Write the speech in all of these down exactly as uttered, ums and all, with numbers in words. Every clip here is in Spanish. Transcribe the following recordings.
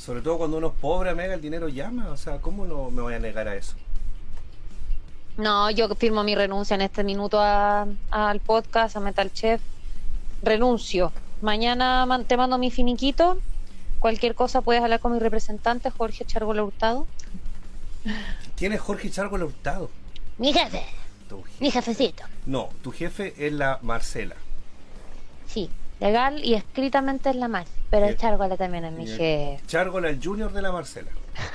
Sobre todo cuando uno es pobre, amiga, el dinero llama. O sea, ¿cómo no me voy a negar a eso? No, yo firmo mi renuncia en este minuto a, a- al podcast, a Metal Chef. Renuncio. Mañana man- te mando mi finiquito. Cualquier cosa puedes hablar con mi representante, Jorge Chargola Hurtado. ¿Quién es Jorge Chargo Hurtado? Mi jefe, Tu jefe. mi jefecito. No, tu jefe es la Marcela. Sí, legal y escritamente es la más. Pero Bien. el Chargola también es mi Bien. jefe. Chargola, el junior de la Marcela.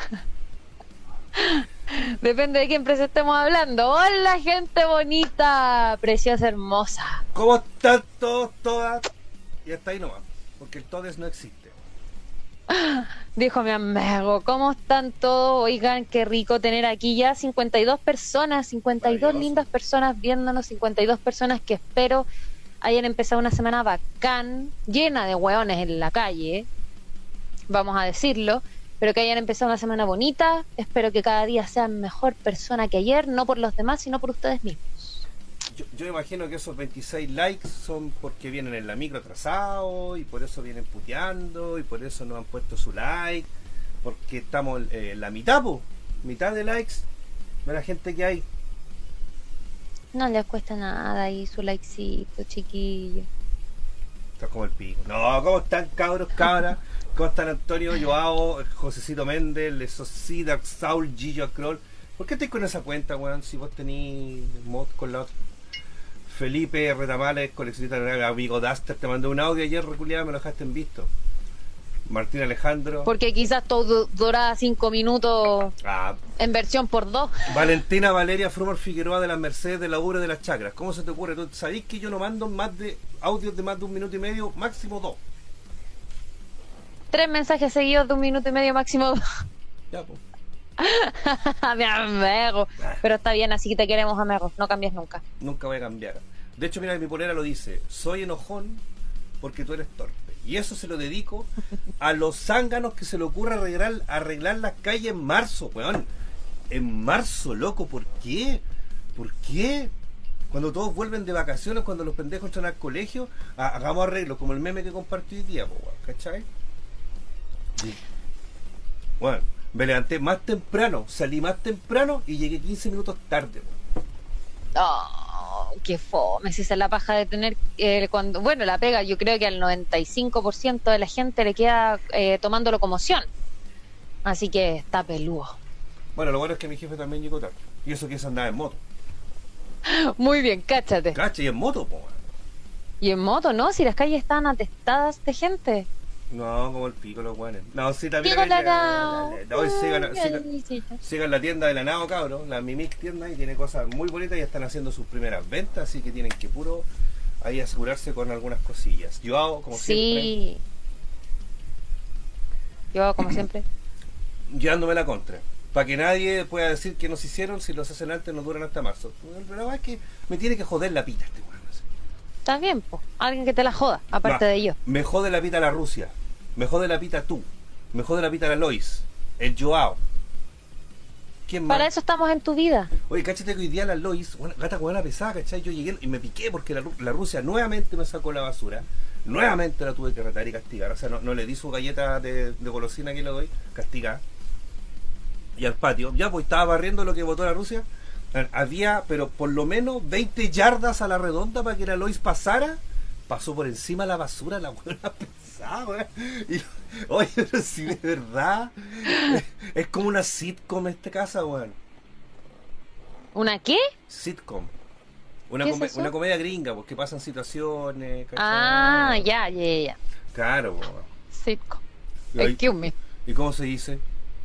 Depende de qué empresa estemos hablando. Hola, gente bonita, preciosa, hermosa. ¿Cómo están todos, todas? Y hasta ahí nomás, porque el todes no existe. Dijo mi amigo, ¿cómo están todos? Oigan, qué rico tener aquí ya cincuenta y dos personas, cincuenta y dos Maravilloso. lindas personas viéndonos, cincuenta y dos personas que espero hayan empezado una semana bacán, llena de hueones en la calle, vamos a decirlo, pero que hayan empezado una semana bonita. Espero que cada día sean mejor persona que ayer, no por los demás, sino por ustedes mismos. Yo, yo imagino que esos veintiséis likes son porque vienen en la micro atrasados y por eso vienen puteando y por eso no han puesto su like, porque estamos eh, en la mitad, po, mitad de likes de la gente que hay. No les cuesta nada y su likecito, chiquillo. Estás como el pico. No, ¿cómo están, cabros, cabras? ¿Cómo están Antonio, Joao, Josecito Méndez, Lesosí, Dark Saul, Gillo Acrol? ¿Por qué estáis con esa cuenta, weón? Si vos tenís mod con la otra. Felipe Retamales, coleccionista de amigo Duster, te mandé un audio ayer, reculiado, me lo dejaste en visto. Martín Alejandro. Porque quizás todo dura cinco minutos Ah, en versión por dos. Valentina Valeria Frumor Figueroa de las Mercedes de la Ure de las Chacras. ¿Cómo se te ocurre? ¿Tú sabéis que yo no mando más de audios de más de un minuto y medio, máximo dos? Tres mensajes seguidos de un minuto y medio máximo dos. Ya, pues. Mi amigo. Pero está bien, así que te queremos, amigos. No cambies nunca. Nunca voy a cambiar. De hecho, mira, mi polera lo dice: soy enojón porque tú eres torpe. Y eso se lo dedico a los zánganos que se le ocurre arreglar, arreglar las calles en marzo, weón. En marzo, loco, ¿por qué? ¿Por qué? Cuando todos vuelven de vacaciones, cuando los pendejos entran al colegio, ha- hagamos arreglos, como el meme que compartí hoy día, po, weón, ¿cachai? Sí. Bueno, me levanté más temprano, salí más temprano y llegué quince minutos tarde, weón. Oh, qué fome. Si esa es la paja de tener. Eh, cuando, bueno, la pega, yo creo que al noventa y cinco por ciento de la gente le queda eh, tomando locomoción. Así que está peludo. Bueno, lo bueno es que mi jefe también llegó tarde. Y eso que es andar en moto. Muy bien, cáchate. ¿Cachai? Y en moto, po, weón. Y en moto, ¿no? Si las calles están atestadas de gente. No, como el pico los guanes. No, sí, también. Pico la No, nao. no, sigan, Ay, sigan, Alicia. sigan la tienda de la Nao, cabrón. La Mimic tienda y tiene cosas muy bonitas y están haciendo sus primeras ventas, así que tienen que puro ahí asegurarse con algunas cosillas. Yo hago, como siempre, Sí. Yo, como siempre. llevándome la contra. Para que nadie pueda decir que nos hicieron, si los hacen antes no duran hasta marzo. El problema es que me tiene que joder la pita este weón. Está bien, pues. Alguien que te la joda, aparte No, de yo. me jode la pita la Rusia. Me jode la pita tú. Me jode la pita la Lois. El Joao. ¿Quién más? Para eso estamos en tu vida. Oye, cáchate que hoy día la Lois, una gata con la pesada, ¿cachai? Yo llegué y me piqué porque la, Ru- la Rusia nuevamente me sacó la basura. Nuevamente la tuve que retar y castigar. O sea, no, no le di su galleta de, de golosina que le doy, castigar. Y al patio. Ya, pues estaba barriendo lo que votó la Rusia. Había, pero por lo menos veinte yardas a la redonda para que la Lois pasara. Pasó por encima de la basura la buena pesada, weón. Y, oye, pero si de verdad es, es como una sitcom esta casa, weón. ¿Una qué? Sitcom. Una, ¿Qué es come- eso? una comedia gringa, porque pasan situaciones, ¿cachai? Ah, ya, ya, ya, ya. Claro, weón. Sitcom. Y ahí- Excuse me. ¿Y cómo se dice?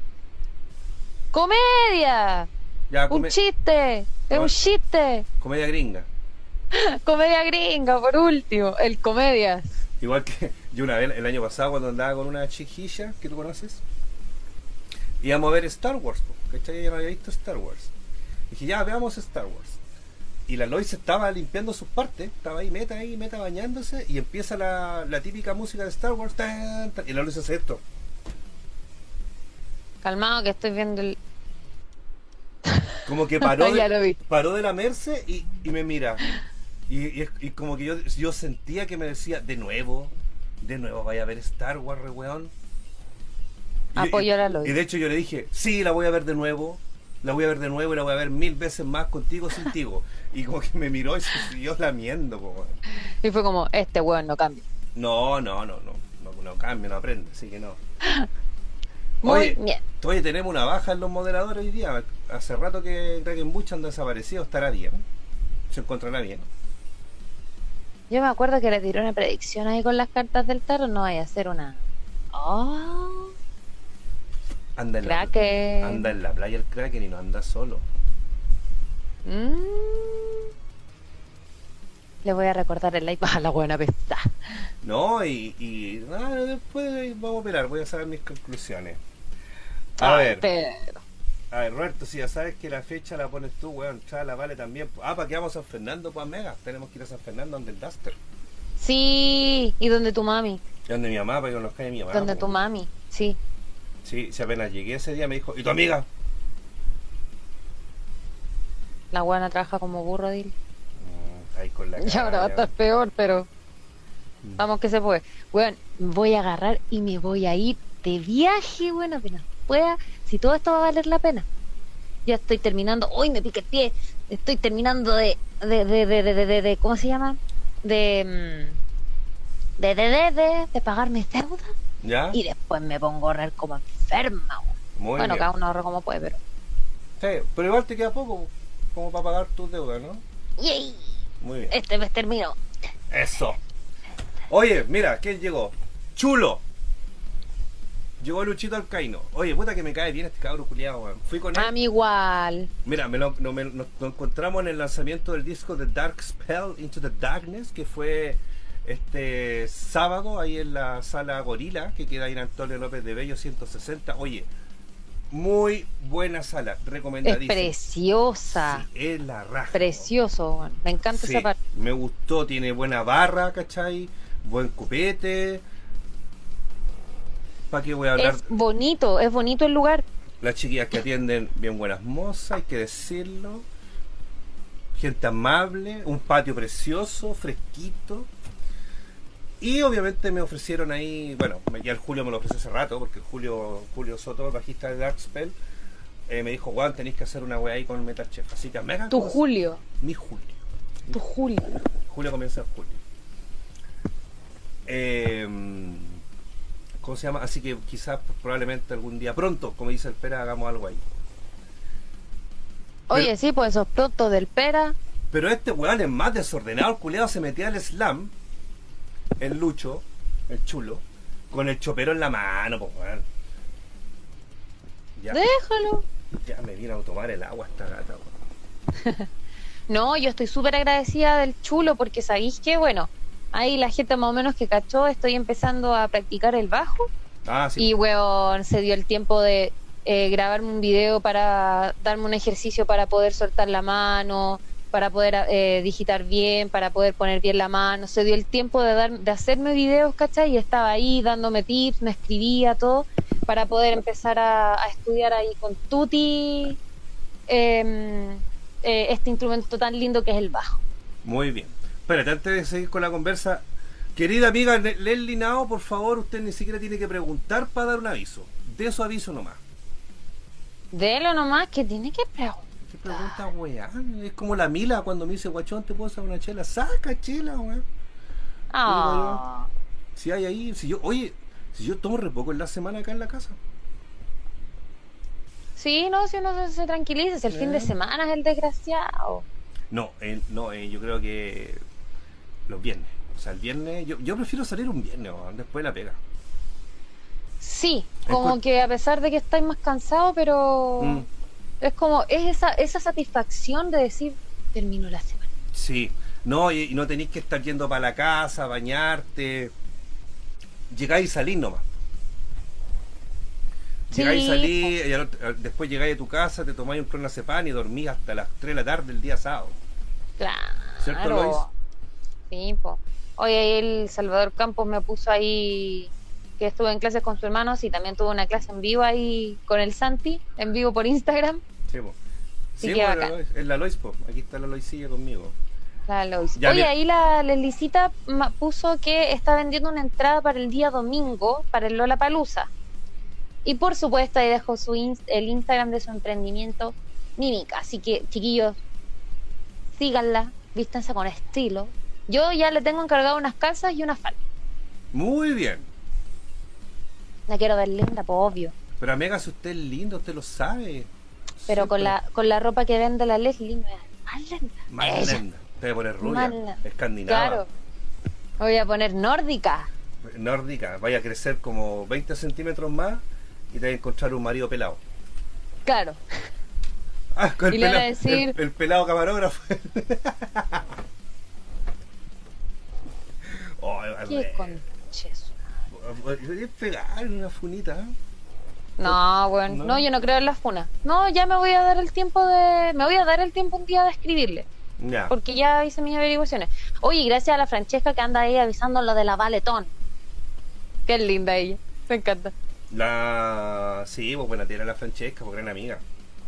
¡Comedia! Ya, ¡Un come- chiste! ¡Es un chiste! comedia gringa. Comedia gringa, por último. El comedias. Igual que yo una vez, el año pasado, cuando andaba con una chiquilla que tú conoces, íbamos a ver Star Wars, po, ¿cachai? Ella no había visto Star Wars. Dije, ya, veamos Star Wars. Y la Lois estaba limpiando sus partes, estaba ahí, meta ahí, meta bañándose, y empieza la, la típica música de Star Wars, tan, tan, y la Lois hace esto. Calmado que estoy viendo el... Como que paró, Ya de, lo vi. paró de la Merce y, y me mira. Y, y, y como que yo, yo sentía que me decía, de nuevo, de nuevo vaya a ver Star Wars, re weón. Y, Apoyo a la y Lois. de hecho yo le dije, sí, la voy a ver de nuevo, la voy a ver de nuevo y la voy a ver mil veces más contigo sin tigo. Y como que me miró y se siguió lamiendo, po, weón. Y fue como, este weón no cambia. No, no, no, no, no, no cambia, no aprende, así que no. Muy Oye, bien. oye, tenemos una baja en los moderadores hoy día. Hace rato que Krakenbush anda desaparecido, estará bien. Se encontrará bien. Yo me acuerdo que le tiré una predicción ahí con las cartas del tarot, no vaya a ser una... Oh, Anda en, la, Kraken. anda en la playa el Kraken y no anda solo. Mm. Le voy a recordar el like a la buena pesta. No, y, y nada, después vamos a operar, voy a saber mis conclusiones. A Ay, ver, pero... a ver, Roberto, si ya sabes que la fecha la pones tú, weón, la vale también. Ah, ¿para qué vamos a San Fernando, pues, Mega? Tenemos que ir a San Fernando donde el Duster. Sí, y donde tu mami, Donde mi mamá, para que nos cae mi mamá. donde po. tu mami, sí. Sí, si apenas llegué ese día me dijo, ¿y tu amiga? La buena trabaja como burro, dile. Mm, ahí con la Y ahora va a cara. estar peor, pero... Mm. Vamos que se puede. Bueno, voy a agarrar y me voy a ir de viaje, bueno, apenas pueda. Si todo esto va a valer la pena. Ya estoy terminando. Hoy me pica el pie. Estoy terminando de... de, de, de, de, de, de- de- ¿cómo se llama? De... mm, De, de, de, de, de pagar mis deudas. ¿Ya? Y después me pongo a ahorrar como enferma, weón. Muy Bueno, bien. cada uno ahorra como puede, pero... Sí, pero igual te queda poco como para pagar tus deudas, ¿no? ¡Yay! Muy bien. Este mes termino. Eso. Oye, mira, ¿quién llegó? Chulo. Llegó Luchito Alcaino. Oye, puta que me cae bien este cabro culiado, weón. Fui con él. A mí igual. Mira, me lo- no- me- nos, nos encontramos en el lanzamiento del disco The Dark Spell Into the Darkness, que fue este sábado ahí en la sala Gorila, que queda ahí en Antonio López de Bello ciento sesenta. Oye, muy buena sala, Es recomendadísima. preciosa. Sí, es la raja. Precioso, weón. Me encanta Sí, esa parte. me gustó, tiene buena barra, ¿cachai? Buen copete. ¿Para qué voy a hablar? Es bonito, es bonito el lugar. Las chiquillas que atienden, bien buenas mozas, hay que decirlo. Gente amable, un patio precioso, fresquito. Y obviamente me ofrecieron ahí, bueno, ya el Julio me lo ofreció hace rato, porque Julio Julio Soto, bajista de Dark Spell, eh, me dijo, Juan, tenéis que hacer una wea ahí con Metal Chef. Así que mega. Tu cosa. Julio, Mi Julio. tu Julio. Julio comienza en julio. Eh, ¿Cómo se llama? Así que quizás, pues, probablemente algún día pronto, como dice el Pera, hagamos algo ahí. Oye, Pero- sí, pues esos productos del Pera. Pero este weón es más desordenado, el culeado se metía al slam, el Lucho, el chulo, con el chopero en la mano, pues weón. Ya, Déjalo. ya me vino a tomar el agua esta gata, weón. No, yo estoy súper agradecida del chulo porque sabéis que, bueno, ahí la gente más o menos que cachó, estoy empezando a practicar el bajo. Ah, sí. Y, weón, se dio el tiempo de eh, grabarme un video para darme un ejercicio para poder soltar la mano, para poder eh, digitar bien, para poder poner bien la mano. Se dio el tiempo de dar, de hacerme videos, ¿cachai? Y estaba ahí dándome tips, me escribía todo, para poder empezar a, a estudiar ahí con Tuti eh, eh, este instrumento tan lindo que es el bajo. Muy bien. Espérate, antes de seguir con la conversa, querida amiga Le- Leslie Nao, por favor, usted ni siquiera tiene que preguntar para dar un aviso. De su aviso nomás. Delo nomás que tiene que preguntar. ¿Qué pregunta, weá? Es como la Mila cuando me dice, guachón, ¿te puedo hacer una chela? Saca chela, weón. Ah. Si hay ahí, si yo, oye, si yo tomo re poco en la semana acá en la casa. Sí, no, si uno se, se tranquiliza, si el Eh. fin de semana es el desgraciado. No, eh, no, eh, yo creo que los viernes. O sea, el viernes, yo, yo prefiero salir un viernes, weón, después de la pega. Sí, Es como cu- que a pesar de que estáis más cansado, pero Mm, es como, es esa, esa satisfacción de decir, termino la semana. sí, no, y, y no tenéis que estar yendo para la casa, bañarte. Llegáis y salís nomás. Sí. Llegáis y salís, y al otro- al- después llegáis a tu casa, te tomáis un clonazepam y dormís hasta las tres de la tarde el día sábado. ¿Cierto, Claro. Lois? Sí, po. Oye, ahí el Salvador Campos me puso ahí que estuve en clases con su hermano, sí, también tuve una clase en vivo ahí con el Santi, en vivo por Instagram. Sí, po. Sí, Sí, qué po, la bacán. Lois, es la Lois, po. Aquí está la Loisilla conmigo. La Lois. Ya, Oye, mira. ahí la Lelicita puso que está vendiendo una entrada para el día domingo para el Lollapalooza. Y por supuesto ahí dejo su inst el Instagram de su emprendimiento, Mímica. Así que, chiquillos, síganla, vístanse con estilo. Yo ya le tengo encargado unas calzas y una falda. Muy bien. La quiero ver linda, pues obvio. Pero amiga, si usted es lindo, usted lo sabe. Pero Siempre. con la con la ropa que vende la Leslie, me da más linda. Más Ella. linda. Te voy a poner rubia, Más linda. escandinava. Claro. Voy a poner nórdica. Nórdica. Vaya a crecer como veinte centímetros más y te vas a encontrar un marido pelado. Claro. Ah, con el, Y le van a pelado, decir- el, el pelado camarógrafo. Oh, ¿Qué conches? es pegar una funita. ¿eh? No, bueno, ¿No? no, yo no creo en las funas. No, ya me voy a dar el tiempo de... Me voy a dar el tiempo un día de escribirle. Ya. Porque ya hice mis averiguaciones. Oye, gracias a la Francesca que anda ahí avisando lo de la Valetón. Qué linda ella. Me encanta. La... Sí, pues buena tierra la Francesca, pues gran amiga.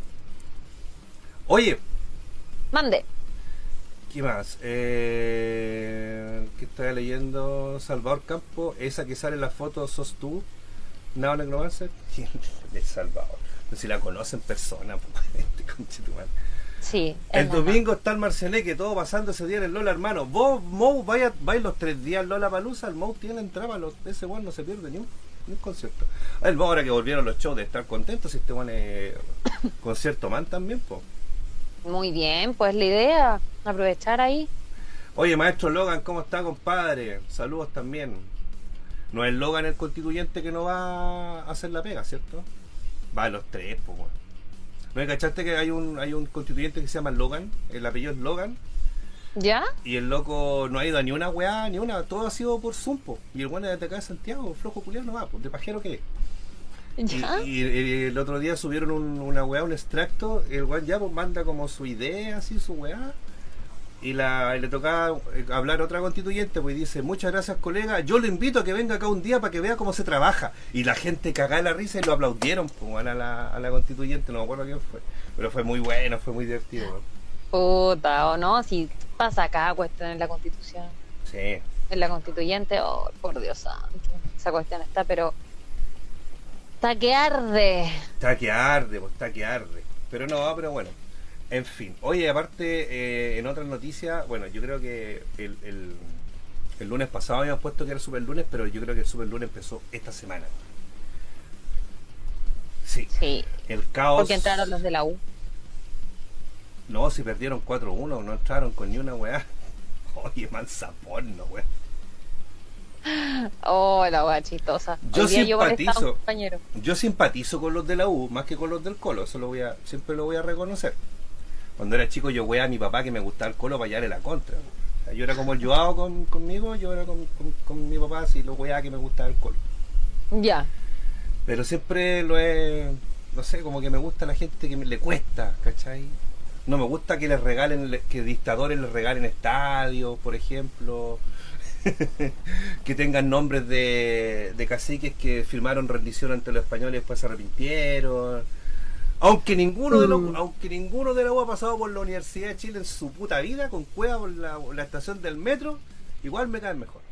Oye, Mande. ¿qué más? Eh... ¿Qué estaba leyendo? Salvador Campo, esa que sale en la foto, ¿sos tú? ¿Nao Necromancer? ¿Quién es Salvador? No sé si la conocen en persona, pues, este conchetumare. Sí. es El la domingo está el Marcianeque, todo pasando ese día en el Lola, hermano. Vos, Mou, vaya, vaya los tres días al Lola Palusa, el Mou tiene entrada, los, ese weón no se pierde ni un, ni un concierto. El Mou ahora que volvieron los shows de estar contentos, si este weón es concierto man también, po. Muy bien, pues la idea, aprovechar ahí. Oye, maestro Logan, ¿cómo está, compadre? Saludos también. No es Logan el constituyente que no va a hacer la pega, ¿cierto? Va a los tres, po, weón. ¿No me cachaste que hay un, hay un constituyente que se llama Logan? El apellido es Logan. ¿Ya? Y el loco no ha ido a ni una weá, ni una, todo ha sido por Zoom, po. Y el bueno es de acá de Santiago, flojo culiao no va, pues, de pajero que es. ¿Ya? Y, y- y el otro día subieron un- una weá, un extracto, el weón ya pues manda como su idea, así, su weá. Y, la, y le tocaba eh, hablar a otra constituyente, pues y dice, muchas gracias colega, yo le invito a que venga acá un día para que vea cómo se trabaja. Y la gente cagada de la risa y lo aplaudieron, pues, weón, a la, a la constituyente, no me acuerdo quién fue. Pero fue muy bueno, fue muy divertido, weón. Puta, o no, si pasa acá cuestión en la Constitución. Sí. En la Constituyente, oh, por Dios santo. Esa cuestión está, pero... Está que arde. Está que arde, pues está que arde. Pero no, pero bueno. En fin. Oye, aparte, eh, en otras noticias, bueno, yo creo que el, el, el lunes pasado habíamos puesto que era Super Lunes, pero yo creo que el Super Lunes empezó esta semana. Sí. Sí. El caos. Porque entraron los de la U. No, si perdieron cuatro uno, no entraron con ni una weá. Oye, mansa porno, weá. Oh, la hueá chistosa. Yo Hoy día simpatizo. molestaba a un compañero. Yo simpatizo con los de la U más que con los del Colo, eso lo voy a, siempre lo voy a reconocer. Cuando era chico yo weá a mi papá que me gustaba el Colo para hallarle la contra. O sea, yo era como el Joao con, conmigo, yo era con, con, con mi papá así lo weá que me gustaba el Colo. Ya. Pero siempre lo he, no sé, como que me gusta la gente que me, le cuesta, ¿cachai? No me gusta que les regalen, que dictadores les regalen estadios, por ejemplo. Que tengan nombres de, de caciques que firmaron rendición ante los españoles y después se arrepintieron. Aunque ninguno de los, Mm. aunque ninguno de la U ha pasado por la Universidad de Chile en su puta vida, con cueva por la, por la estación del metro, igual me caen mejor.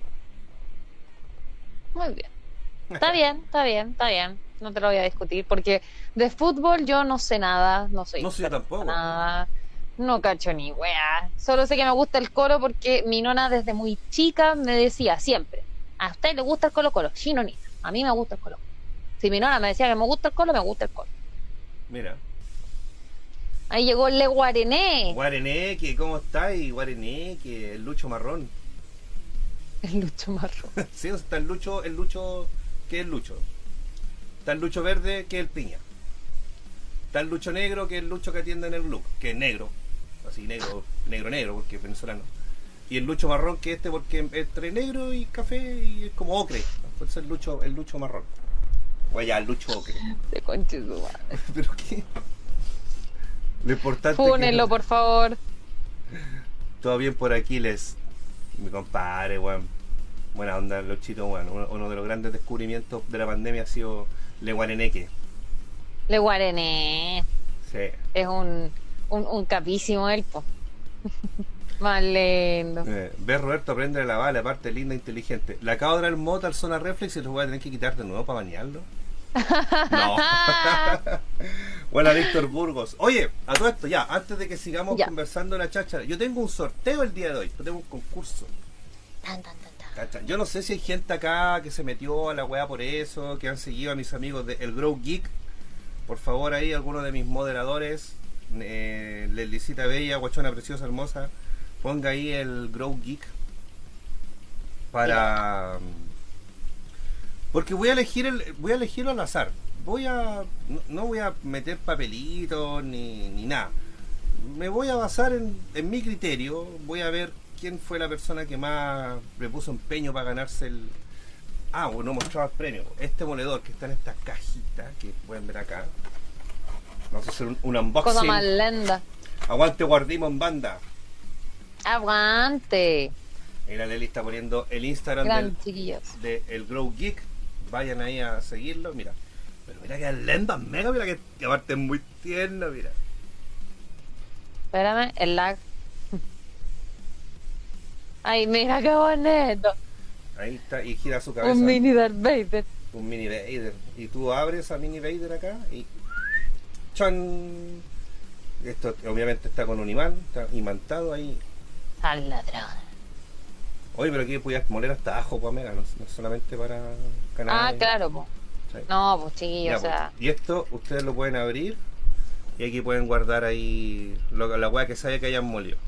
Muy bien. Está bien, está bien, está bien. No te lo voy a discutir porque de fútbol yo no sé nada, no soy No sé yo experta tampoco. en nada. No cacho ni wea. Solo sé que me gusta el Colo porque mi nona desde muy chica me decía siempre, a usted le gusta el Colo Colo, sí, nonita, a mí me gusta el Colo. Si mi nona me decía que me gusta el Colo, me gusta el Colo. Mira, Ahí llegó el Le Guarené, Guareneque, ¿cómo estáis? Guareneque, el Lucho Marrón. el Lucho Marro. Sí, está el Lucho, el Lucho, que es el Lucho. Está el Lucho Verde, que es el Piña. Está el Lucho Negro, que es el Lucho que atiende en el Look, que es negro. Así negro, negro, negro, porque es venezolano. Y el Lucho Marrón, que este porque es entre negro y café y es como ocre. Por eso el Lucho, el Lucho Marrón. O allá, el Lucho ocre. De conche su madre. ¿Pero qué? Lo importante Fúnenlo, es que por favor. todo bien por aquí, les mi compadre, weón. Buena onda, Luchito, weón. Uno, uno de los grandes descubrimientos de la pandemia ha sido Le Guareneque. Le Guarené. Sí. Es un, un, un capísimo elfo. Más lindo. Eh, ve Roberto, aprende a lavar la parte linda e inteligente. Le acabo de dar el moto al zona reflex y lo voy a tener que quitar de nuevo para bañarlo. No. Bueno, Víctor Burgos. Oye, a todo esto, ya, antes de que sigamos Ya. conversando en la cháchara, yo tengo un sorteo el día de hoy, yo tengo un concurso. Tan, tan, tan, tan. ¿Cacha? Yo no sé si hay gente acá que se metió a la weá por eso, que han seguido a mis amigos de El Grow Geek. Por favor, ahí alguno de mis moderadores, eh, Lelicita Bella, guachona preciosa, hermosa, ponga ahí el Grow Geek para... Porque voy a elegir el, voy a elegirlo al azar. Voy a... No, no voy a meter papelitos ni, ni nada. Me voy a basar en, en mi criterio. Voy a ver quién fue la persona que más le puso empeño para ganarse el... Ah, bueno, mostraba el premio. Este moledor que está en esta cajita, que pueden ver acá. Vamos a hacer un, un unboxing. Cosa más lenda. Aguante Guardimo en banda. Aguante. Mira, Leli está poniendo el Instagram Gran del, chiquillos. de El Grow Geek. Vayan ahí a seguirlo, mira. Pero mira que lenda mega, mira que, que aparte es muy tierno, mira. Espérame, el lag. Ay, mira qué bonito. Ahí está, y gira su cabeza. Un mini Darth Vader. Un mini Vader. Y tú abres a mini Vader acá y... ¡Chan! Esto obviamente está con un imán, está imantado ahí. Al ladrón. Oye, pero aquí podías moler hasta ajo, pues, mega, no, no solamente para canales. Ah, claro, pues. Sí. No, pues chiquillos, Ya, o sea. pues, y esto ustedes lo pueden abrir y aquí pueden guardar ahí lo, la hueá que sabe que hayan molido.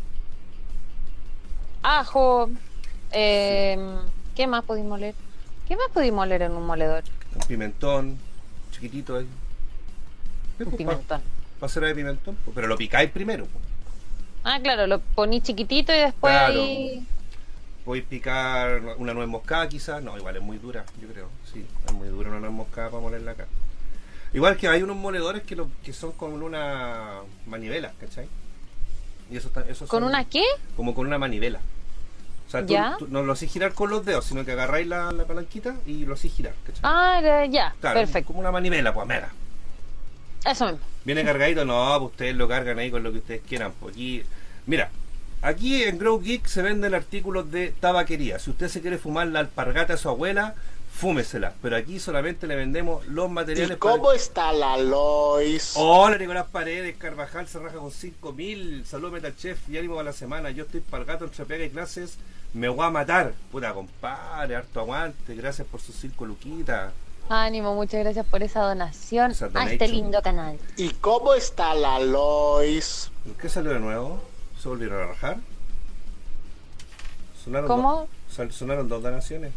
Ajo. Eh, ¿Qué más pudimos leer? ¿Qué más pudimos leer en un moledor? Un pimentón, chiquitito ahí. Un pimentón. Va a ser de pimentón, pues, pero lo picáis primero. Pues. Ah, claro, lo poní chiquitito y después Claro. ahí. Podéis picar una nuez moscada quizás. No, igual es muy dura, yo creo. Sí, es muy dura una nuez moscada para molerla acá. Igual que hay unos moledores que, lo, que son con una manivela, ¿cachai? Y eso, está- esos ¿Con son una qué? como con una manivela. O sea, tú, ¿Ya? tú no lo hacís girar con los dedos, sino que agarráis la, la palanquita y lo hacís girar, ¿cachai? Ah, ya, ya, Claro, perfecto. como una manivela, pues mega. Eso mismo. ¿Viene cargadito? No, pues ustedes lo cargan ahí con lo que ustedes quieran. Pues aquí, mira, aquí en Grow Geek se venden artículos de tabaquería. Si usted se quiere fumar la alpargata de su abuela, fúmesela. Pero aquí solamente le vendemos los materiales ¿Y cómo está la Lois? Hola Nicolás Paredes, Carvajal se raja con cinco mil. Saludos Metal Chef y ánimo para la semana. Yo estoy para el gato entre pega y clases. Me voy a matar. Puta compadre, harto aguante. Gracias por sus cinco luquitas. Ánimo, muchas gracias por esa donación Esa a donation. este lindo canal. ¿Y cómo está la Lois? ¿Qué salió de nuevo? ¿Se volvieron a rajar? ¿Sonaron ¿Cómo? Dos, son- sonaron dos donaciones.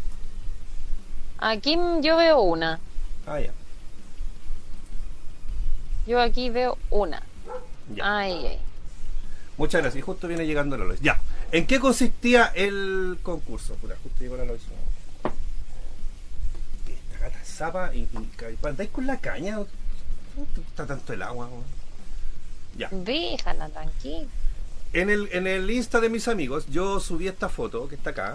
Aquí yo veo una. Ah, ya. Yo aquí veo una. ya. Ay, ay. Muchas gracias. Y justo viene llegando la Lois. Ya. ¿En qué consistía el concurso? Puta, justo llegó la Lois. Esta gata es zapa y, y andáis con la caña. ¿No te gusta tanto el agua? weón? Ya. Déjala tranquila. En el, en el Insta de mis amigos, yo subí esta foto que está acá.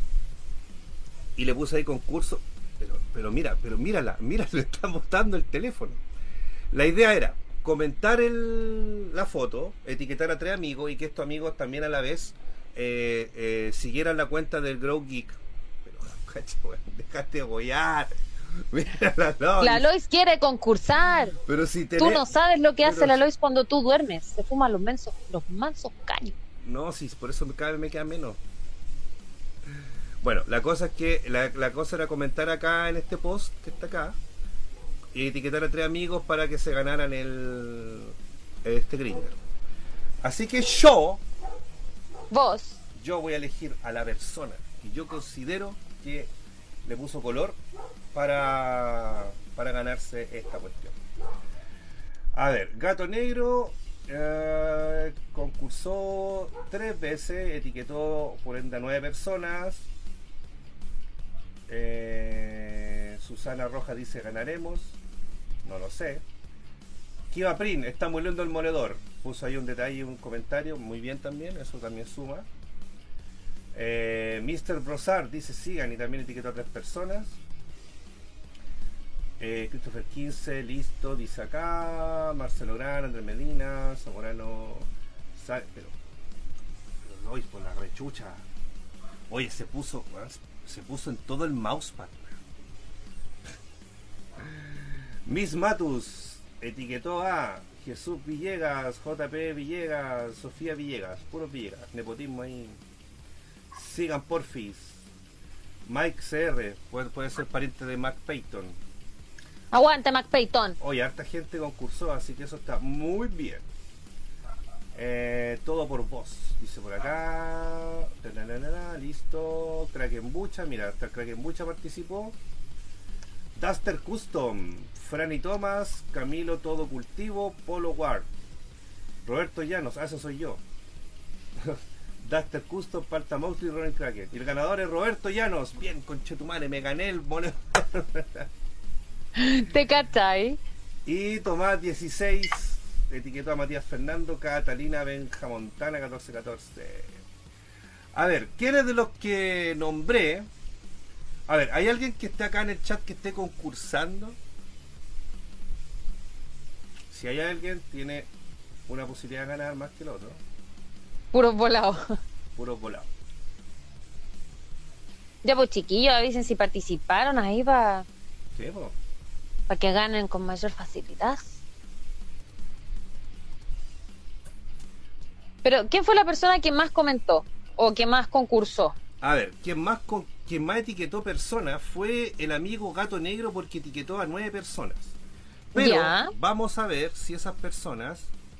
Y le puse ahí concurso. Pero, pero mira, pero mírala, mira, le está mostrando el teléfono. La idea era comentar el, la foto, etiquetar a tres amigos y que estos amigos también a la vez eh, eh, siguieran la cuenta del Grow Geek. Pero, cacho, weón, déjate goyar. Mira la Lois. La Lois quiere concursar. Pero si tenés- Tú no sabes lo que hace pero- la Lois cuando tú duermes. Se fuma los mensos, los mansos caños. No, sí, por eso cada vez me queda menos. Bueno, la cosa es que la, la cosa era comentar acá en este post que está acá y etiquetar a tres amigos para que se ganaran el este Grindr. Así que yo, Vos, yo voy a elegir a la persona que yo considero que le puso color para, para ganarse esta cuestión. A ver, Gato Negro eh, concursó tres veces, etiquetó por ende a nueve personas. Eh, Susana Roja dice ganaremos, no lo sé. Kiva Prin, está muy lindo el moledor, puso ahí un detalle, un comentario, muy bien también, eso también suma. eh, mister Brosar dice sigan y también etiquetó a tres personas. eh, Christopher quince, listo, dice acá. Marcelo Gran, Andrés Medina, Zamorano Sa- pero, pero Lois por la rechucha. Oye, se puso, weón, se puso en todo el mousepad. Miss Matus etiquetó a Jesús Villegas, J P Villegas, Sofía Villegas, puros Villegas, nepotismo ahí. Sigan porfis. Mike C R, puede, puede ser pariente de Mac Payton. Aguante, Mac Payton. Oye, harta gente concursó, así que eso está muy bien. Eh, todo por vos, dice por acá. Tananana, listo. Krakenbucha, mira, hasta el Krakenbucha participó. Duster Custom, Franny Thomas, Camilo Todo Cultivo, Polo Ward, Roberto Llanos, ah, eso soy yo. Duster Custom, Palta Moutli y Ronald Kraken. Y el ganador es Roberto Llanos. Bien, conchetumare, me gané el monedero. ¿Te cachai? Y Tomás dieciséis etiquetó a Matías Fernando, Catalina Benjamontana catorce catorce. A ver, ¿quiénes de los que nombré? A ver, ¿hay alguien que esté acá en el chat que esté concursando? Si hay alguien, tiene una posibilidad de ganar más que el otro. Puros volados. Puros volados. Ya pues chiquillos, avisen si participaron ahí para Sí, pues. pa que ganen con mayor facilidad. Pero, ¿quién fue la persona que más comentó? ¿O que más concursó? A ver, quien más con, quien más etiquetó personas fue el amigo Gato Negro, porque etiquetó a nueve personas. Pero Ya. vamos a ver si esas personas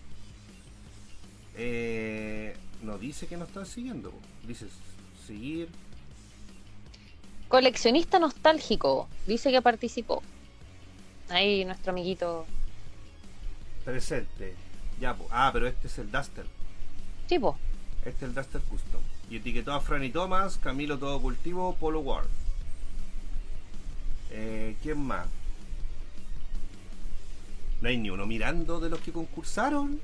eh, nos dice que nos están siguiendo. Dice seguir. Coleccionista nostálgico. Dice que participó. Ahí nuestro amiguito. Presente. Ya, po. Ah, pero este es el Duster. Tipo. Este es el Duster Custom. Y etiquetó a Franny Thomas, Camilo Todo Cultivo, Polo Ward. Eh, ¿Quién más? No hay ni uno mirando de los que concursaron.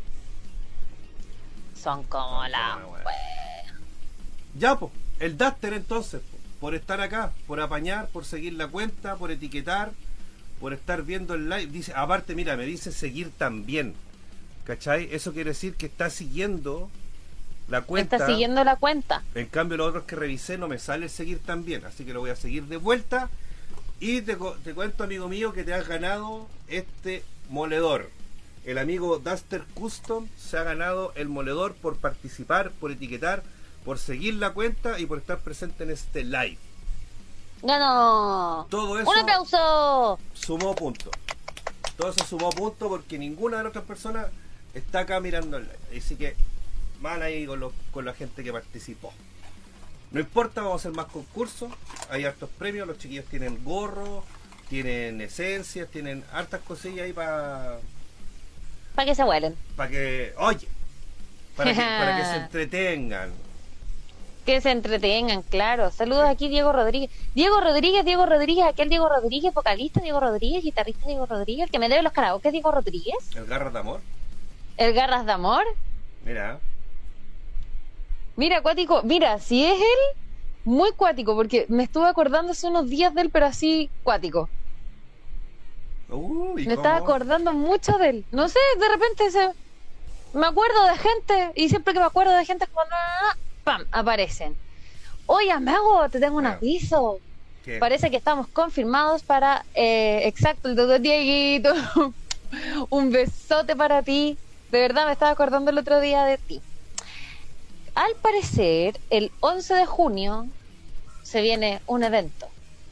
Son como Son la... como la wea. Ya, pues, el Duster entonces, po, por estar acá, por apañar, por seguir la cuenta, por etiquetar, por estar viendo el live. Dice, aparte, mira, me dice seguir también. ¿Cachai? Eso quiere decir que está siguiendo la cuenta. Está siguiendo la cuenta. En cambio, los otros que revisé no me sale el seguir también, así que lo voy a seguir de vuelta. Y te, te cuento, amigo mío, que te has ganado este moledor. El amigo Duster Custom se ha ganado el moledor por participar, por etiquetar, por seguir la cuenta y por estar presente en este live. ¡Ganó! Todo eso ¡Un aplauso! sumó puntos. Todo eso sumó puntos porque ninguna de las otras personas está acá mirando el live. Así que mal ahí con, los, con la gente que participó. No importa, vamos a hacer más concursos. Hay hartos premios, los chiquillos tienen gorros, tienen esencias, tienen hartas cosillas ahí para... Para que se huelen. Para que... Oye, para que, para que se entretengan. Que se entretengan, claro. Saludos aquí, Diego Rodríguez. Diego Rodríguez, Diego Rodríguez, aquel Diego Rodríguez, vocalista Diego Rodríguez, guitarrista Diego Rodríguez, el que me debe los karaoke, Diego Rodríguez. El Garras de Amor. El Garras de Amor. Mira. Mira, cuático, mira, si es él, muy cuático, porque me estuve acordando hace unos días de él, pero así cuático. Uh, ¿y Me cómo? estaba acordando mucho de él. No sé, de repente se... me acuerdo de gente, y siempre que me acuerdo de gente, cuando ¡pam! Aparecen. Oye, amigo, te tengo un Ah. aviso. ¿Qué? Parece que estamos confirmados para, eh, exacto, el doctor Dieguito. Un besote para ti. De verdad, me estaba acordando el otro día de ti. Al parecer, el once de junio se viene un evento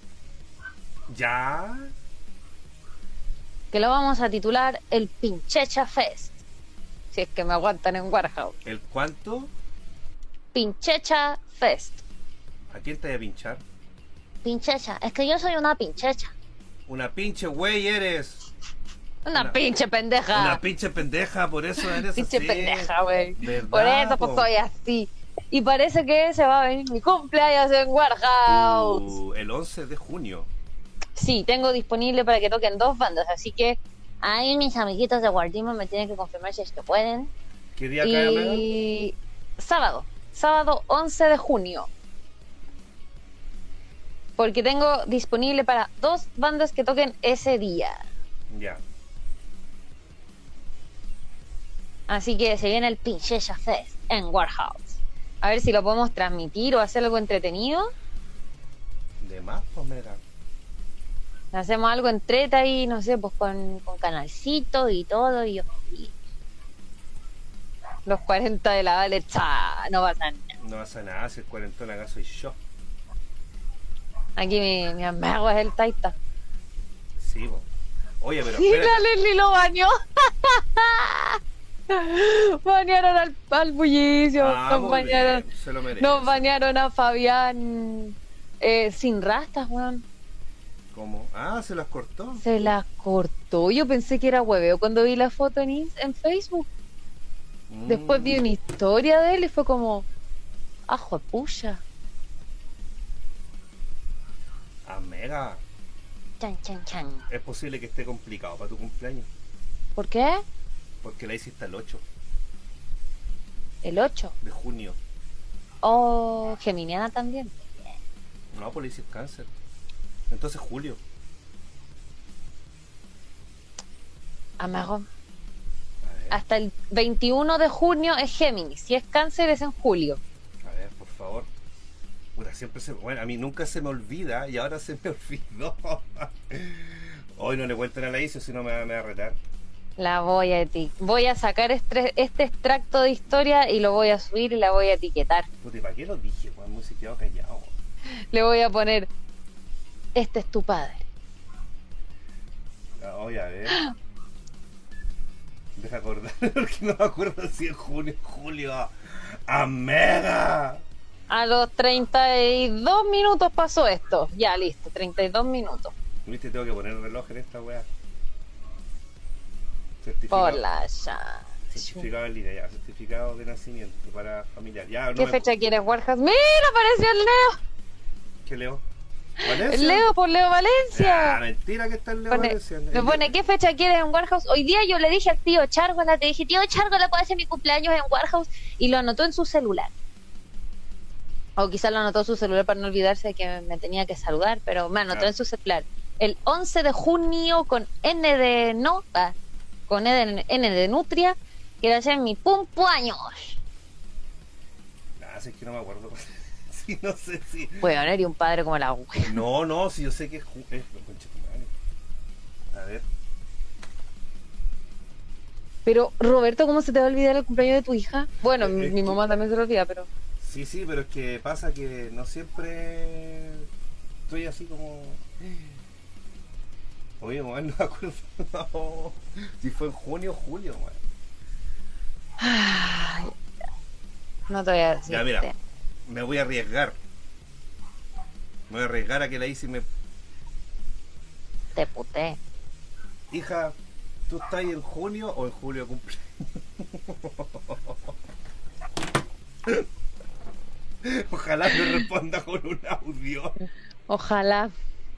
¿Ya? que lo vamos a titular el Pinchecha Fest. Si es que me aguantan en Warehouse. ¿El cuánto? Pinchecha Fest. ¿A quién te voy a pinchar? Pinchecha, es que yo soy una pinchecha. Una pinche güey eres. Una, Una- pinche pendeja. Una pinche pendeja, por eso eres pinche así. pendeja, güey. ¿Verdad, Por eso pues po? soy así. Y parece que se va a venir mi cumpleaños en Warehouse. Uh, el once de junio. Sí, tengo disponible para que toquen dos bandas, así que ahí mis amiguitos de Guardimo me tienen que confirmar si es que pueden. ¿Qué día cae, amigo? Y sábado, sábado once de junio. Porque tengo disponible para dos bandas que toquen ese día. Ya. Así que se viene el Pinchecha Fest en Warehouse. A ver si lo podemos transmitir o hacer algo entretenido. De más, pues mira. Hacemos algo entreta ahí, no sé, pues con, con canalcito y todo, y, y los cuarenta de la Vale, cha, no pasa nada. No pasa nada, si el cuarentón acá soy yo. Aquí mi, mi amigo es el Taita. Sí, po. Oye, pero Sí, espérate. la Leslie lo bañó. Bañaron al, al bullicio. Ah, nos muy bañaron, bien, se lo merece. nos bañaron a Fabián eh, sin rastas, weón. ¿Cómo? Ah, se las cortó. Se las cortó. Yo pensé que era hueveo cuando vi la foto en, Ins- en Facebook. Mm. Después vi una historia de él y fue como, ajo de puya. Amiga, Chan, chan, chan. es posible que esté complicado para tu cumpleaños. ¿Por qué? Porque la hiciste el ocho El ocho. de junio. Oh, geminiana también. No, pues le hiciste cáncer. Entonces julio. Amago. A ver, Hasta el veintiuno de junio es Géminis. Si es cáncer es en julio. a ver, por favor. Puta, siempre se... Bueno, a mí nunca se me olvida y ahora se me olvidó. Hoy no le cuenten a la Isis, si no me, va- me va a retar. La voy a eti- Voy a sacar este, este extracto de historia y lo voy a subir y la voy a etiquetar. Puta, ¿y para qué lo dije? Pues me hubiese quedado callado. Le voy a poner, este es tu padre. Ah, oye, a ver. Deja acordar, porque no me acuerdo si es junio o julio. ¡Amiga! A los treinta y dos minutos pasó esto. Ya, listo, treinta y dos minutos. Viste, tengo que poner el reloj en esta weá. Certificado. Por la ya. Certificado en línea, ya. Certificado de nacimiento para familiar. Ya, no ¿Qué me- fecha quieres, Warjas? ¡Mira, apareció el Leo! ¿Qué leo? ¿Valencia? El Leo por Leo Ah, Valencia. mentira que está el Leo Pone- Valencia. me pone, ¿qué fecha quieres en Warhouse? Hoy día yo le dije al tío Chárgola, te dije, tío Chárgola, ¿puedo hacer mi cumpleaños en Warhouse? Y lo anotó en su celular. O quizás lo anotó en su celular para no olvidarse de que me tenía que saludar, pero me anotó Ah. en su celular. El once de junio con N de no, ah, con N de, N de Nutria, quiero hacer mi cumpleaños. Ah, sí, es que no me acuerdo. Sí, no sé si. Bueno, era un padre como la wea. No, no, si yo sé que es. ju- es... concha tu madre. A ver. Pero, Roberto, ¿cómo se te va a olvidar el cumpleaños de tu hija? Bueno, Es mi, que- mi mamá también se lo olvida, pero... Sí, sí, pero es que pasa que no siempre estoy así como. Oye, weón, no me acuerdo. No. Si fue en junio o julio, weón. Ay, no te voy a decir. Ya, mira, me voy a arriesgar. Me voy a arriesgar a que la Isi me. Te puté. Hija, ¿tú estás en junio o en julio cumple? Ojalá me responda con un audio. Ojalá.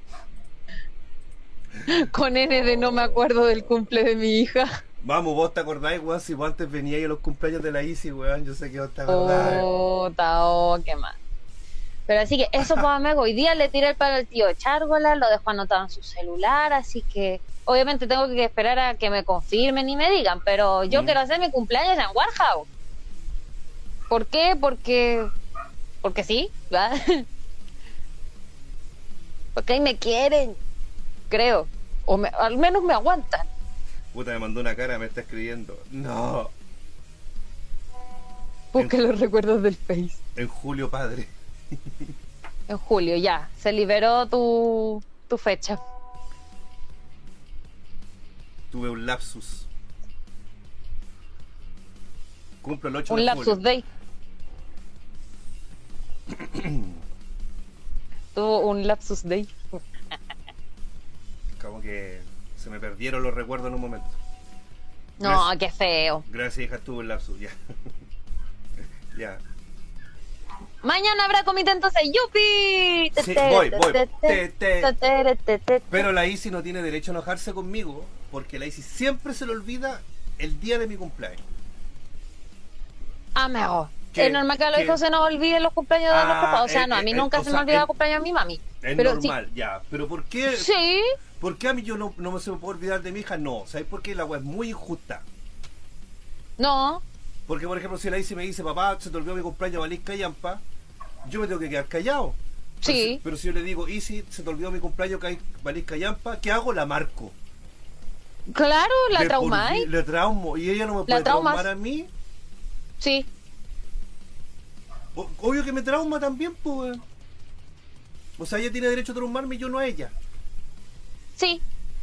Con N de no me acuerdo del cumple de mi hija. Vamos, vos te acordáis, weón, si vos antes veníais a los cumpleaños de la Isi, weón, yo sé que vos te acordáis. Oh, tao, qué mal. Pero así que eso, pues, amigo, hoy día le tiré el palo al tío Chárgola, lo dejó anotado en su celular, así que obviamente tengo que esperar a que me confirmen y me digan, pero yo Mm. quiero hacer mi cumpleaños en Warhouse. ¿Por qué? Porque... Porque sí, ¿verdad? Porque ahí me quieren, creo. O me- al menos me aguantan. Puta, me mandó una cara, me está escribiendo. No, Busque los recuerdos del Face. en julio, padre. En julio, ya. Se liberó tu, tu fecha. Tuve un lapsus. Cumplo el ocho Un de lapsus julio. day. Tuvo un lapsus day. Como que se me perdieron los recuerdos en un momento. No, Gracias. qué feo. Gracias, hija, tuve un lapsus, ya. Ya. Mañana habrá comité entonces. ¡Yupi! Sí, voy, voy. Te, te. Te, te, te. Pero la Isi no tiene derecho a enojarse conmigo porque la Isi siempre se le olvida el día de mi cumpleaños. Ah, mejor. ¿Qué? Es normal que a los ¿Qué? hijos se nos olviden los cumpleaños de Ah, los papás. O sea, eh, no, a mí eh, nunca o se sea, me olvida eh, el cumpleaños de mi mami. Es Pero normal, ya. Pero ¿por qué? Sí. Sí. ¿Por qué a mí yo no, no me se me puede olvidar de mi hija? No. ¿Sabes por qué? La wea es muy injusta. No. Porque, por ejemplo, si la Isi me dice, papá, se te olvidó mi cumpleaños, valís callampa, yo me tengo que quedar callado. Pero Sí. si, pero si yo le digo, y si se te olvidó mi cumpleaños, que hay valís callampa, ¿qué hago? La marco. Claro, la De por traumáis. vi- Le traumo. Y ella no me puede traumas. traumar a mí. Sí. O- obvio que me trauma también, pues. O sea, ella tiene derecho a traumarme y yo no a ella. Sí.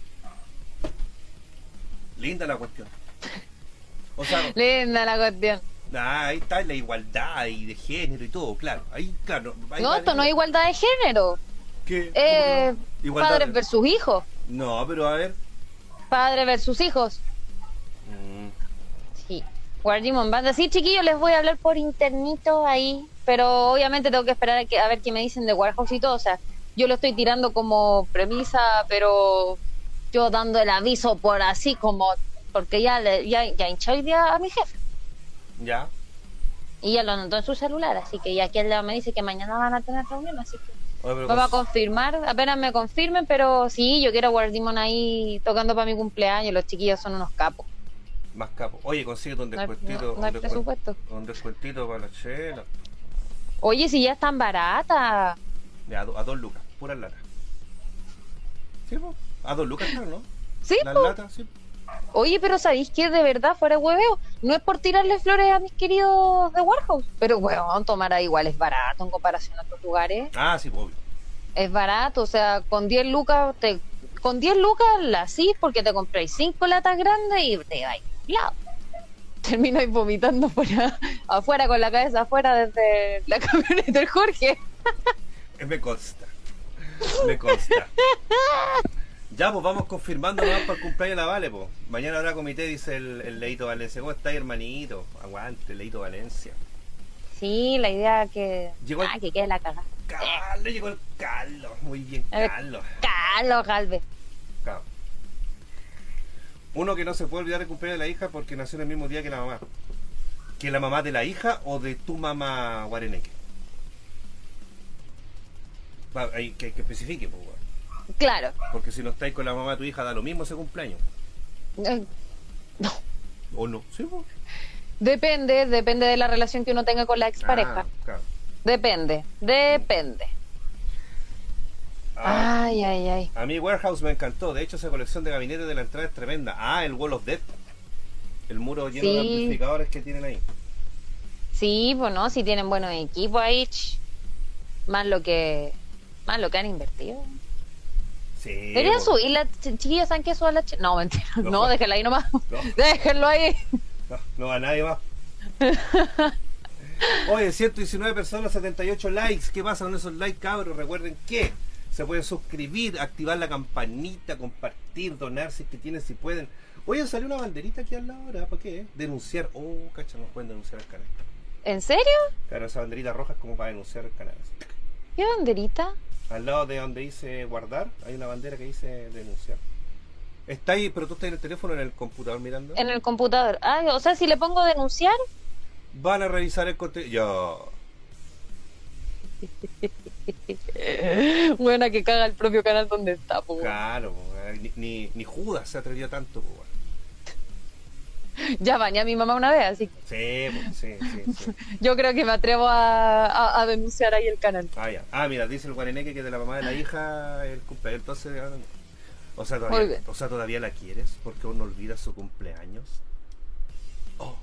Linda la cuestión. O sea, Linda la cuestión. ah, ahí está la igualdad y de género y todo, claro. Ahí, claro. ahí No, va- esto no es igualdad de género. ¿Qué? Eh, ¿Cómo que no? Igualdad padres de- versus hijos. No, pero a ver. Padres versus hijos. Mm, Sí. Guardimon Banda. Sí, chiquillos, les voy a hablar por internito ahí. Pero obviamente tengo que esperar a, que, a ver qué me dicen de Warhouse y todo. O sea, yo lo estoy tirando como premisa, pero yo dando el aviso por así como. Porque ya, le, ya, ya hinché hoy día a mi jefe. ya. Y ya lo anotó en su celular. Así que ya aquí al lado me dice que mañana van a tener reunión. Así que Oye, pero vamos a con- confirmar. Apenas me confirmen. Pero sí, yo quiero a Guardimon ahí tocando para mi cumpleaños. Los chiquillos son unos capos. Más capo. Oye, consíguete un No hay, descuentito. no- no hay un, descuent- presupuesto. un descuentito para la chela. Oye, si ya están baratas. Ya, a, do- a dos lucas, puras latas. ¿Sí, po? A dos lucas, claro, ¿no? Sí, Las po. latas, sí. Oye, pero ¿sabéis que de verdad, fuera de hueveo? No es por tirarle flores a mis queridos de Warhouse. Pero, weón, tomar ahí igual es barato en comparación a otros lugares. Ah, sí, pues, obvio. Es barato, o sea, con diez lucas, te, con diez lucas la hacís porque te compráis cinco latas grandes y te vais lado. Termináis vomitando fuera, afuera con la cabeza afuera desde la camioneta del Jorge. Eh, Me consta. Me consta. Ya, pues vamos confirmando nomás para el cumpleaños de la Vale, pues. Mañana habrá comité, dice el, el Leito Valencia. ¿Cómo está, hermanito? Aguante, Leito Valencia. Sí, la idea que... Llegó el- Ah, que quede la caga. Carlos, llegó el Carlos. Muy bien, A ver. Carlos. Carlos Galvez. Claro. Uno que no se puede olvidar del cumpleaños de la hija porque nació en el mismo día que la mamá. ¿Que la mamá de la hija o de tu mamá guareneque? Va, hay que, que especifique, pues, weón. Claro. Porque si no estáis con la mamá de tu hija, da lo mismo ese cumpleaños. Eh, No. ¿O no? Sí, pues. Depende, depende de la relación que uno tenga con la expareja. Ah, claro. Depende, depende. Ah, Ay, ay, ay. a mí Warehouse me encantó. De hecho, esa colección de gabinetes de la entrada es tremenda. Ah, el Wall of Death. El muro lleno de Sí. amplificadores que tienen ahí. Sí, pues no, si tienen buenos equipos ahí, ch, más lo que más lo que han invertido. Sí. Deberían pues. subirla, ch- chiquillos, ¿saben qué? Suban la ch- No, mentira. No. No, déjenla ahí nomás. No. Déjenlo ahí. No, no va nadie más. Oye, ciento diecinueve personas, setenta y ocho likes. ¿Qué pasa con esos likes, cabros? Recuerden que se pueden suscribir, activar la campanita, compartir, donar si es que tienen, si pueden. Oye, salió una banderita aquí al lado ahora. ¿Para qué? Denunciar. Oh, cacha, nos pueden denunciar al canal. ¿En serio? Claro, esa banderita roja es como para denunciar el canal. ¿Qué banderita? Al lado de donde dice guardar, hay una bandera que dice denunciar. Está ahí, pero tú estás en el teléfono o en el computador mirando. En el computador. Ah, o sea, si le pongo denunciar, Van a revisar el contenido. Yo. buena que caga el propio canal donde está, pues. Claro, po, eh, ni, ni, ni Judas se atrevió tanto, po, weón. Ya bañé a mi mamá una vez, así que Sí, po, sí, sí, sí. yo creo que me atrevo a, a, a denunciar ahí el canal. Ah, ya. Ah, mira, dice el guareneque que de la mamá de la hija el cumpleaños. Entonces, ah, o sea, Muy todavía, bien. o sea, todavía la quieres porque uno olvida su cumpleaños. Oh.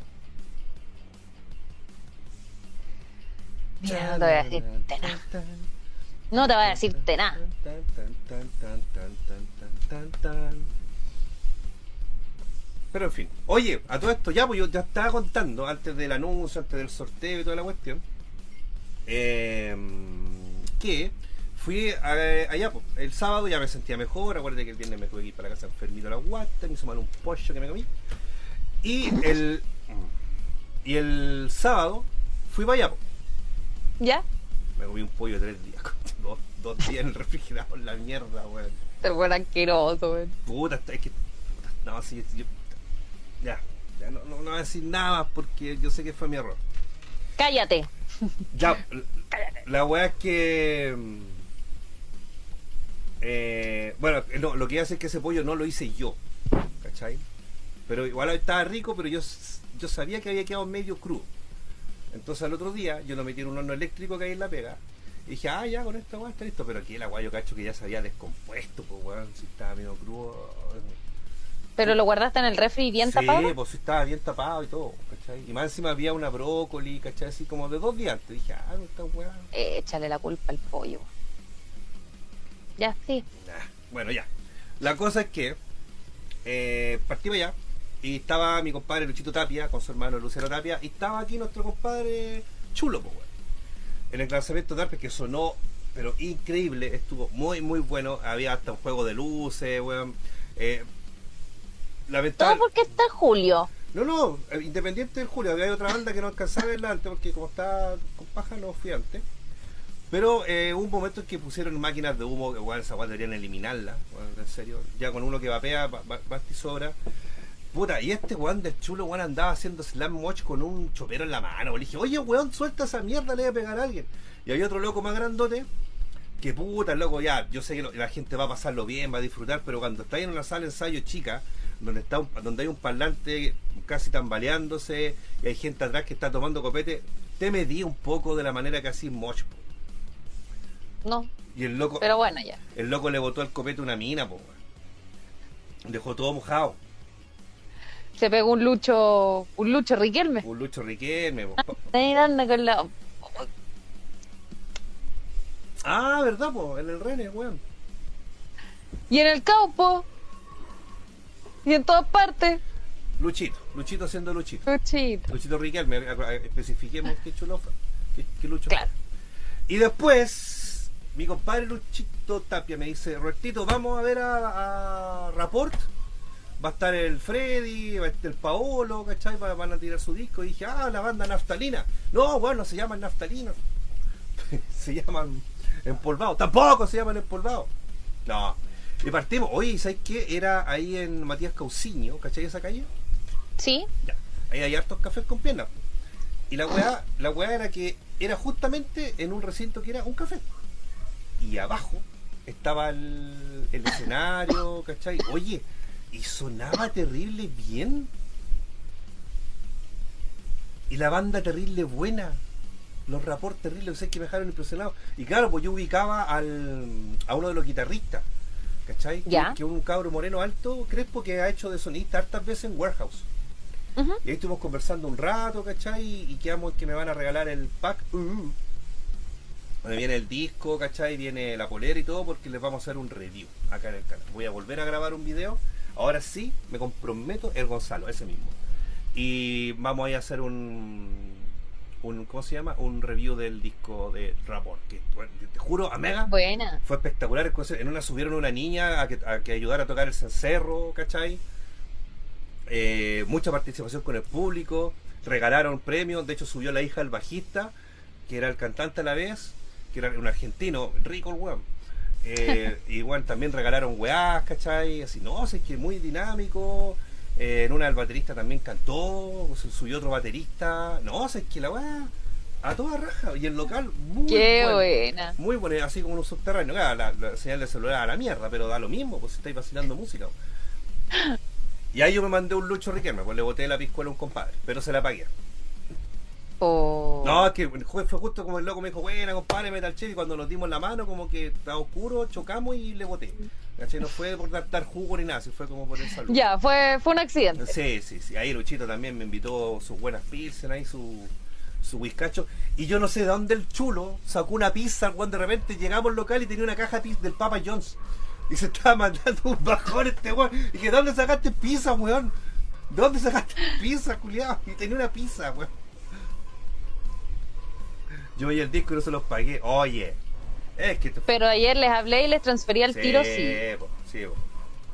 Mira, no te voy a decirte nada. No te voy a decirte nada. Tan, tan, tan, tan, tan, tan, tan, tan, tan. Pero en fin, oye, a todo esto ya, pues yo ya estaba contando antes del anuncio, antes del sorteo y toda la cuestión, eh, que fui a- allá, pues, el sábado ya me sentía mejor. Acuérdate que el viernes me tuve que ir para casa enfermito a la guata, me hizo mal un pollo que me comí. Y el y el sábado fui para allá, pues. ¿Ya? Me comí un pollo tres días, dos, dos días en el refrigerador, la mierda, weón. Te fue asqueroso, güey. Puta, es que. Puta, no, sí, yo- ya, ya no, no, no voy a decir nada más porque yo sé que fue mi error. Cállate. Ya, la weá es que. mm, eh, bueno, no, lo que iba a decir es que ese pollo no lo hice yo, ¿cachai? Pero igual estaba rico, pero yo, s- yo sabía que había quedado medio crudo. Entonces al otro día yo lo metí en un horno eléctrico que hay en la pega Y dije, ah, ya, con esta weá está listo. Pero aquí el agua yo cacho que ya se había descompuesto, pues weón, si estaba medio crudo. ¿Pero lo guardaste en el refri bien Sí, tapado? pues sí estaba bien tapado y todo, ¿cachai? Y más encima había una brócoli, ¿cachai? Así como de dos días antes. Dije, ah, no esta weá. Eh, échale la culpa al pollo. Ya, sí. Nah, bueno, ya. La cosa es que eh, partimos ya. Y estaba mi compadre Luchito Tapia con su hermano Lucero Tapia. Y estaba aquí nuestro compadre Chulo, pues weón. En el lanzamiento de Arpes que sonó, pero increíble. Estuvo muy, muy bueno. Había hasta un juego de luces, weón. Eh, lamentable. Todo porque está Julio. No, no, eh, independiente del Julio, había otra banda que no alcanzaba a verla antes porque como estaba con paja no fui antes. Pero eh, hubo un momento en que pusieron máquinas de humo que igual esa weá deberían eliminarla, bueno, en serio. Ya con uno que vapea, ba- ba- basta y sobra. Puta, y este weón del Chulo, weón, andaba haciendo slam watch con un chopero en la mano. Le dije, oye weón, suelta esa mierda, le voy a pegar a alguien. Y había otro loco más grandote, que puta, loco, ya, yo sé que lo- la gente va a pasarlo bien, va a disfrutar, pero cuando está en una sala de ensayo chica, donde está un- donde hay un parlante casi tambaleándose, y hay gente atrás que está tomando copete, te medí un poco de la manera que así moch, po. No, Y el loco, pero bueno, ya. el loco le botó el copete a una mina, po, weón. Dejó todo mojado. Se pegó un lucho, un lucho Riquelme. Un Lucho Riquelme, po. Ahí dando con la... Ah, ¿verdad, po? En el René, weón. Y en el campo. Y en todas partes. Luchito, Luchito haciendo Luchito. Luchito. Luchito Riquelme, eh, eh, especifiquemos qué chulo fue, qué, qué Lucho Claro. fue. Y después, mi compadre Luchito Tapia me dice, Robertito, vamos a ver a, a Rapport. Va a estar el Freddy, va a estar el Paolo, ¿cachai? Va- Van a tirar su disco. Y dije, ah, la banda Naftalina. No, bueno, se llaman Naftalina. Se llaman Empolvados. Tampoco se llaman Empolvados. No. Y partimos. Oye, ¿sabes qué? Era ahí en Matías Cauciño, ¿cachai? Esa calle. Sí. Ya. Ahí hay hartos cafés con piernas. Y la weá, la weá era que era justamente en un recinto que era un café. Y abajo estaba el, el escenario, ¿cachai? Oye, y sonaba terrible bien. Y la banda terrible buena. Los rapports terribles, o sea, que me dejaron impresionado. Y claro, pues yo ubicaba al, a uno de los guitarristas, ¿cachai? Ya. Que, que un cabro moreno alto, crespo, que ha hecho de sonista hartas veces en Warehouse. Ujú. Y ahí estuvimos conversando un rato, ¿cachai? Y quedamos en que me van a regalar el pack. Uh, donde viene el disco, ¿cachai? Viene la polera y todo, porque les vamos a hacer un review acá en el canal. Voy a volver a grabar un video. Ahora sí, me comprometo, el Gonzalo, ese mismo. Y vamos a ir a hacer un, un ¿cómo se llama? Un review del disco de Rapport. Que te juro, Amega, Buena. fue espectacular. el concierto. En una subieron una niña a que, a que ayudara a tocar el cencerro, ¿cachai? Eh, mucha participación con el público, regalaron premios, de hecho subió la hija del bajista, que era el cantante a la vez, que era un argentino, rico el weón. Eh, y bueno, también regalaron weás, ¿cachai? Así, no, o sea, es que muy dinámico. Eh, en una del baterista también cantó, se subió otro baterista. No, o sea, es que la weá a toda raja. Y el local, muy Qué bueno. buena. Muy bueno, así como en un subterráneo. Claro, la, la señal de celular a la mierda, pero da lo mismo, pues si estáis vacilando música. Y ahí yo me mandé un Lucho Riquelme, pues le boté la piscuela a un compadre, pero se la pagué. Oh. No, es que fue, fue justo como el loco me dijo, buena compadre, metal chile, y cuando nos dimos la mano, como que estaba oscuro, chocamos y le boté. ¿Cachai? No fue por dar, dar jugo ni nada, si fue como por el salud. Ya, fue, fue un accidente. Sí, sí, sí. Ahí Luchito también me invitó sus buenas pilsen, ahí su, su whiskacho. Y yo no sé de dónde el chulo sacó una pizza cuando de repente llegamos al local y tenía una caja de pizza del Papa John's. Y se estaba mandando un bajón este weón. Y dije, ¿de dónde sacaste pizza, weón? ¿De dónde sacaste pizza, culiado? Y tenía una pizza, weón. Yo veía el disco y no se los pagué. Oye, es que... Te... Pero ayer les hablé y les transferí al tiro, sí. po, sí, po.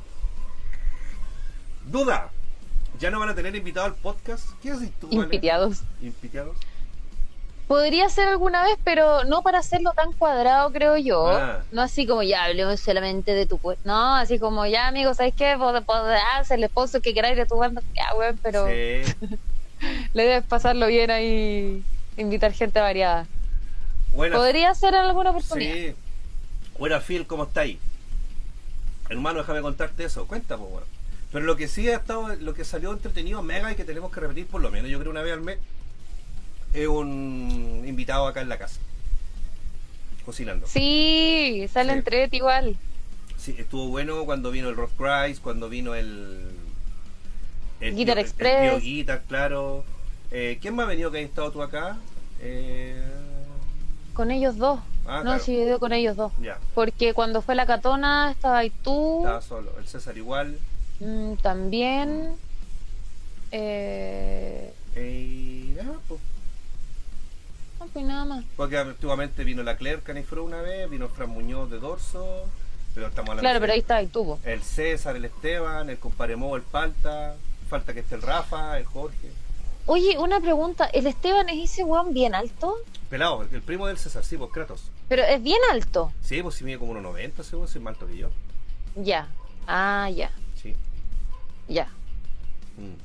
Duda. ¿Ya no van a tener invitado al podcast? ¿Qué haces tú, Vane? Impiteados. ¿Impiteados? Podría ser alguna vez, pero no para hacerlo tan cuadrado, creo yo. Ah. No así como ya hablemos solamente de tu cuerpo. No, así como ya, amigos, ¿sabes qué? Pod- Podrás hacer el esposo que queráis de tu banda. Ya, weón, pero Sí. le debes pasarlo bien ahí, invitar gente variada. Buena, Podría ser en alguna oportunidad. sí. Buena, Phil, ¿cómo está ahí? Hermano, déjame contarte eso. Cuenta, pues, bueno. Pero lo que sí ha estado, lo que salió entretenido, mega, y que tenemos que repetir por lo menos, yo creo una vez al mes, es un invitado acá en la casa. cocinando. Sí, sale Sí. entrete igual. Sí, estuvo bueno cuando vino el Roth Christ, cuando vino el... el Guitar tío- Express. El tío Guitar, claro. Eh, ¿Quién más ha venido que has estado tú acá? Eh... Con ellos dos. Ah, no, claro. sí, yo digo con ellos dos. Ya, Porque cuando fue la Catona estaba ahí tú, estaba solo. El César igual. mm, también. Eh... Eh, ya, pues. No, pues nada más. Porque antiguamente vino la Claire Canifro una vez, vino Fran Muñoz de Dorso, pero estamos hablando Claro, de pero ahí está ahí tú, po. el César, el Esteban, el compadre Mo, el Palta, falta que esté el Rafa, el Jorge. Oye, una pregunta. ¿El Esteban es ese weón bien alto? Pelado, el, el primo del César, sí, pues Kratos. Pero es bien alto. Sí, pues sí mide como unos noventa, seguro, si es más alto que yo. Ya. Ah, ya. Sí. Ya. Mm.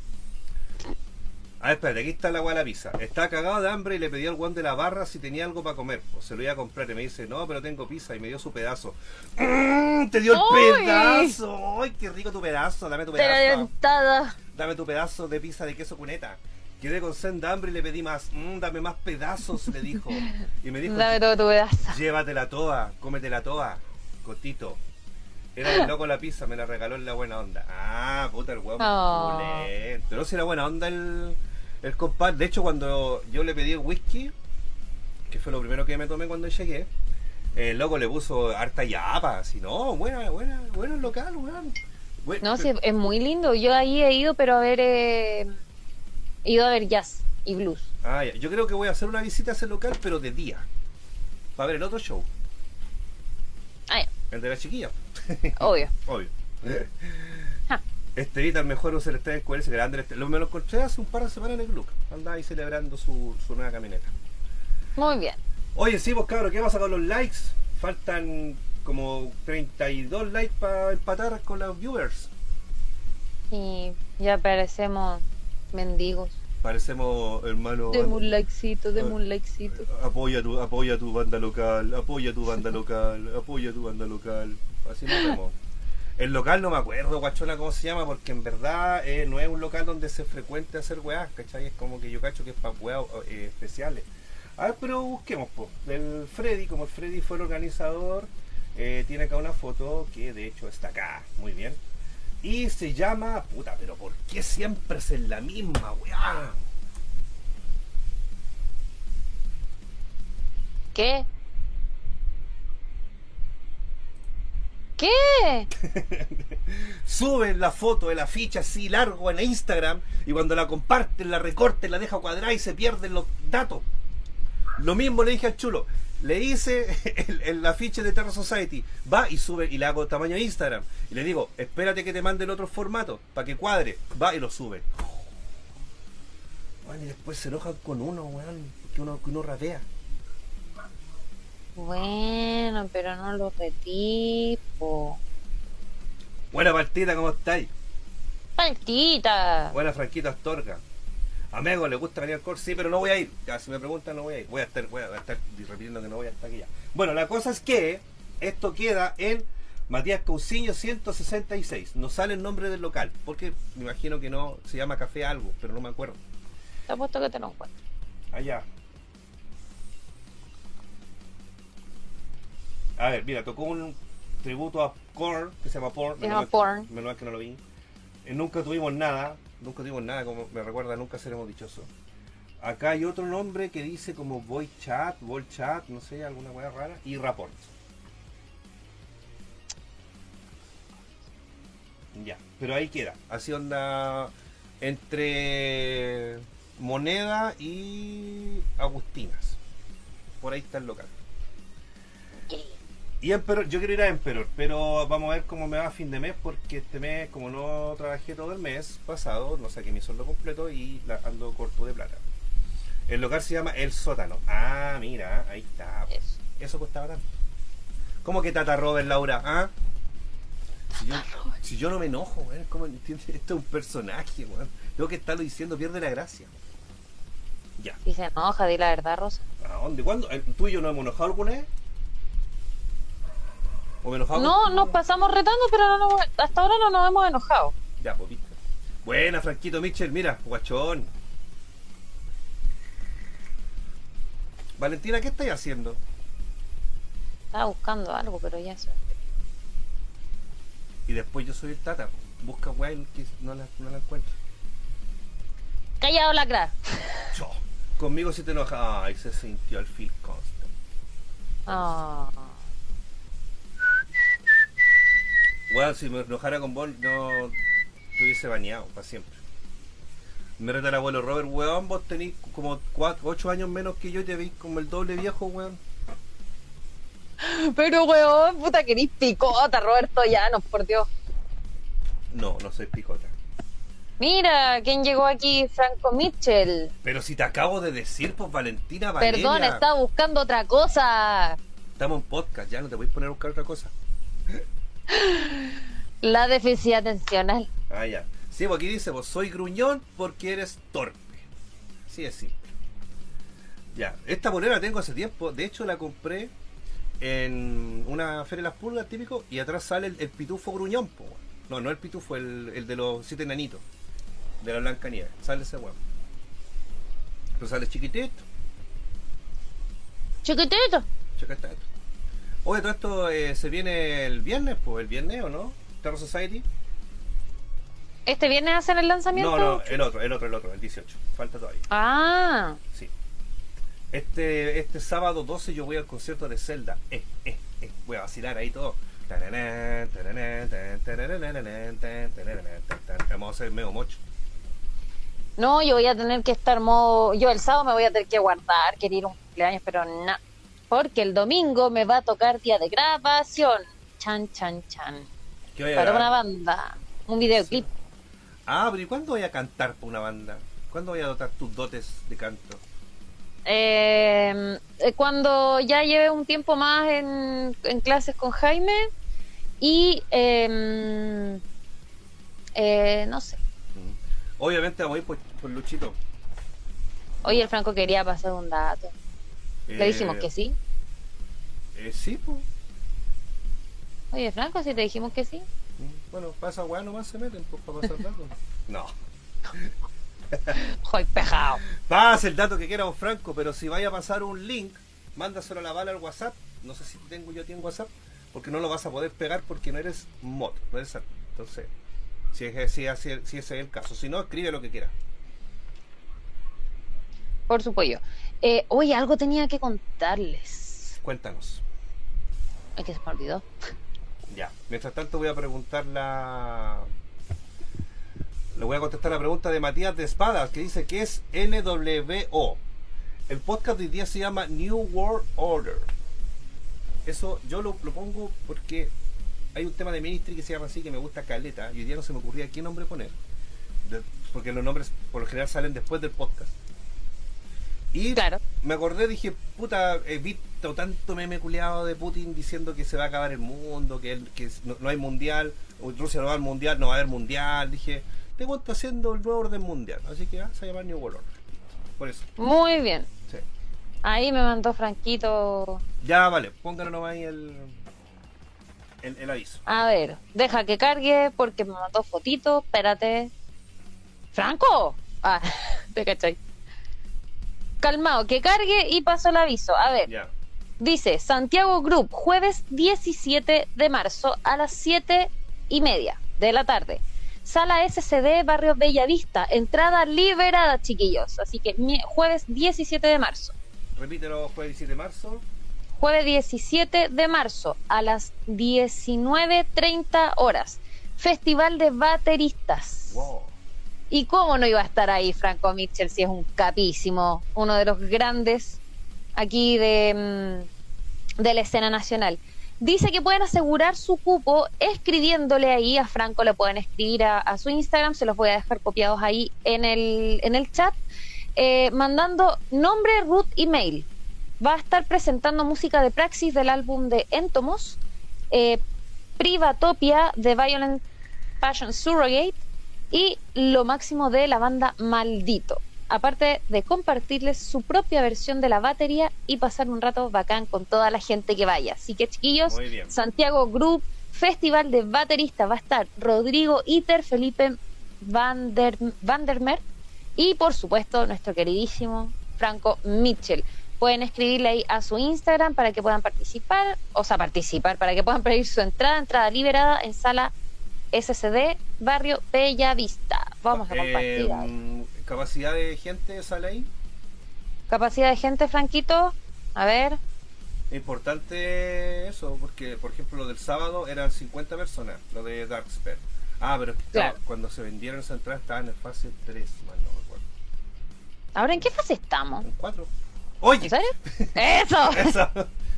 A ver, espérate, aquí está la agua de la pizza. Estaba cagado de hambre y le pedí al guan de la barra si tenía algo para comer. Pues se lo iba a comprar y me dice, no, pero tengo pizza. Y me dio su pedazo. ¡Mm! ¡Te dio el ¡Uy! pedazo! ¡Ay, qué rico tu pedazo! Dame tu Te la pedazo. dentada. Dame tu pedazo de pizza de queso cuneta. Quedé con sed de hambre y le pedí más. Mm, dame más pedazos, le dijo. Y me dijo, Dame todo tu pedazo. llévatela toda, cómetela toda. Cotito. Era el loco la pizza, me la regaló en la buena onda. Ah, puta, el huevo. Oh. Pero no si era buena onda el, el compadre. De hecho, cuando yo le pedí el whisky, que fue lo primero que me tomé cuando llegué, el loco le puso harta yapa. Así, no, buena, buena, buena el local, weón. Buen- No, sí, pero- es muy lindo. Yo ahí he ido, pero a ver, eh, he ido a ver jazz y blues. Ah, ya. Yo creo que voy a hacer una visita a ese local, pero de día. Para ver el otro show. Ah, ya, El de la chiquilla. obvio. Obvio. Ja. Estevita, el mejor usa el Esteban Escuela, ese grande. Este- Lo me lo encontré hace un par de semanas en el club. Andaba ahí celebrando su, su nueva camioneta. Muy bien. Oye, sí, pues cabros, ¿qué pasa con los likes? Faltan como treinta y dos likes para empatar con los viewers. Y ya parecemos mendigos. Parecemos hermanos. Deme un likecito, deme un likecito. Apoya tu, apoya tu banda local, apoya tu banda local, apoya tu banda local. Así nos vemos. El local no me acuerdo, guachona, cómo se llama, porque en verdad eh, no es un local donde se frecuente hacer weás, ¿cachai? Es como que yo cacho que es para weas eh, especiales. A ver, pero busquemos, po. El Freddy, como el Freddy fue el organizador, eh, tiene acá una foto que de hecho está acá, muy bien. Y se llama, puta, pero ¿por qué siempre es en la misma, weá? ¿Qué? ¿Qué? Suben la foto de la ficha así largo en Instagram y cuando la comparten, la recorten, la deja cuadrada y se pierden los datos. Lo mismo le dije al chulo. Le hice el, el afiche de Terra Society. Va y sube y le hago tamaño Instagram. Y le digo, espérate que te mande el otro formato para que cuadre. Va y lo sube. Bueno, y después se enojan con uno, weón. Que uno, que uno rapea. Bueno, pero no lo retipo. Buena partida, ¿cómo estáis? ¡Paltita! Buena Franquita Astorga. A Mego le gusta venir al core, sí, pero no voy a ir. Ya, si me preguntan, no voy a ir. Voy a estar, voy a estar repitiendo que no voy hasta aquí ya. Bueno, la cosa es que esto queda en Matías Cousiño ciento sesenta y seis. No sale el nombre del local, porque me imagino que no se llama Café Algo, pero no me acuerdo. Te apuesto que te lo encuentro. Allá. A ver, mira, tocó un tributo a Korn, que se llama Porn. Se llama Porn. Menos mal que no lo vi. Eh, nunca tuvimos nada, nunca tuvimos nada, como me recuerda, nunca seremos dichosos. Acá hay otro nombre que dice como Voice Chat, Vol Chat, no sé, alguna hueá rara, y Rapport. Ya, pero ahí queda. Así onda entre Moneda y Agustinas. Por ahí está el local. Y Emperor, yo quiero ir a Emperor, pero vamos a ver cómo me va a fin de mes, porque este mes, como no trabajé todo el mes pasado, no saqué mi sueldo completo y la, ando corto de plata. El local se llama El Sótano. Ah, mira, ahí está. Eso. Eso costaba tanto. ¿Cómo que Tata Robert, Laura? ¿Ah? Si yo, si yo no me enojo, weón, ¿cómo entiendes? Esto es un personaje, weón. Tengo que estarlo diciendo, pierde la gracia. Ya. Y se enoja, di la verdad, Rosa. ¿A dónde? ¿Cuándo? ¿Tú y yo nos hemos enojado alguna vez? ¿O me he enojado No, contigo? nos pasamos retando, pero no nos- hasta ahora no nos hemos enojado. Ya, pues viste. Buena, Franquito Mitchell, mira, guachón. Valentina, ¿qué estáis haciendo? Estaba buscando algo, pero ya se... Y después yo soy el Tata. Busca weá y no la, no la encuentro. Callado lacra. Chao. Conmigo si te enojas. Ay, se sintió el Phil Constant. Ah. Bueno, si me enojara con vos, no te hubiese bañado para siempre. Me reta el abuelo Robert, weón, vos tenés como cuatro, ocho años menos que yo y te veis como el doble viejo, weón. Pero weón, puta querís picota, Roberto Llanos, por Dios. No, no soy picota. Mira, ¿quién llegó aquí? Franco Mitchell. Pero si te acabo de decir, pues Valentina Valeria. Perdón, estaba buscando otra cosa. Estamos en podcast, ya no te voy a poner a buscar otra cosa. La deficiencia atencional. Ah, ya. Sí, pues aquí dice, pues soy gruñón porque eres torpe. Así es simple. Ya, esta polera la tengo hace tiempo. De hecho, la compré en una feria de las pulgas, típico, y atrás sale el, el pitufo gruñón, po, weón. No, no el pitufo, el, el de los siete enanitos. De la Blanca Nieve. Sale ese weón. Pero sale chiquitito. Chiquitito. Chiquitito. Oye, todo esto eh, se viene el viernes, pues, el viernes, ¿o no? Terror Society. ¿Este viernes hacen el lanzamiento? No, no, el otro, el otro, el otro, el dieciocho. Falta todavía. Ah. Sí. Este, este sábado doce yo voy al concierto de Zelda. Eh, eh, eh. Voy a vacilar ahí todo. Vamos a hacer medio mocho. No, yo voy a tener que estar modo... Yo el sábado me voy a tener que guardar, querer ir a un cumpleaños, pero no. Porque el domingo me va a tocar día de grabación. Chan, chan, chan. ¿Qué voy a Para grabar? una banda. Un videoclip. Ah, pero ¿y cuándo voy a cantar para una banda? ¿Cuándo voy a dotar tus dotes de canto? Eh, eh, cuando ya lleve un tiempo más en, en clases con Jaime y eh, eh, no sé. Obviamente vamos a ir por, por Luchito. Oye, el Franco quería pasar un dato. Le Eh, dijimos que sí. Eh, sí, pues. Oye, Franco, si te dijimos que sí. Bueno, pasa weá nomás se meten pues, para pasar datos. No. Joy, pejado. Pasa el dato que quiera, don Franco, pero si vaya a pasar un link, mándaselo a la bala al WhatsApp. No sé si tengo yo a ti en WhatsApp, porque no lo vas a poder pegar porque no eres mod, no eres admin. Entonces, si, es, si, si, si ese es el caso, si no, escribe lo que quiera. Por supuesto. Eh, oye, algo tenía que contarles. Cuéntanos. Ay, que se me olvidó. Ya. Mientras tanto voy a preguntar la... Le voy a contestar la pregunta de Matías de Espadas, que dice que es N W O. El podcast de hoy día se llama New World Order. Eso yo lo, lo pongo porque hay un tema de Ministry que se llama así, que me gusta caleta, y hoy día no se me ocurría qué nombre poner. De, porque los nombres por lo general salen después del podcast. Y Claro. me acordé, dije, puta, he visto tanto meme culeado de Putin diciendo que se va a acabar el mundo, que, el, que no, no hay mundial, Rusia no va al mundial, no va a haber mundial. Dije, tengo está haciendo el nuevo orden mundial, así que ah, se llama New World Order. Por eso. Muy bien. Sí. Ahí me mandó Franquito. Ya, vale, pónganlo nomás ahí el, el, el aviso. A ver, deja que cargue porque me mandó fotito. Espérate. ¿Franco? Ah, te cachai. Calmado, que cargue y paso el aviso. A ver, Ya. dice Santiago Group, jueves diecisiete de marzo a las siete y media de la tarde. Sala S C D, Barrio Bellavista. Entrada liberada, chiquillos. Así que mi- jueves diecisiete de marzo. Repítelo, jueves diecisiete de marzo. Jueves diecisiete de marzo a las diecinueve treinta horas. Festival de bateristas. Wow. ¿Y cómo no iba a estar ahí Franco Mitchell si es un capísimo, uno de los grandes aquí de, mm, de la escena nacional? Dice que pueden asegurar su cupo escribiéndole ahí a Franco, le pueden escribir a, a su Instagram, se los voy a dejar copiados ahí en el, en el chat, eh, mandando nombre, root y mail. Va a estar presentando música de Praxis del álbum de Entomos, eh, Privatopia de Violent Passion Surrogate y lo máximo de la banda Maldito. Aparte de compartirles su propia versión de la batería y pasar un rato bacán con toda la gente que vaya. Así que, chiquillos, Muy bien. Santiago Group, Festival de Bateristas, va a estar Rodrigo Iter, Felipe Van der, Van der Mer y, por supuesto, nuestro queridísimo Franco Mitchell. pueden escribirle ahí a su Instagram para que puedan participar, o sea, participar, para que puedan pedir su entrada, entrada liberada en sala S C D, barrio Bella Vista. Vamos a compartir ahí. Eh, ¿Capacidad de gente sale ahí? Capacidad de gente, Franquito, a ver. Importante eso, porque por ejemplo lo del sábado eran cincuenta personas, lo de Dark Spell. Ah, pero es que Claro. estaba- cuando se vendieron esas entradas estaban en fase tres, mal no recuerdo. Ahora, ¿en qué fase estamos? En cuatro. Oye, ¿En serio? ¡Eso! Eso.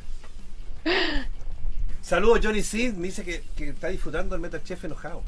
Saludos Johnny Sid, me dice que, que está disfrutando el Metal Chef enojado.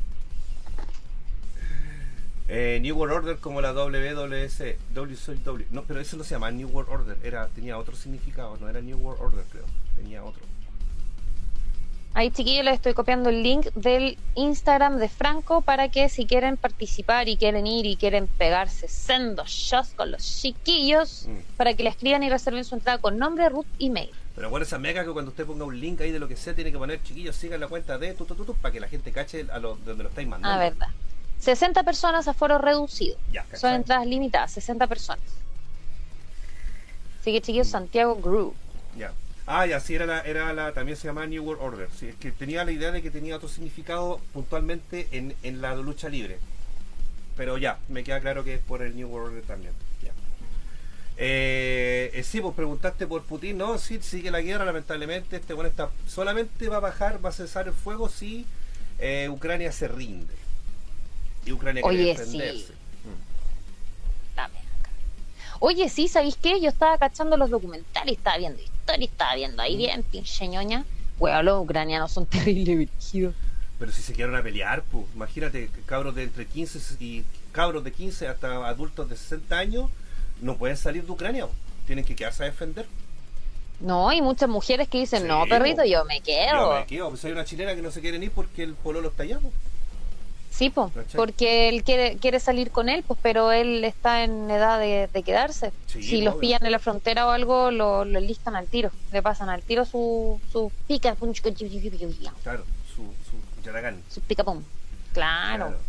eh, New World Order como la W W S, W C W. No, pero eso no se llama New World Order, era, tenía otro significado, no era New World Order creo, tenía otro. Ahí, chiquillos, les estoy copiando el link del Instagram de Franco para que si quieren participar y quieren ir y quieren pegarse sendos shots con los chiquillos, Mm. para que le escriban y reserven su entrada con nombre, root y mail. Pero bueno, esa mega que cuando usted ponga un link ahí de lo que sea, tiene que poner chiquillos, sigan la cuenta de tu, tu, tu, tu, para que la gente cache a lo, de donde lo estáis mandando. Ah, verdad. sesenta personas a foro reducido. Ya, Son ¿cachai? entradas limitadas, sesenta personas. Así que, chiquillos, Santiago Groove. Ya. Ah, ya, sí, era la, era la, también se llamaba New World Order. Sí, es que tenía la idea de que tenía otro significado puntualmente en, en la lucha libre. Pero ya, me queda claro que es por el New World Order también. Ya. Eh, eh, sí, pues preguntaste por Putin, ¿no? Sí, sigue la guerra, lamentablemente. Este bueno está, solamente va a bajar, va a cesar el fuego si eh, Ucrania se rinde. Y Ucrania quiere Oye, defenderse. sí. Dame acá. Oye, sí, ¿sabéis qué? Yo estaba cachando los documentales, estaba viendo historia, estaba viendo ahí bien, pinche ñoña. Weón, los ucranianos son terribles, brígidos. Pero si se quedaron a pelear, pues, imagínate, cabros de entre quince y cabros de quince hasta adultos de sesenta años no pueden salir de Ucrania, po. Tienen que quedarse a defender. No, y muchas mujeres que dicen, Sí, no, perrito, po. yo me quedo. Yo me quedo, pues hay una chilena que no se quiere ir porque el pololo está allá, po. Sí, po, ¿Cachai? porque él quiere quiere salir con él, pues, pero él está en edad de, de quedarse. Sí, si los obvio. pillan en la frontera o algo, lo, lo listan al tiro, le pasan al tiro su, su pica, su Claro, su, su yaragán. pica pum. Claro. Claro.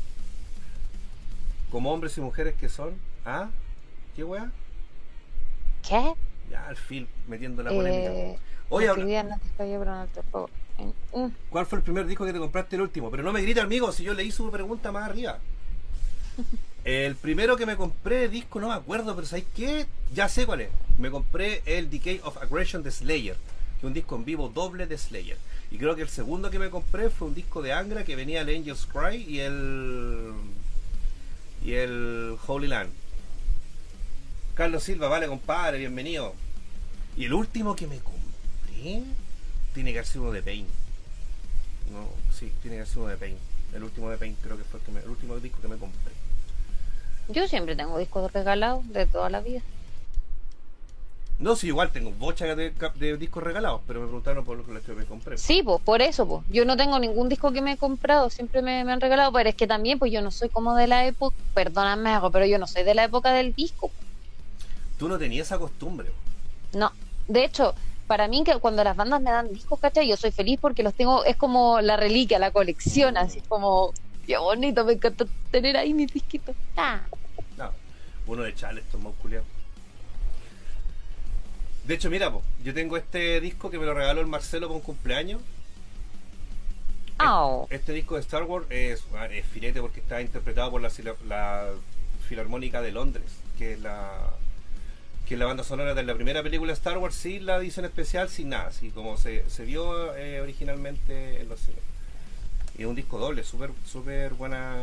Como hombres y mujeres que son, ¿ah? ¿Qué weá? ¿Qué? Ya, al fin, metiendo la polémica. Eh, Oye, la habla- actividad no se cayó, pero no te juego. En- mm. ¿cuál fue el primer disco que te compraste el último? Pero no me grita, amigo, si yo leí su pregunta más arriba. El primero que me compré disco, no me acuerdo, pero ¿sabes qué? Ya sé cuál es. Me compré el Decay of Aggression de Slayer, que es un disco en vivo doble de Slayer. Y creo que el segundo que me compré fue un disco de Angra que venía el Angel's Cry y el y el Holy Land. Carlos Silva, vale compadre, bienvenido. Y el último que me compré tiene que haber sido uno de Pain. No, sí, tiene que haber sido uno de Pain. El último de Pain creo que fue el, que me- el último disco que me compré. Yo siempre tengo discos regalados de toda la vida. No, sí, igual tengo bocha de, de discos regalados, pero me preguntaron por los que me compré. Sí, pues por eso, pues. Yo no tengo ningún disco que me he comprado, siempre me, me han regalado, pero es que también, pues yo no soy como de la época, perdóname, Hago, pero yo no soy de la época del disco. Tú no tenías esa costumbre. No, de hecho, para mí que cuando las bandas me dan discos, ¿cachai? Yo soy feliz porque los tengo, es como la reliquia, la colección, así es como, qué bonito, me encanta tener ahí mis disquitos. Ah. No, uno de Charleston, más culiao. De hecho, mira, po, yo tengo este disco que me lo regaló el Marcelo para un cumpleaños. Oh. Este disco de Star Wars es, es filete porque está interpretado por la, Sila- la Filarmónica de Londres, que es la que es la banda sonora de la primera película de Star Wars, sin la edición especial, sin nada, así como se, se vio eh, originalmente en los cines. Y es un disco doble, súper súper buena.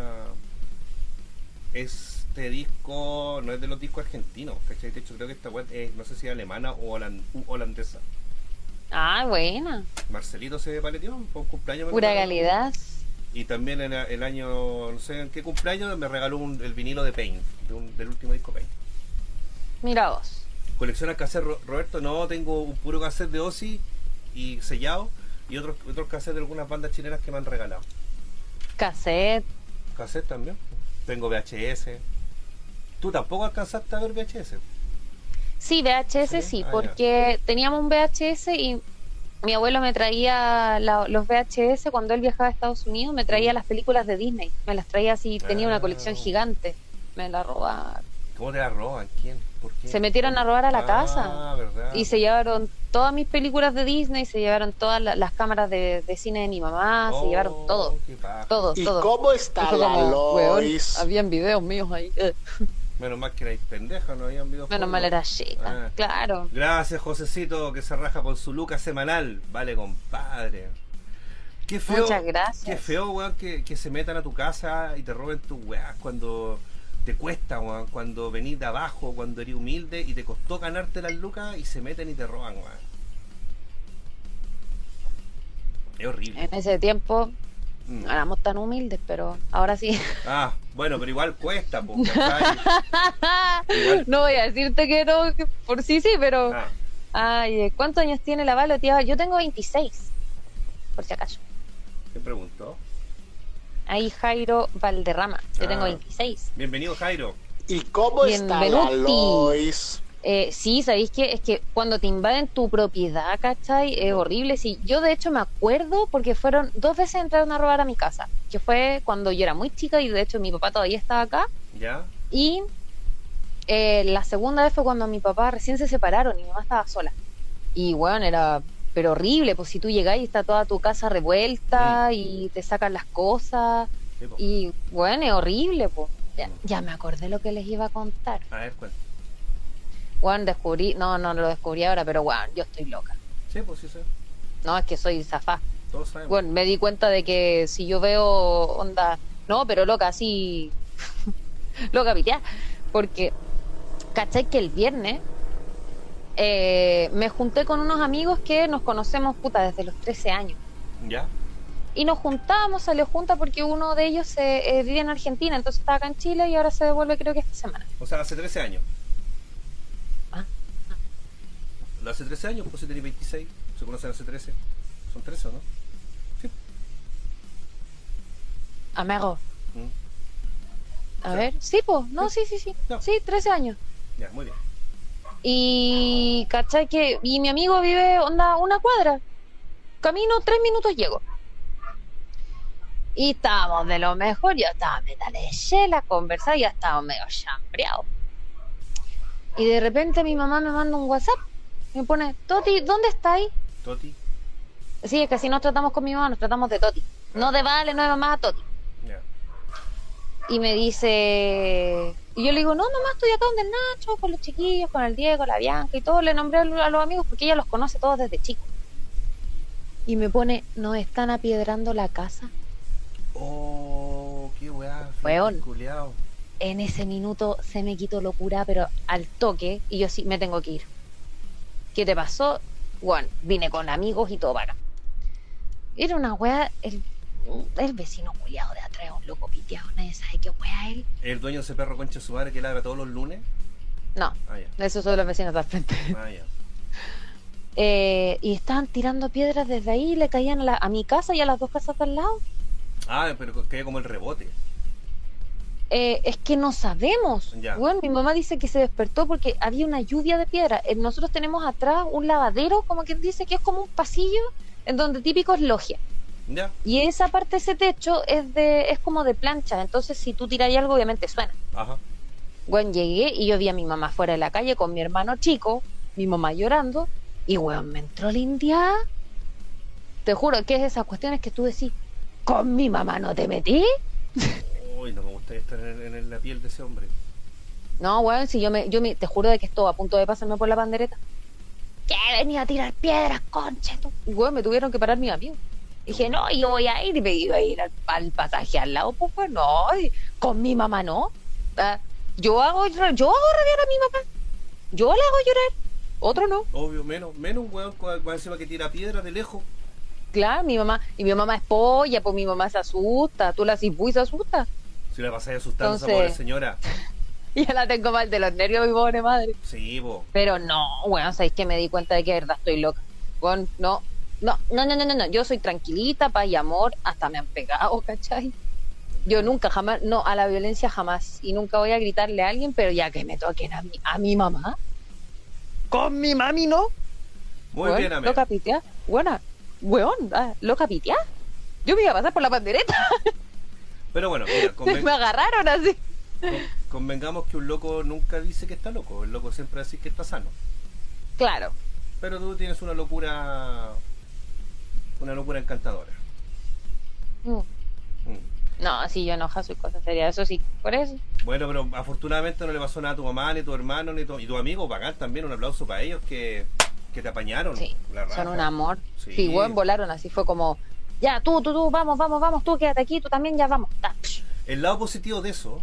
Este disco no es de los discos argentinos, ¿cachai? De hecho creo que esta web es, no sé si es alemana o holan- u holandesa. Ah, buena. Marcelito se paleteó por un cumpleaños. me Pura regaló. calidad. Y también en el año, no sé en qué cumpleaños, me regaló un- el vinilo de Pain, de un- del último disco Pain. Mira vos. ¿Coleccionas cassette, Ro- Roberto? No, tengo un puro cassette de Ozzy y sellado y otros otros cassettes de algunas bandas chilenas que me han regalado. Cassette. Cassette también. Tengo V H S. ¿Tú tampoco alcanzaste a ver V H S? Sí, V H S Sí, sí, ah, ya. porque teníamos un V H S y mi abuelo me traía la- los V H S cuando él viajaba a Estados Unidos, me traía las películas de Disney, me las traía así, tenía Ah. una colección gigante, me la robaron. ¿Cómo te la roban? ¿Quién? ¿Por qué? Se metieron a robar a la ah, casa. ¿verdad? Y se llevaron todas mis películas de Disney, se llevaron todas la- las cámaras de, de cine de mi mamá, Oh, se llevaron todo. qué paja. Todo, ¿Y todo. cómo Y está fue la como, weón, Lois? habían videos míos ahí. Eh, Menos mal que erais pendeja, no habían videos. Menos porno. mal era chica, Ah. claro. Gracias, Josecito, que se raja con su Luca semanal. Vale, compadre. Qué feo. Muchas gracias. Qué feo, weón, que, que se metan a tu casa y te roben tus weas cuando te cuesta, weón. Cuando venís de abajo, cuando eres humilde y te costó ganarte las lucas y se meten y te roban, weón. Es horrible. En ese tiempo Mm. no éramos tan humildes, pero ahora sí. Ah, bueno, pero igual cuesta, po, ¿cachai? Igual. No voy a decirte que no, que por sí sí, pero... Ah, Ay, eh, ¿cuántos años tiene la Valo, tía? Yo tengo veintiséis, por si acaso. ¿quién preguntó? Ahí Jairo Valderrama, yo Ah. tengo veintiséis. Bienvenido, Jairo. ¿Y cómo está la Bienvenuti. Lois? Eh, sí, ¿sabéis qué? Es que cuando te invaden tu propiedad, ¿cachai? Es horrible. Sí, yo de hecho me acuerdo porque fueron dos veces entraron a robar a mi casa, que fue cuando yo era muy chica y de hecho mi papá todavía estaba acá. ¿Ya? Y eh, la segunda vez fue cuando mi papá recién se separaron y mi mamá estaba sola. Y bueno, era pero horrible, pues si tú llegás y está toda tu casa revuelta Mm. y te sacan las cosas. Sí, po. Y bueno, es horrible, pues. Ya, ya me acordé lo que les iba a contar. A ver, cuál. Bueno, descubrí, no, no lo descubrí ahora, pero bueno, yo estoy loca. Sí, pues sí, sí. No, es que soy zafá. Todos sabemos. Bueno, me di cuenta de que si yo veo onda, no, pero loca, así, loca pitear, porque, ¿cachai? Que el viernes eh, me junté con unos amigos que nos conocemos, puta, desde los trece años. ¿Ya? Y nos juntamos, salió junta porque uno de ellos se, eh, vive en Argentina, entonces estaba acá en Chile y ahora se devuelve creo que esta semana. O sea, hace trece años. Ah. Hace trece años, pues si tenés veintiséis. Se conocen hace trece. Son trece, ¿o no? Sí. Amigo, Mm. a Sí. ver, sí, pues, no, sí, sí, sí, No. sí, trece años. Ya, muy bien. Y, ¿cachai? Que, y mi amigo vive, onda, una cuadra. Camino, tres minutos llego. Y estábamos de lo mejor, yo estaba metalechela, conversar, ya estábamos medio chambreados. Y de repente mi mamá me manda un WhatsApp, me pone, Toti, ¿dónde estáis? Toti. Sí, es que si nos tratamos con mi mamá, nos tratamos de Toti. No de Vale, no de mamá, Toti. Ya. Y me dice, y yo le digo, no, mamá, estoy acá donde el Nacho, con los chiquillos, con el Diego, la Bianca y todo. Le nombré a los amigos porque ella los conoce todos desde chicos. Y me pone, ¿nos están apiedrando la casa? Oh, qué weá. Weón. Culeado. En ese minuto se me quitó locura, pero al toque, y yo sí, me tengo que ir. ¿Qué te pasó? Bueno, vine con amigos y todo para acá. Era una weá, el, el vecino culiado de atrás, un loco piteado, nadie sabe qué weá él. ¿El dueño de ese perro concha de su madre que ladra todos los lunes? No, Ah, ya. esos son los vecinos de al frente. Ah, ya. Eh, y estaban tirando piedras desde ahí, le caían a, la- a mi casa y a las dos casas de al lado. Ah, pero que como el rebote. Eh, es que no sabemos. Ya. Bueno, mi mamá dice que se despertó porque había una lluvia de piedra. Eh, nosotros tenemos atrás un lavadero, como quien dice, que es como un pasillo en donde típico es logia. Ya. Y esa parte, ese techo, es de es como de plancha. Entonces, si tú tiras algo, obviamente suena. Ajá. Bueno, llegué y yo vi a mi mamá fuera de la calle con mi hermano chico, mi mamá llorando, y weón, me entró la india. Te juro que es esas cuestiones que tú decís, ¿con mi mamá no te metí? Uy, no me gustaría estar en, en la piel de ese hombre. No, weón, si yo me, yo me, te juro de que estuvo a punto de pasarme por la pandereta. ¿Qué venía a tirar piedras, concha? tú? Y weón, me tuvieron que parar mis amigos. Dije, no, yo voy a ir y me iba a ir al, al pasaje al lado, pues, pues no, y con mi mamá no. Ah, yo hago, yo hago rabiar a mi mamá. Yo la hago llorar, otro no. Obvio, menos, menos un weón con- más encima que tira piedra de lejos. Claro, mi mamá, y mi mamá es polla, pues mi mamá se asusta, tú la haces y se asusta. Si la pasáis asustando a esa Entonces- pobre señora. Y ya la tengo mal de los nervios, mi pobre madre. Sí, vos. Pero no, bueno, sabéis que me di cuenta de que de verdad estoy loca. Bueno, no, no, no, no, no, no, no. Yo soy tranquilita, paz y amor, hasta me han pegado, ¿cachai? Yo nunca, jamás, no, a la violencia jamás. Y nunca voy a gritarle a alguien, pero ya que me toquen a mi, a mi mamá. Con mi mami, ¿no? Muy Weón, bien, Amel. loca pitea. Buena, weón, ah, loca pitea. Yo me iba a pasar por la pandereta. Pero bueno, mira, conven- Me agarraron así. con- convengamos que un loco nunca dice que está loco, el loco siempre dice que está sano. Claro. Pero tú tienes una locura, una locura encantadora. Mm. Mm. No, sí, yo enoja soy cosa seria, eso sí, por eso. Bueno, pero afortunadamente no le pasó nada a tu mamá, ni tu hermano, ni tu, y tu amigo, bacán también, un aplauso para ellos que, que te apañaron. Sí, la raja. son un amor. Sí. Sí, weón, volaron así, fue como, ya, tú, tú, tú, vamos, vamos, vamos, tú quédate aquí, tú también, ya vamos. Ta. El lado positivo de eso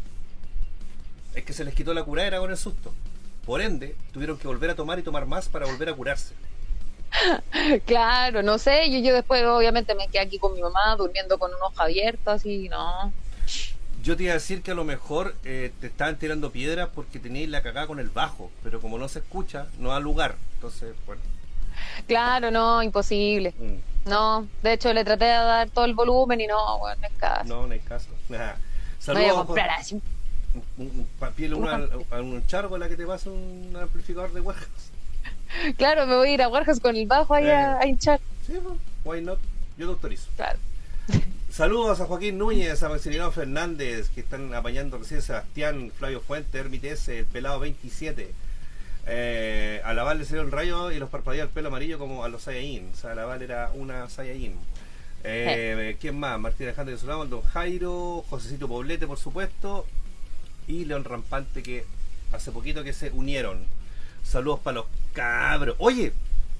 es que se les quitó la curadera con el susto. Por ende, tuvieron que volver a tomar y tomar más para volver a curarse. Claro, no sé, yo, yo después obviamente me quedé aquí con mi mamá durmiendo con un ojo abierto, así, no. Yo te iba a decir que a lo mejor eh, te estaban tirando piedras porque teníais la cagada con el bajo, pero como no se escucha, no da lugar. Entonces, bueno. Claro, no, imposible. Mm. No, de hecho le traté de dar todo el volumen y no, bueno, no es caso. No, no hay caso. Ajá. No voy a Saludos, comprar Juan. así. Un, un, pa- pídele una- a un chargo a la que te pasa un amplificador de Warehouse. Claro, me voy a ir a Warhouse con el bajo ahí a, a hinchar. Sí, pues, why not? Yo te autorizo. Claro. Saludos a Joaquín Núñez, a Maximiliano Fernández, que están apañando recién, Sebastián, Flavio Fuente, Hermites, el pelado veintisiete. Eh, a la Val le salió el rayo y los parpadeó el pelo amarillo como a los Saiyajin. O sea, la Val era una Saiyajin. Eh, ¿Quién más? Martín Alejandro de Solano, Don Jairo, Josecito Poblete, por supuesto, y León Rampante, que hace poquito que se unieron. Saludos para los cabros. Oye,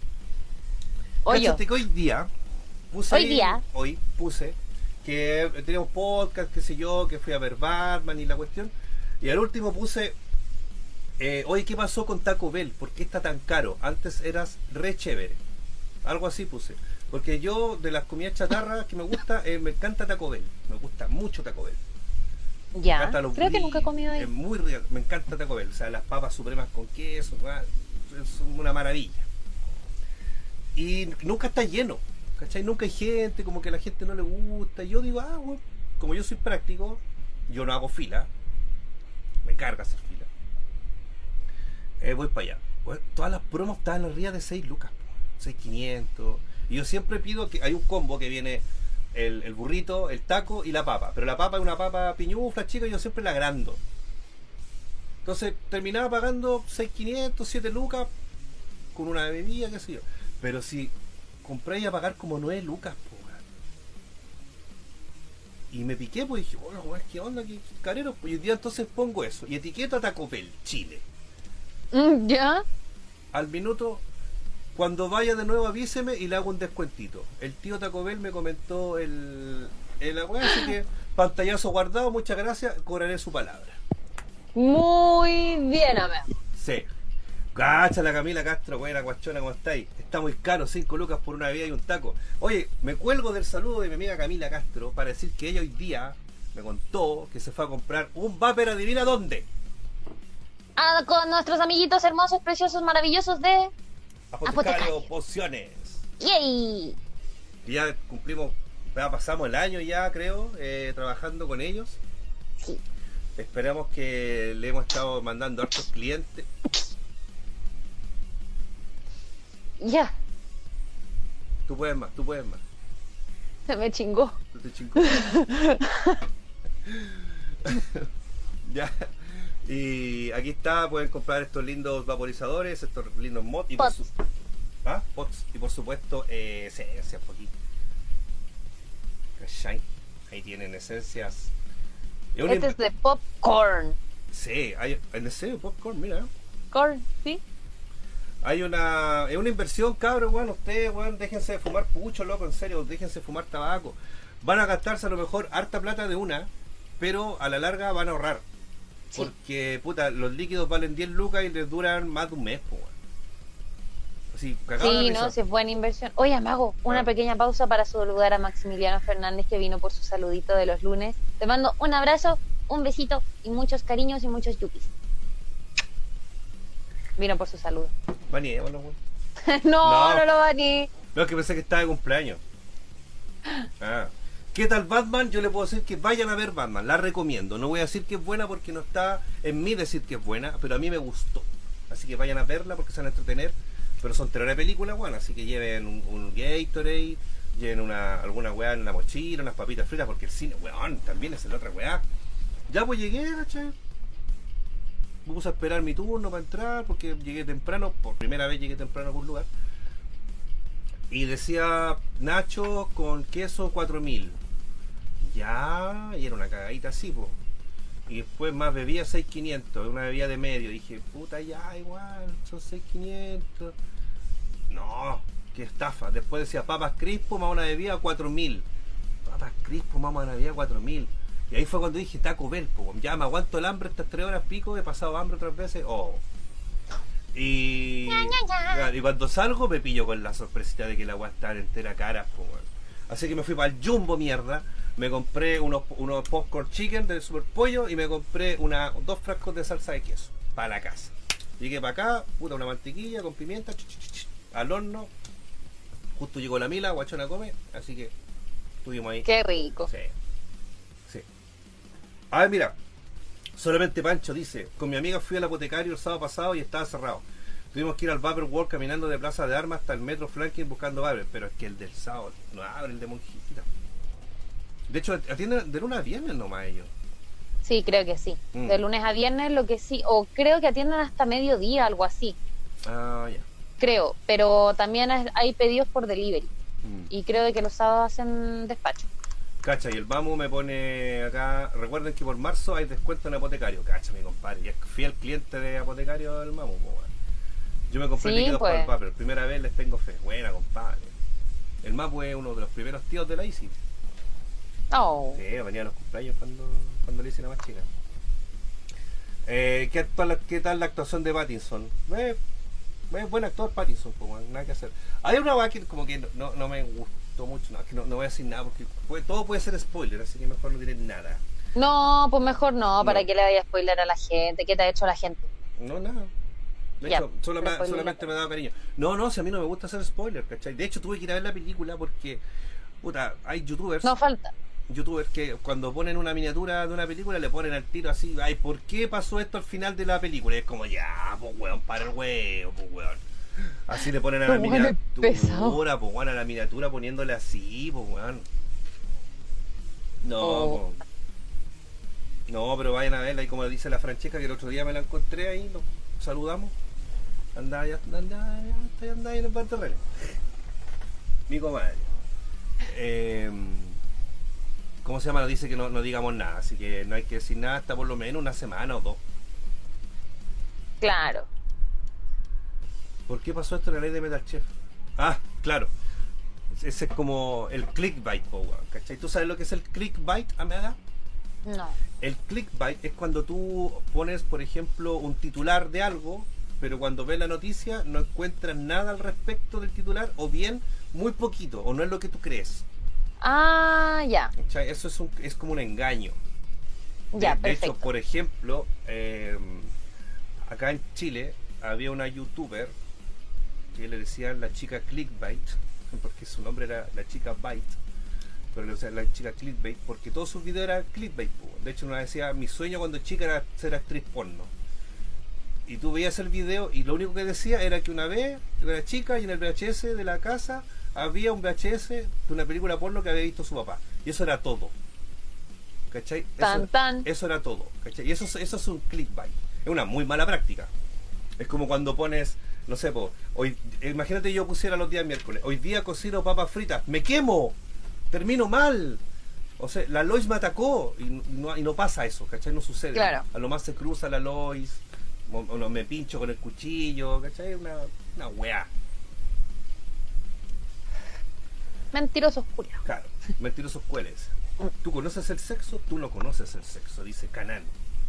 Oye, cáchate que hoy día puse Hoy ahí- día. hoy puse que teníamos podcast, qué sé yo, que fui a ver Batman y la cuestión, y al último puse eh, oye, ¿qué pasó con Taco Bell? ¿Por qué está tan caro? Antes eras re chévere, algo así puse, porque yo de las comidas chatarras que me gusta, eh, me encanta Taco Bell, me gusta mucho Taco Bell. Me ya, encantan los creo que nunca he burritos, comido ahí. es muy rico, me encanta Taco Bell, o sea, las papas supremas con queso, ah, es una maravilla. Y nunca está lleno, ¿cachai? Nunca hay gente, como que a la gente no le gusta. Yo digo, ah, bueno, como yo soy práctico, yo no hago fila, me carga hacer fila. Eh, voy para allá. Bueno, todas las promos estaban arriba de seis lucas, seis mil quinientos. Y yo siempre pido que hay un combo que viene el, el burrito, el taco y la papa. Pero la papa es una papa piñufla, chica, y yo siempre la agrando. Entonces terminaba pagando seis mil quinientos, siete lucas con una bebida, qué sé yo. Pero si compré a pagar como nueve lucas, po, weón. Y me piqué, pues dije, bueno, weón, ¿qué onda? ¿Qué, qué carero? Pues y hoy día entonces pongo eso. Y etiqueto a Taco Bell, Chile. Mm, ya. Al minuto, cuando vaya de nuevo avíseme y le hago un descuentito. El tío Taco Bell me comentó el, el weón, así que pantallazo guardado, muchas gracias, cobraré su palabra. Muy bien, amigo. Sí. Gacha la Camila Castro, buena guachona, ¿cómo estáis? Está muy caro, cinco lucas por una bebida y un taco. Oye, me cuelgo del saludo de mi amiga Camila Castro para decir que ella hoy día me contó que se fue a comprar un vapor, adivina dónde. Ah, con nuestros amiguitos hermosos, preciosos, maravillosos de Apotecario Apotecario. Pociones. Yay. Y ya cumplimos, ya pasamos el año ya, creo, eh, trabajando con ellos. Sí. Esperamos que le hemos estado mandando a hartos clientes. Ya. Tú puedes más, tú puedes más. Se me chingó. Tú te chingó. Ya. Y aquí está, pueden comprar estos lindos vaporizadores, estos lindos mods y por, Pots. su- ¿Ah? Pots. Y por supuesto, eh, esencias, poquito. ¿Cachai? Ahí tienen esencias. Es una Este inv- es de popcorn. Sí, hay, en serio, popcorn, mira. Corn, ¿sí? Hay una, es una inversión, cabrón, weón. Ustedes, weón, déjense de fumar pucho, loco, en serio, déjense de fumar tabaco. Van a gastarse a lo mejor harta plata de una, pero a la larga van a ahorrar. Sí. Porque, puta, los líquidos valen diez lucas y les duran más de un mes, po, weón. Así, cagado de Sí, risa. no, sí, es buena inversión. Oye, Mago, una Ah. pequeña pausa para saludar a Maximiliano Fernández, que vino por su saludito de los lunes. Te mando un abrazo, un besito y muchos cariños y muchos yupis. Vino por su saludo. Bañémoslo, weón. no, No. no, lo va ni. No, es que pensé que estaba de cumpleaños. Ah. ¿Qué tal Batman? Yo le puedo decir que vayan a ver Batman, la recomiendo. No voy a decir que es buena porque no está en mí decir que es buena, pero a mí me gustó. Así que vayan a verla porque se van a entretener. Pero son tres horas de película, bueno, así que lleven un, un Gatorade, lleven una, alguna weá en la mochila, unas papitas fritas, porque el cine, weón, también es la otra weá. Ya pues llegué, ¿cachai? Me puse a esperar mi turno para entrar porque llegué temprano, por primera vez llegué temprano a algún lugar. Y decía Nacho con queso cuatro mil. Ya, y era una cagadita así, pues. Y después más bebía seis mil quinientos, una bebida de medio. Y dije, puta, ya, igual, son seis mil quinientos. No, qué estafa. Después decía papas crispo más una bebida cuatro mil. Papas crispo más una bebida cuatro mil. Y ahí fue cuando dije, Taco Bell, po, ya me aguanto el hambre estas tres horas pico, he pasado hambre otras veces. Oh. Y, y cuando salgo me pillo con la sorpresita de que la agua está entera cara, po, bueno. Así que me fui para el Jumbo, mierda. Me compré unos, unos popcorn chicken de Super Pollo y me compré una, dos frascos de salsa de queso para la casa. Llegué para acá, puta, una mantequilla con pimienta, ch, ch, ch, ch, al horno. Justo llegó la Mila, guachona come, así que estuvimos ahí. Qué rico. Sí. Sí. A ver, mira. Solamente Pancho dice, con mi amiga fui al apotecario el sábado pasado y estaba cerrado. Tuvimos que ir al Vapor World caminando de Plaza de Armas hasta el metro Flanking buscando Vapor, pero es que el del sábado no abre, el de Monjita. De hecho, atienden de lunes a viernes nomás ellos. Sí, creo que sí. Mm. De lunes a viernes, lo que sí, o creo que atienden hasta mediodía, algo así. Ah, ya. Creo, pero también hay pedidos por delivery. Mm. Y creo que los sábados hacen despacho. Cacha, y el Mamu me pone acá, recuerden que por marzo hay descuento en Apotecario. Cacha, mi compadre, y es fiel cliente de Apotecario del Mamu, pues, bueno. Yo me compré sí, líquidos pues. para el Vapor, primera vez les tengo fe. Buena, compadre. El Mamu es uno de los primeros tíos de la Isi. Oh. Sí, venía a los cumpleaños cuando, cuando le hice la más chica. Eh, ¿qué, tal, ¿Qué tal la actuación de Pattinson? Eh, eh, buen actor Pattinson, pues, bueno, nada que hacer. Hay una va que como que no, no, no me gustó mucho, no, que no, no voy a decir nada porque puede, todo puede ser spoiler, así que mejor no diré nada. No, pues mejor no, no. para que le vaya a spoiler a la gente. ¿Qué te ha hecho la gente? No, nada. De ya, hecho, solo me, solamente me ha dado cariño. No, no, si a mí no me gusta hacer spoiler, ¿cachai? De hecho, tuve que ir a ver la película porque, puta, hay youtubers. No falta. Youtubers que cuando ponen una miniatura de una película le ponen al tiro así, ay, ¿por qué pasó esto al final de la película? Y es como, ya, pues weón, para el huevo, pues weón. Así le ponen a la miniatura, pues weón, a la miniatura poniéndole así, pues weón. No, oh. po. No, pero vayan a verla, y como dice la Francesca, que el otro día me la encontré ahí, nos saludamos. Anda, ya, anda, ya, anda ahí en el Panterrel. Mi comadre. Eh, ¿Cómo se llama? Nos dice que no, no digamos nada, así que no hay que decir nada hasta por lo menos una semana o dos. Claro. ¿Por qué pasó esto en la ley de Metal Chef? Ah, claro. Ese es como el clickbait, ¿cachai? ¿Tú sabes lo que es el clickbait, Amada? No. El clickbait es cuando tú pones, por ejemplo, un titular de algo, pero cuando ves la noticia no encuentras nada al respecto del titular, o bien muy poquito, o no es lo que tú crees. Ah, ya. O sea, eso es, un, es como un engaño. Ya, de, de perfecto. hecho, por ejemplo, eh, acá en Chile había una youtuber que le decían la chica clickbait, porque su nombre era la chica Byte, pero le decían la chica clickbait porque todos sus videos eran clickbait. De hecho, una decía, mi sueño cuando chica era ser actriz porno. Y tú veías el video y lo único que decía era que una vez era chica y en el V H S de la casa había un V H S de una película porno que había visto su papá. Y eso era todo. ¿Cachai? Tan, eso, tan. eso era todo. ¿Cachai? Y eso, eso es un clickbait. Es una muy mala práctica. Es como cuando pones, no sé, po, hoy, imagínate yo pusiera los días miércoles, hoy día cocino papas fritas, ¡me quemo! Termino mal. O sea, la Lois me atacó y no, y no pasa eso, ¿cachai? No sucede. Claro. A lo más se cruza la Lois, o, o no, me pincho con el cuchillo, ¿cachai? Una, una weá. Mentirosos culios. Claro, mentirosos cueles. Tú conoces el sexo, tú no conoces el sexo, dice Canán.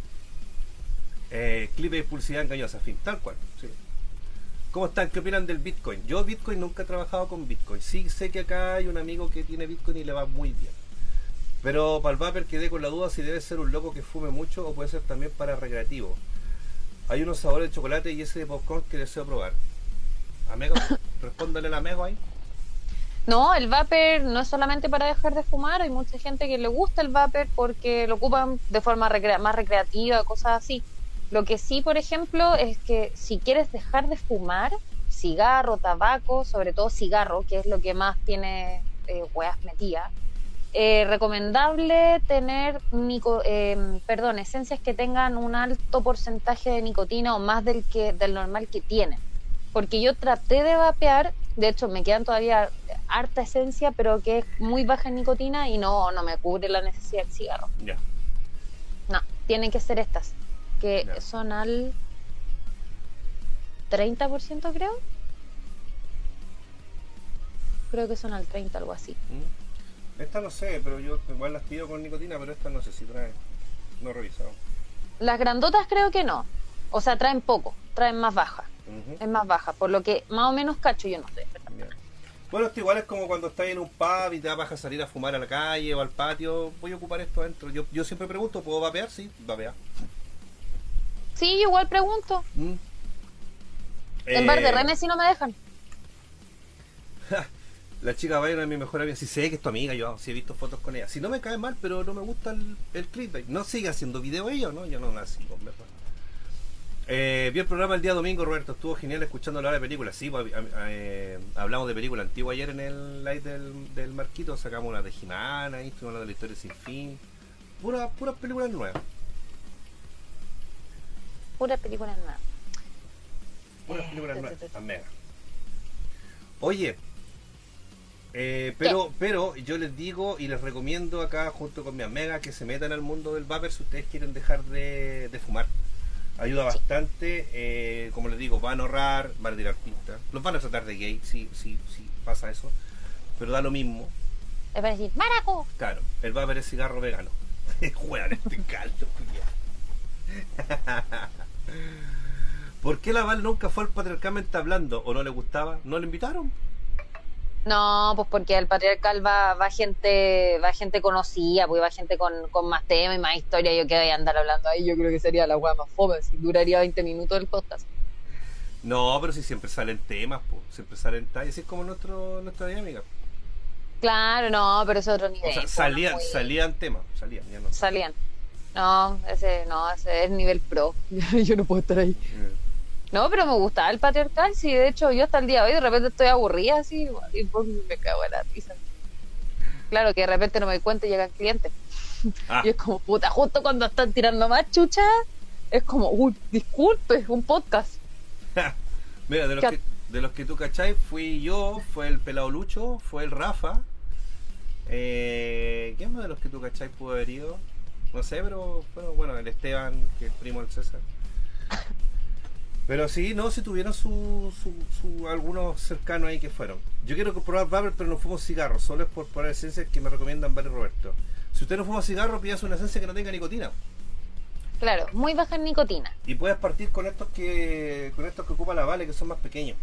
Eh, clip de publicidad engañosa, fin, tal cual. Sí. ¿Cómo están? ¿Qué opinan del Bitcoin? Yo Bitcoin nunca he trabajado con Bitcoin. Sí sé que acá hay un amigo que tiene Bitcoin y le va muy bien. Pero para el Vapor quedé con la duda si debe ser un loco que fume mucho o puede ser también para recreativo. Hay unos sabores de chocolate y ese de popcorn que deseo probar. Amigo, respóndale al amigo ahí. No, el vapor no es solamente para dejar de fumar, hay mucha gente que le gusta el vapor porque lo ocupan de forma recrea- más recreativa, cosas así. Lo que sí, por ejemplo, es que si quieres dejar de fumar, cigarro, tabaco, sobre todo cigarro, que es lo que más tiene eh, hueas metidas, eh, recomendable tener nico, eh, perdón, esencias que tengan un alto porcentaje de nicotina o más del que del normal que tienen. Porque yo traté de vapear, de hecho me quedan todavía harta esencia, pero que es muy baja en nicotina y no, no me cubre la necesidad del cigarro. Ya. No, tienen que ser estas, que Ya. son al treinta por ciento creo. Creo que son al treinta, algo así. ¿Mm? Esta no sé, pero yo igual las pido con nicotina, pero esta no sé si trae. No he revisado. Las grandotas creo que no. O sea, traen poco, traen más baja. Ujú. Es más baja, por lo que más o menos cacho, yo no sé. Ya. Bueno, esto igual es como cuando estás en un pub y te vas a salir a fumar a la calle o al patio. Voy a ocupar esto adentro. Yo, yo siempre pregunto, ¿puedo vapear? Sí, vapear. Sí, yo igual pregunto. ¿Mm? En Eh, Bar de Remes si no me dejan. La chica va a una de mis mejores amigas. Si sé que es tu amiga, yo sí he visto fotos con ella. Si no me cae mal, pero no me gusta el, el clickbait. ¿No sigue haciendo video ella, no? Yo no la sigo, en verdad. Eh, vi el programa el día domingo, Roberto. Estuvo genial escuchando hablar de películas. Sí, pues, eh, hablamos de película antigua ayer en el live del, del Marquito. Sacamos una de He-Man, ahí estuvimos hablando de la historia sin fin. Pura, puras películas nuevas. Pura película nueva. Puras Eh, películas tu, nuevas. tu, tu. Tan mega. Oye, eh, pero, pero yo les digo y les recomiendo acá junto con mi amiga que se metan al mundo del vapor si ustedes quieren dejar de, de fumar. Ayuda bastante, eh, como les digo, van a ahorrar, van a tirar pinta, los van a tratar de gay si, si, si pasa eso, pero da lo mismo. Es para decir, ¡maraco! Claro, el vapor es cigarro vegano. Juegan este caldo, ¿por qué la Val nunca fue al patriarcalmente hablando? ¿O no le gustaba? ¿No le invitaron? No, pues porque al patriarcal va, va gente va gente conocida, pues va gente con, con más tema y más historia. Yo que voy a andar hablando ahí, yo creo que sería la hueá más fome, si duraría veinte minutos el podcast. No, pero si siempre salen temas, po, siempre salen tallas, así es como nuestro, nuestra dinámica. Claro, no, pero es otro nivel. O sea, pues, salían, muy- salían temas, salían, ya no. Salían. No, ese no, ese es nivel pro. Yo no puedo estar ahí. Eh, No, pero me gustaba el patriarcal, sí, de hecho yo hasta el día de hoy de repente estoy aburrida así y pues me cago en la risa. Claro que de repente no me doy cuenta y llegan clientes. Ah, Y es como, puta, justo cuando están tirando más chucha, es como, uy, disculpe, es un podcast. mira, de los, ¿Qué? que, de los que tú cachai, fui yo, fue el pelado Lucho, fue el Rafa. Eh, ¿Quién más de los que tú cachai pudo haber ido? No sé, pero bueno, bueno, el Esteban, que es primo del César. Pero sí, no, si tuvieron su, su, su algunos cercanos ahí que fueron. Yo quiero probar vapor, pero no fumo cigarro, solo es por probar esencias que me recomiendan Vale Roberto. Si usted no fuma cigarro, pídase una esencia que no tenga nicotina. Claro, muy baja en nicotina. Y puedes partir con estos que con estos que ocupa la Vale, que son más pequeños.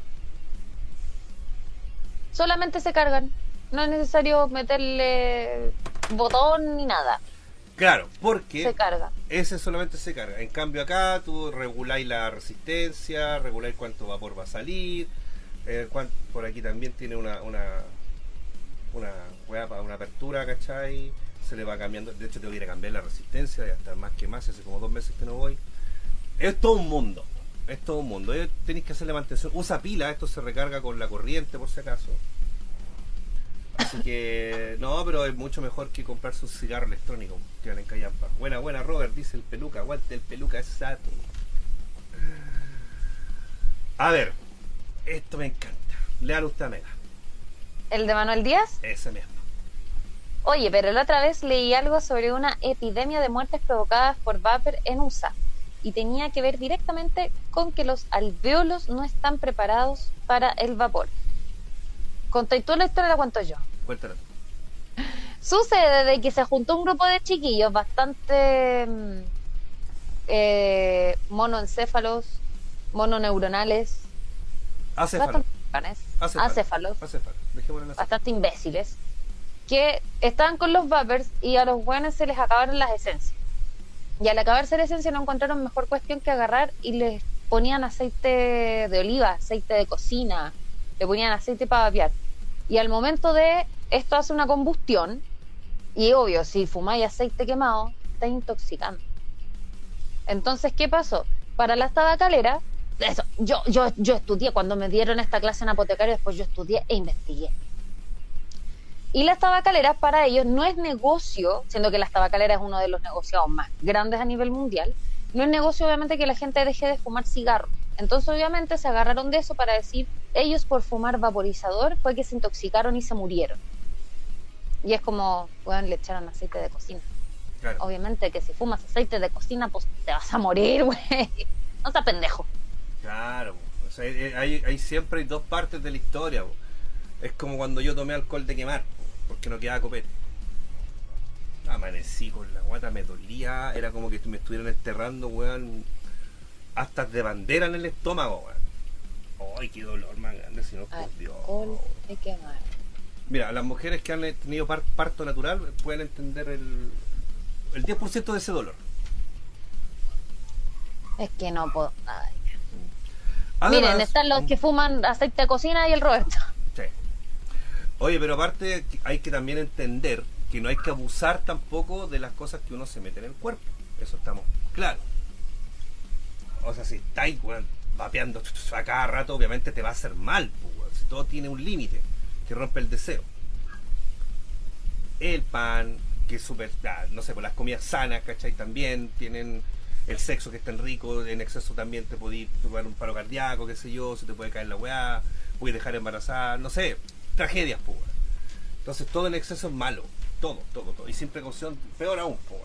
Solamente se cargan. No es necesario meterle botón ni nada. Claro, porque Se carga. ese solamente se carga. En cambio acá tú reguláis la resistencia, reguláis cuánto vapor va a salir. Eh, cuán- por aquí también tiene una una una, hueá pa- una apertura, ¿cachai? Se le va cambiando. De hecho tengo que ir a cambiar la resistencia, ya está más que más, hace como dos meses que no voy. Es todo un mundo. Es todo un mundo. Eh, Tenéis que hacerle mantención. Usa pila, esto se recarga con la corriente por si acaso. Así que, no, pero es mucho mejor que comprarse un cigarro electrónico que en Callampa. Buena, buena, Robert, dice el peluca. Aguante el peluca, exacto. A ver, esto me encanta. Léalo usted, Mega. ¿El de Manuel Díaz? Ese mismo. Oye, pero la otra vez leí algo sobre una epidemia de muertes provocadas por vapor en U S A y tenía que ver directamente con que los alvéolos no están preparados para el vapor. ¿Contáis tú la historia o la cuento yo? Cuéntalo. Sucede de que se juntó un grupo de chiquillos bastante mm, eh, monoencéfalos, mononeuronales, Acéfalo. bastante bacanes, Acéfalo. acéfalos, Acéfalo. Dejémoslo en acéfalo. bastante imbéciles, que estaban con los vapers y a los buenos se les acabaron las esencias. Y al acabarse la esencia no encontraron mejor cuestión que agarrar y les ponían aceite de oliva, aceite de cocina, le ponían aceite para vapear. Y al momento de esto hace una combustión, y obvio, si fumáis aceite quemado, está intoxicando. Entonces, ¿qué pasó? Para las tabacaleras, eso, yo, yo, yo estudié, cuando me dieron esta clase en apotecario, después yo estudié e investigué. Y las tabacaleras para ellos no es negocio, siendo que las tabacaleras es uno de los negociados más grandes a nivel mundial, no es negocio obviamente que la gente deje de fumar cigarro. Entonces obviamente se agarraron de eso para decir, ellos por fumar vaporizador fue que se intoxicaron y se murieron. Y es como, bueno, le echaron aceite de cocina. Claro. Obviamente que si fumas aceite de cocina, pues te vas a morir, güey. No seas pendejo. Claro, o sea, hay, hay siempre hay dos partes de la historia. Bo. Es como cuando yo tomé alcohol de quemar, porque no quedaba copete. Amanecí con la guata, me dolía, era como que me estuvieran enterrando, weón, hasta de bandera en el estómago, weón. Ay, qué dolor más grande, si no, por Dios. Alcohol de quemar. Mira, las mujeres que han tenido par parto natural pueden entender el, el diez por ciento de ese dolor. Es que no puedo. Ay. Además, miren, están los que fuman aceite de cocina y el Roberto. Sí. Oye, pero aparte hay que también entender que no hay que abusar tampoco de las cosas que uno se mete en el cuerpo. Eso estamos claros. O sea, si estáis, bueno, vapeando a cada rato, obviamente te va a hacer mal, pues, bueno. Si todo tiene un límite que rompe el deseo. El pan, que es súper, ah, no sé, pues las comidas sanas, ¿cachai? También tienen el sexo que es tan rico, en exceso también te podés tomar un paro cardíaco, qué sé yo, se te puede caer la weá, puedes dejar embarazada, no sé, tragedias, pues. Entonces todo en exceso es malo, todo, todo, todo. Y sin precaución, peor aún, pues.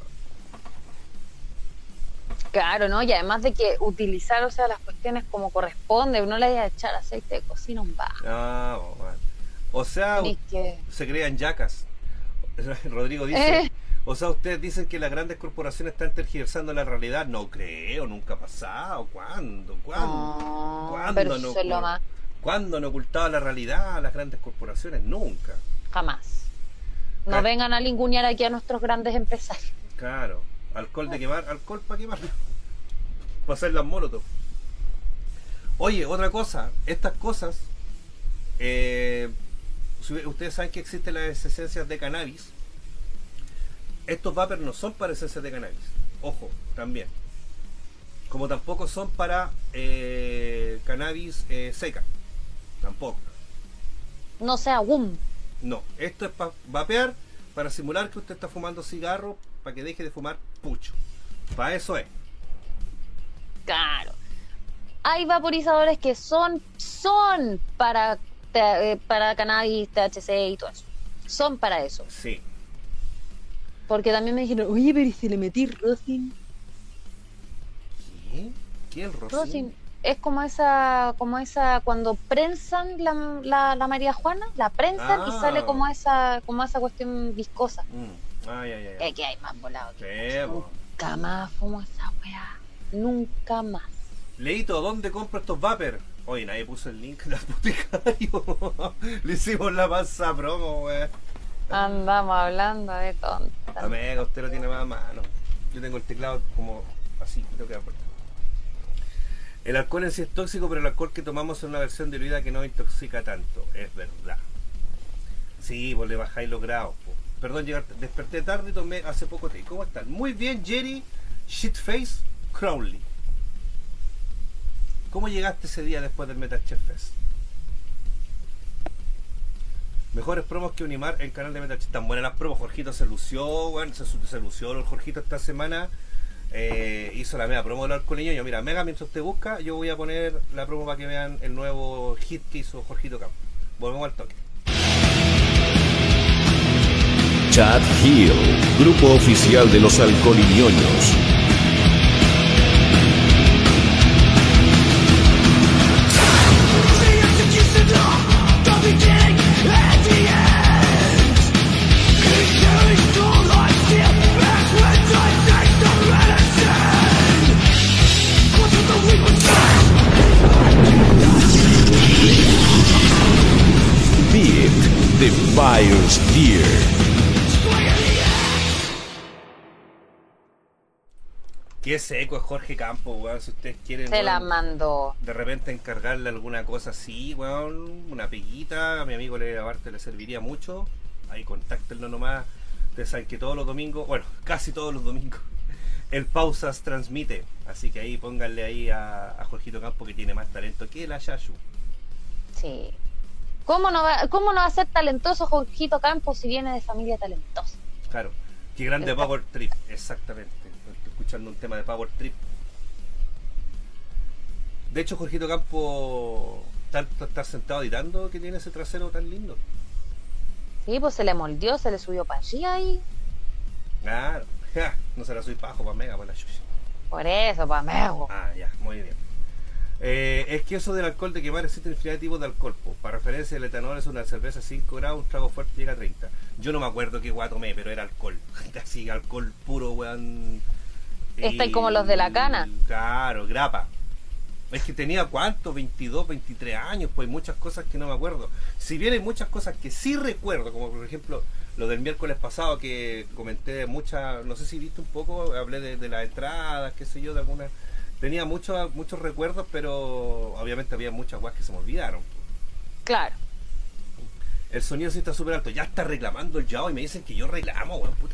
Claro, ¿no? Y además de que utilizar, o sea, las cuestiones como corresponde, no le vaya a echar aceite de cocina un bajo. Ah, bueno. O sea, que... se crean yacas. Rodrigo dice, eh. o sea, ustedes dicen que las grandes corporaciones están tergiversando la realidad. No creo, nunca ha pasado. ¿Cuándo? ¿Cuándo? No, ¿Cuándo, pero no, eso es lo más... ¿Cuándo han ocultado la realidad a las grandes corporaciones? Nunca. Jamás. No claro. Vengan a lingunear aquí a nuestros grandes empresarios. Claro. Alcohol de quemar, alcohol para quemar. Para hacer las molotov. Oye, otra cosa. Estas cosas... Eh, ustedes saben que existen las esencias de cannabis. Estos vapers no son para esencias de cannabis. Ojo, también. Como tampoco son para eh, cannabis eh, seca. Tampoco. No sea boom. No, esto es para vapear, para simular que usted está fumando cigarro, para que deje de fumar pucho. Para eso es. Claro. Hay vaporizadores que son son para para cannabis, T H C y todo eso. Son para eso. Sí. Porque también me dijeron, oye, pero ¿y si le metí rosin? ¿Qué? ¿Qué es el rosin? Rosin es como esa, como esa, cuando prensan la, la, la marihuana, la prensan ah. y sale como esa, como esa cuestión viscosa. Mm. Ay, ay, ay. Es que hay más volado. Que sí, nunca más fumo esa weá. Nunca más. Leito, ¿dónde compro estos vapers? Oye, nadie puso el link del apotecario. Le hicimos la masa promo, weón. Andamos hablando de tonta. Amiga, usted lo tiene más a mano. Yo tengo el teclado como así, tengo que dar puerta. El alcohol en sí es tóxico, pero el alcohol que tomamos es una versión diluida que no intoxica tanto. Es verdad. Sí, vos le bajáis los grados. Po. Perdón, llegar, desperté tarde y tomé hace poco té. ¿Cómo están? Muy bien, Jerry Shitface Crowley. ¿Cómo llegaste ese día después del Metal Chef Fest? Mejores promos que Unimar en el canal de Metal Chef. Tan buenas las promos. Jorgito se lució, bueno, se, se lució el Jorgito esta semana. Eh, hizo la mega promo del alcoholiño. Yo, mira, Mega, mientras usted busca, yo voy a poner la promo para que vean el nuevo hit que hizo Jorgito Campo. Volvemos al toque. Chad Hill, grupo oficial de los alcoholiñoños. The Fire's Deer. Qué seco es Jorge Campos, weón. Si ustedes quieren, se weón, la mandó. De repente encargarle alguna cosa así, weón, una peguita, a mi amigo le, aparte le serviría mucho. Ahí contáctenlo nomás. Ustedes saben que todos los domingos, bueno, casi todos los domingos, el Pausas transmite. Así que ahí pónganle ahí a, a Jorgito Campos, que tiene más talento que la Yashu. Sí. ¿Cómo no va, cómo no va a ser talentoso Jorgito Campos si viene de familia talentosa? Claro. Qué grande Está- Power Trip, exactamente. Estoy escuchando un tema de Power Trip. De hecho, Jorgito Campos, tanto estar sentado editando que tiene ese trasero tan lindo. Sí, pues se le moldeó, se le subió para allí ahí. Claro. Ja, no se la soy pajo, pa' mega, para la chucha. Por eso, pa' mego. Ah, ya, muy bien. Eh, es que eso del alcohol de quemar existen infinidad de tipos de alcohol. Po. Para referencia, el etanol es una cerveza cinco grados, un trago fuerte llega a treinta. Yo no me acuerdo qué guay tomé, pero era alcohol. Así, alcohol puro, weón. Está ahí como los de la cana. Claro, grapa. Es que tenía cuánto, veintidós, veintitrés años, pues hay muchas cosas que no me acuerdo. Si bien hay muchas cosas que sí recuerdo, como por ejemplo lo del miércoles pasado que comenté muchas, no sé si viste un poco, hablé de, de las entradas, qué sé yo, de algunas. Tenía muchos muchos recuerdos, pero obviamente había muchas guas que se me olvidaron. Claro. El sonido sí está súper alto, ya está reclamando el Yao y me dicen que yo reclamo, weón, puta.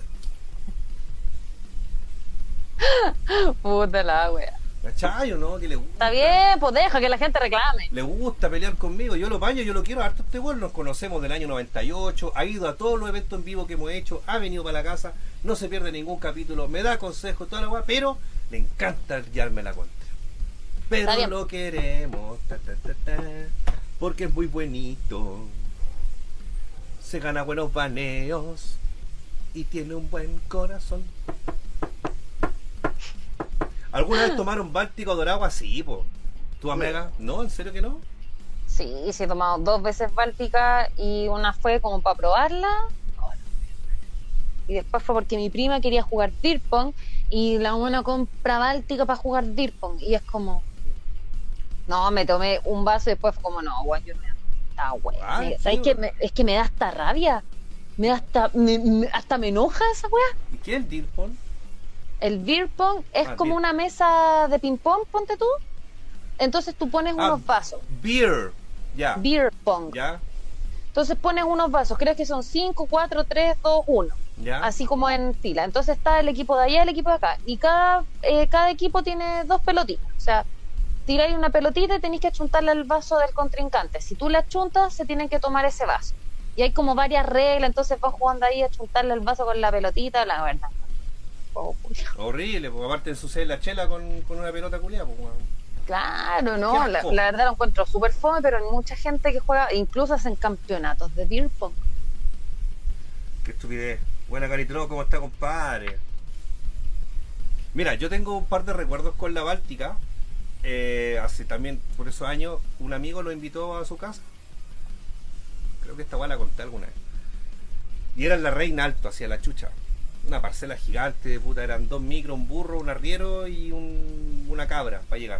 Puta la wea. ¿Cachai o no? Que le gusta. Está bien, pues deja que la gente reclame. Le gusta pelear conmigo, yo lo baño, yo lo quiero harto este weón, nos conocemos del año noventa y ocho, ha ido a todos los eventos en vivo que hemos hecho, ha venido para la casa, no se pierde ningún capítulo, me da consejos, toda la weá, pero le encanta guiarme la contra. Está Pero bien. lo queremos, ta, ta, ta, ta, porque es muy bonito, se gana buenos baneos y tiene un buen corazón. ¿Alguna vez tomaron Báltico Dorado así, po? ¿Tú, Amega? ¿No? ¿En serio que no? Sí, sí he tomado dos veces Báltica y una fue como para probarla. Y después fue porque mi prima quería jugar beer pong y la buena compra Báltica para jugar beer pong. Y es como... No, me tomé un vaso y después fue como, no, guay, yo no está güey. Ah, sí, ¿Sabes qué? güey. Me- es que me da hasta rabia. Me da hasta... me- me- hasta me enoja esa weá. ¿Y qué es el deal pong? El beer pong es Ah, como beer. una mesa de ping pong, ponte tú. Entonces tú pones Ah, unos vasos. Beer. Ya. Beer pong. Ya. Entonces pones unos vasos, creo que son cinco, cuatro, tres, dos, uno. Ya. Así como en fila. Entonces está el equipo de allá y el equipo de acá. Y cada, eh, cada equipo tiene dos pelotitas. O sea, tiráis una pelotita y tenéis que achuntarle al vaso del contrincante. Si tú le achuntas, se tienen que tomar ese vaso. Y hay como varias reglas, entonces vas jugando ahí a achuntarle el vaso con la pelotita, la verdad. Oh, culiao. Horrible, porque aparte ensuciar la chela con, con una pelota culiada, pues, weón. Claro, Qué no, la, asco. la verdad lo encuentro súper fome, pero hay mucha gente que juega, incluso hacen campeonatos de beer pong. Qué estupidez. Buena Caritro, ¿cómo está, compadre? Mira, yo tengo un par de recuerdos con la Báltica. Eh, hace también, por esos años, un amigo lo invitó a su casa. Creo que esta guay la conté alguna vez. Y era en la Reina Alto, hacia la chucha. Una parcela gigante, puta, eran dos micros, un burro, un arriero y un- una cabra para llegar.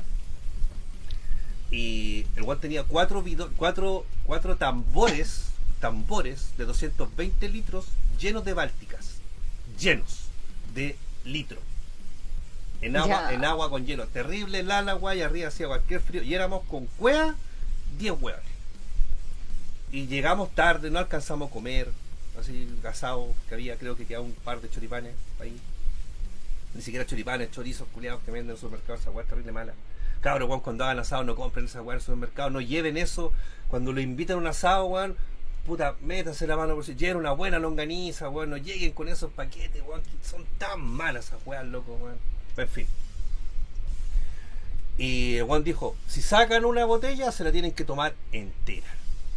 Y el guay tenía cuatro, bido- cuatro, cuatro tambores, tambores de doscientos veinte litros llenos de bálticas. Llenos de litro. En agua, Ya. en agua con hielo. Terrible el agua y arriba hacía cualquier frío. Y éramos con cueva diez hueones. Y llegamos tarde, no alcanzamos a comer. Así, asado, que había, creo que quedaba un par de choripanes ahí. Ni siquiera choripanes, chorizos culiados que venden en el supermercado. Esa hueá es terrible mala. Cabros, weón, cuando hagan asado no compren esa hueá en el supermercado. No lleven eso. Cuando lo invitan a un asado, weón, puta, métanse la mano por si lleven una buena longaniza, weón. No lleguen con esos paquetes, weón, que son tan malas esas weas, loco, weón. En fin. Y Juan dijo, si sacan una botella, se la tienen que tomar entera.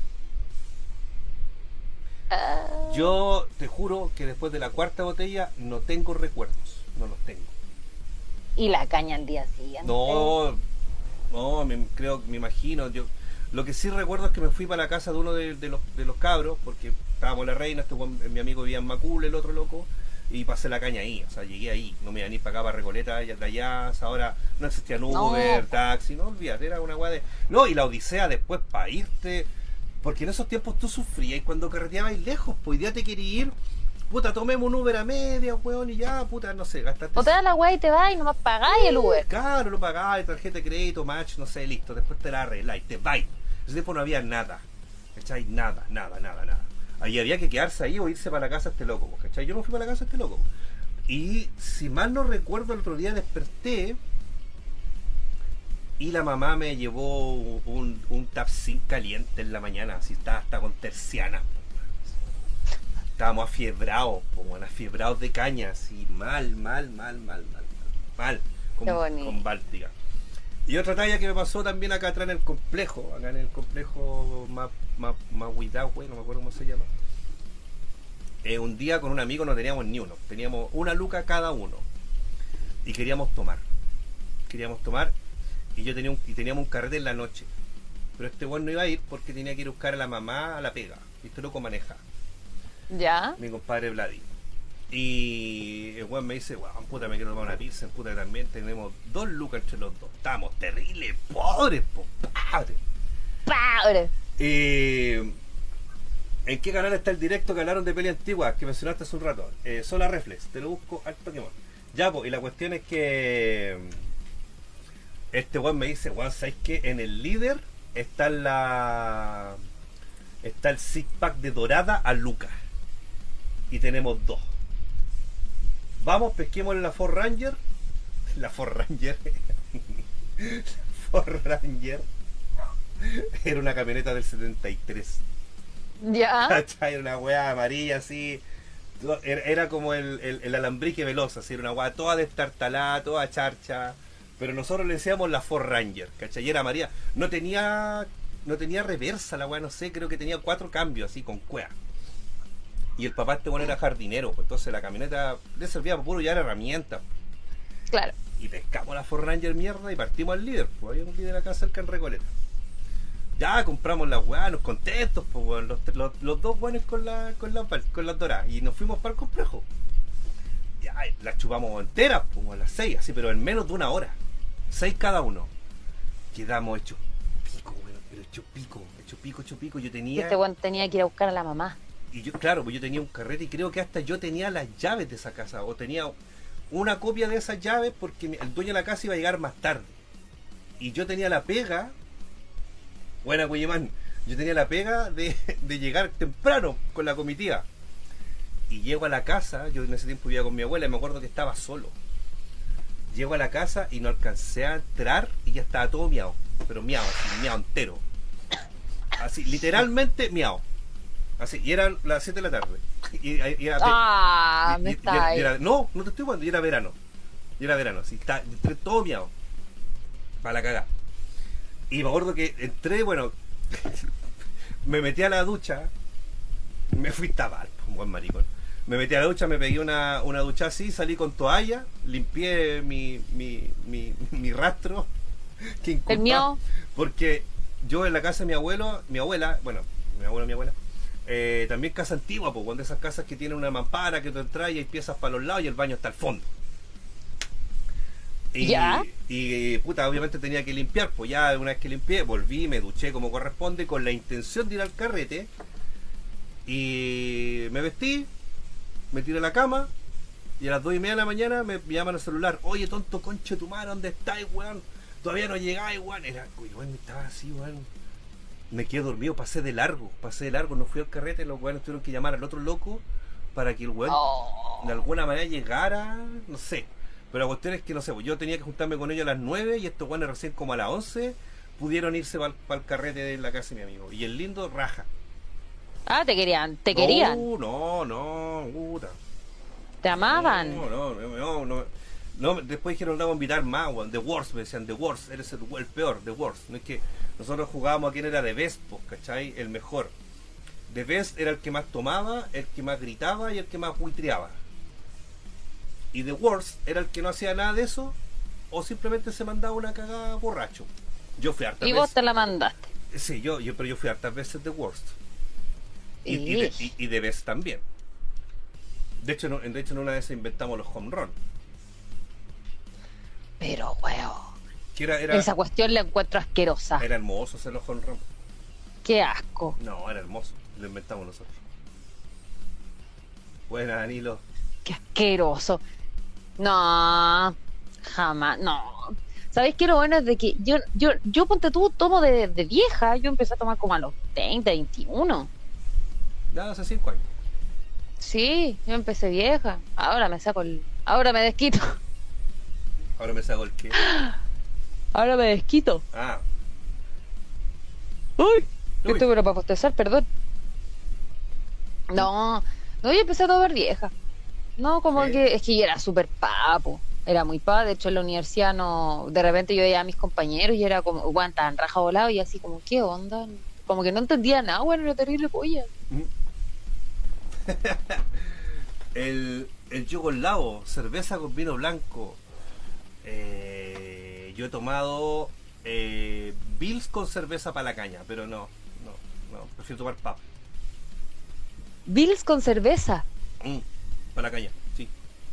Ah, Yo te juro que después de la cuarta botella no tengo recuerdos, no los tengo. y la caña al día siguiente. No, no, me, creo, me imagino. Yo lo que sí recuerdo es que me fui para la casa de uno de, de los, de los cabros, porque estábamos en la Reina, este weón, mi amigo vivía en Macul, el otro loco, y pasé la caña ahí, o sea, llegué ahí, no me iba a ir para acá, para Recoleta, y de allá, o sea, ahora no existía Uber, No. taxi, no olvídate, era una weá de... No, y la odisea después para irte, porque en esos tiempos tú sufrías, y cuando carreteabas lejos, pues hoy día te querías ir, puta, tomemos un Uber a media, weón, y ya, puta, no sé, gastaste... O te das la weá y te vas y nomás pagáis el Uber. Claro, lo pagabas, tarjeta de crédito, match, no sé, listo, después te la arregláis, te vais. Ese tiempo no había nada, ¿cachai? Nada, nada, nada, nada. Ahí había que quedarse ahí o irse para la casa a este loco, ¿cachai? Yo no fui para la casa a este loco. Y si mal no recuerdo, el otro día desperté Y la mamá me llevó un, un tapsin caliente en la mañana, así estaba hasta con tercianas. Estábamos afiebrados, como afiebrados de caña, así mal, mal, mal, mal, mal, mal, con, con Báltica. Y otra talla que me pasó también acá atrás en el complejo, acá en el complejo más, más, más Huidahue, güey, no me acuerdo cómo se llama. Eh, un día con un amigo no teníamos ni uno, teníamos una luca cada uno. Y queríamos tomar. Queríamos tomar y yo tenía un, y teníamos un carrete en la noche. Pero este güey no iba a ir porque tenía que ir a buscar a la mamá a la pega. Y este loco maneja. Ya. Mi compadre Vladi. Y el güey me dice, guau, puta, me quiero tomar una pizza, puta, también tenemos dos lucas entre los dos. Estamos terribles, pobres, po, padres. Padres. Eh, ¿En qué canal está el directo que hablaron de peli antigua que mencionaste hace un rato? Eh, Solar Reflex, te lo busco al Pokémon. Ya, pues, y la cuestión es que este weón me dice, weón, ¿sabes qué? En el líder está la está el six pack de dorada a Lucas. Y tenemos dos. Vamos, pesquemos la Ford Ranger. La Ford Ranger. La Ford Ranger. Era una camioneta del setenta y tres. Ya. Era una weá amarilla así. Era, era como el, el, el alambrique veloz, así, era una weá toda destartalada, toda charcha. Pero nosotros le decíamos la Ford Ranger, ¿cachai? Y era amarilla. No tenía, no tenía reversa la weá, no sé, creo que tenía cuatro cambios así con cuea. Y el papá este bueno era jardinero, pues entonces la camioneta le servía para puro ya era herramienta. Claro. Y pescamos la Ford Ranger mierda y partimos al líder, pues había un líder acá cerca en Recoleta. Ya compramos las weas, nos contentos, pues weón, los, los, los dos buenos con la, con la con las doradas. Y nos fuimos para el complejo. Ya, las chupamos enteras, como a las seis, así, pero en menos de una hora. Seis cada uno. Quedamos hechos pico, weón, pero hecho pico, hecho pico, hecho pico. Yo tenía. Este weón tenía que ir a buscar a la mamá. Y yo, claro, pues yo tenía un carrete y creo que hasta yo tenía las llaves de esa casa, o tenía una copia de esas llaves porque el dueño de la casa iba a llegar más tarde. Y yo tenía la pega, buena Cuyemán, yo tenía la pega de, de llegar temprano con la comitiva. Y llego a la casa, yo en ese tiempo vivía con mi abuela y me acuerdo que estaba solo. Llego a la casa y no alcancé a entrar y ya estaba todo miado, pero miado, así, miado entero. Así, literalmente miado. Así, y eran las siete de la tarde. Y, y, y era, ah, y, me y, está y era, ahí. y era, no, no te estoy jugando, y era verano. Y era verano, así, está, entré todo miado. Para la cagada. Y me acuerdo que entré, bueno, me metí a la ducha, me fui tabal, un buen maricón. Me metí a la ducha, me pegué una, una ducha así, salí con toalla, limpié mi, mi, mi, mi rastro. Que inculpaba, el mío. Porque yo en la casa de mi abuelo, mi abuela, bueno, mi abuelo, mi abuela, eh, también casa antigua, pues, cuando esas casas que tienen una mampara que tú entras y hay piezas para los lados y el baño está al fondo. Y, ¿Ya? y puta, obviamente tenía que limpiar, pues ya una vez que limpié, volví, me duché como corresponde, con la intención de ir al carrete. Y me vestí, me tiré a la cama, y a las dos y media de la mañana me, me llaman al celular. Oye, tonto conche tu madre, ¿dónde estáis, weón? Todavía no llegáis, weón. Era, weón, estaba así, weón. Me quedé dormido, pasé de largo, pasé de largo, no fui al carrete, los weones tuvieron que llamar al otro loco para que el weón Oh. de alguna manera llegara, no sé. Pero la cuestión es que, no sé, yo tenía que juntarme con ellos a las nueve y estos weones recién como a las once pudieron irse para el carrete de la casa de mi amigo. Y el lindo raja. Ah, te querían, te querían. No, no, no, puta. Te amaban. No, no, no, no, no. No, después dijeron, vamos a invitar más, weón. The Worst, me decían, The Worst, eres el, el peor, The Worst. No es que nosotros jugábamos a quien era The Best, pues, ¿cachai? El mejor. The Best era el que más tomaba, el que más gritaba y el que más buitreaba. Y The Worst era el que no hacía nada de eso o simplemente se mandaba una cagada borracho. Yo fui hartas Y veces. vos te la mandaste. Sí, yo, yo, pero yo fui hartas veces The Worst. Y, y, Y- de, y, y The Best también. De hecho, no, de hecho, en una vez inventamos los home run. Pero, weón, Que era, era, esa cuestión la encuentro asquerosa. era hermoso hacer los home run. Qué asco. No, era hermoso. Lo inventamos nosotros. Buena, Danilo. Qué asqueroso. No, jamás, no. ¿Sabéis qué? Lo bueno es de que yo, yo, yo ponte tú, tomo de, de vieja. Yo empecé a tomar como a los veinte, veintiuno. Ya hace cinco años. Sí, yo empecé vieja. Ahora me saco el... Ahora me desquito. Ahora me saco el que. Ahora me desquito. Ah. Uy, Uy. esto era para bostezar, perdón. No, no, yo empecé a tomar vieja. No, como Sí. que es que yo era súper papo. Era muy pa, de hecho en la universidad no, de repente yo veía a mis compañeros y era como, bueno, estaban raja volado y así como, ¿qué onda? Como que no entendía nada, bueno, era terrible polla. el, el yugoslavo, cerveza con vino blanco. Eh, yo he tomado eh, Bills con cerveza para la caña, pero no, no, no, prefiero tomar pap. Bills con cerveza, Mm, para la caña, sí.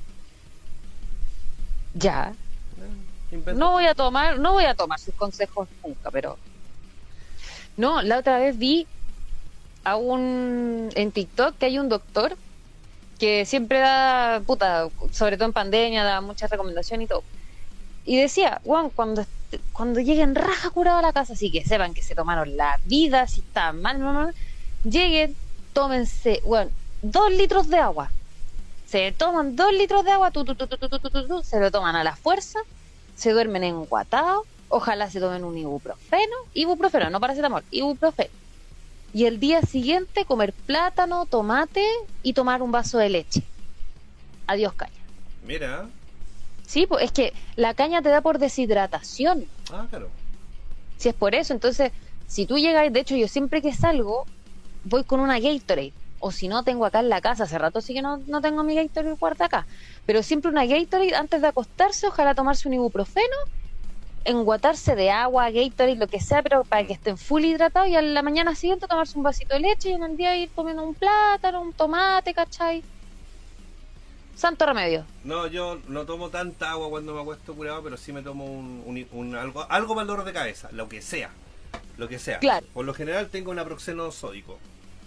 ya. Eh, invento. No voy a tomar, no voy a tomar sus consejos nunca, pero... No, la otra vez vi a un... en TikTok que hay un doctor que siempre da, puta, sobre todo en pandemia, da muchas recomendaciones y todo. Y decía, Juan, cuando, est- cuando lleguen raja curado a la casa, así que sepan que se tomaron la vida, si están mal, mal, mal, lleguen, tómense, bueno, dos litros de agua. Se toman dos litros de agua, tu, tu, tu, tu, tu, tu, tu, tu, tu, se lo toman a la fuerza, se duermen enguatados, ojalá se tomen un ibuprofeno, ibuprofeno, no paracetamol, ibuprofeno. Y el día siguiente comer plátano, tomate y tomar un vaso de leche. Adiós caña. Mira, Sí, pues es que la caña te da por deshidratación. ah, claro. Si es por eso, entonces, si tú llegas, de hecho yo siempre que salgo, voy con una Gatorade. O si no, tengo acá en la casa, hace rato sí que no, no tengo mi Gatorade guarda acá. Pero siempre una Gatorade antes de acostarse, ojalá tomarse un ibuprofeno, enguatarse de agua, Gatorade, lo que sea, pero para que estén full hidratados y a la mañana siguiente tomarse un vasito de leche y en el día ir comiendo un plátano, un tomate, ¿cachai? Santo remedio. No, yo no tomo tanta agua cuando me acuesto curado, pero sí me tomo un, un- un- algo, algo para el dolor de cabeza, lo que sea, lo que sea. Claro. Por lo general tengo naproxeno sódico.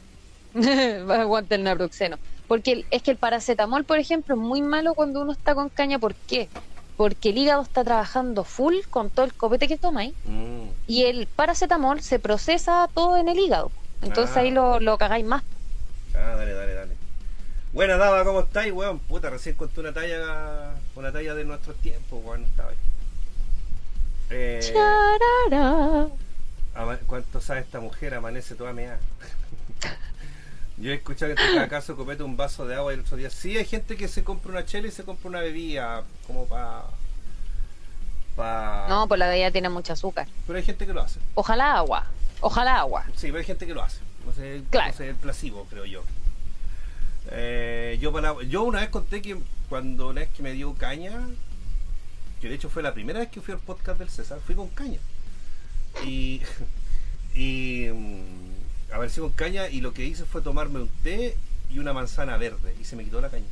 Aguanta el naproxeno. Porque el- es que el paracetamol, por ejemplo, es muy malo cuando uno está con caña. ¿Por qué? Porque el hígado está trabajando full con todo el copete que tomáis Mm. y el paracetamol se procesa todo en el hígado. Entonces Ah. ahí lo, lo cagáis más. Ah, dale, dale, dale. Buena Dava, ¿cómo estáis, weón? Puta, recién conté una talla, una talla de nuestros tiempos, weón, estaba ahí. Eh, Charara. ama- ¿Cuánto sabe esta mujer? Amanece toda meada. Yo he escuchado que en cada caso copete un vaso de agua y el otro día. Sí, hay gente que se compra una chela y se compra una bebida, como para... Pa... No, pues la bebida tiene mucho azúcar. Pero hay gente que lo hace. Ojalá agua. Ojalá agua. Sí, pero hay gente que lo hace. No sé, Claro. no sé el placebo, creo yo. Eh, yo, para, yo una vez conté que cuando una vez que me dio caña, que de hecho fue la primera vez que fui al podcast del César, fui con caña. Y, y mm, aparecí con caña y lo que hice fue tomarme un té y una manzana verde y se me quitó la caña.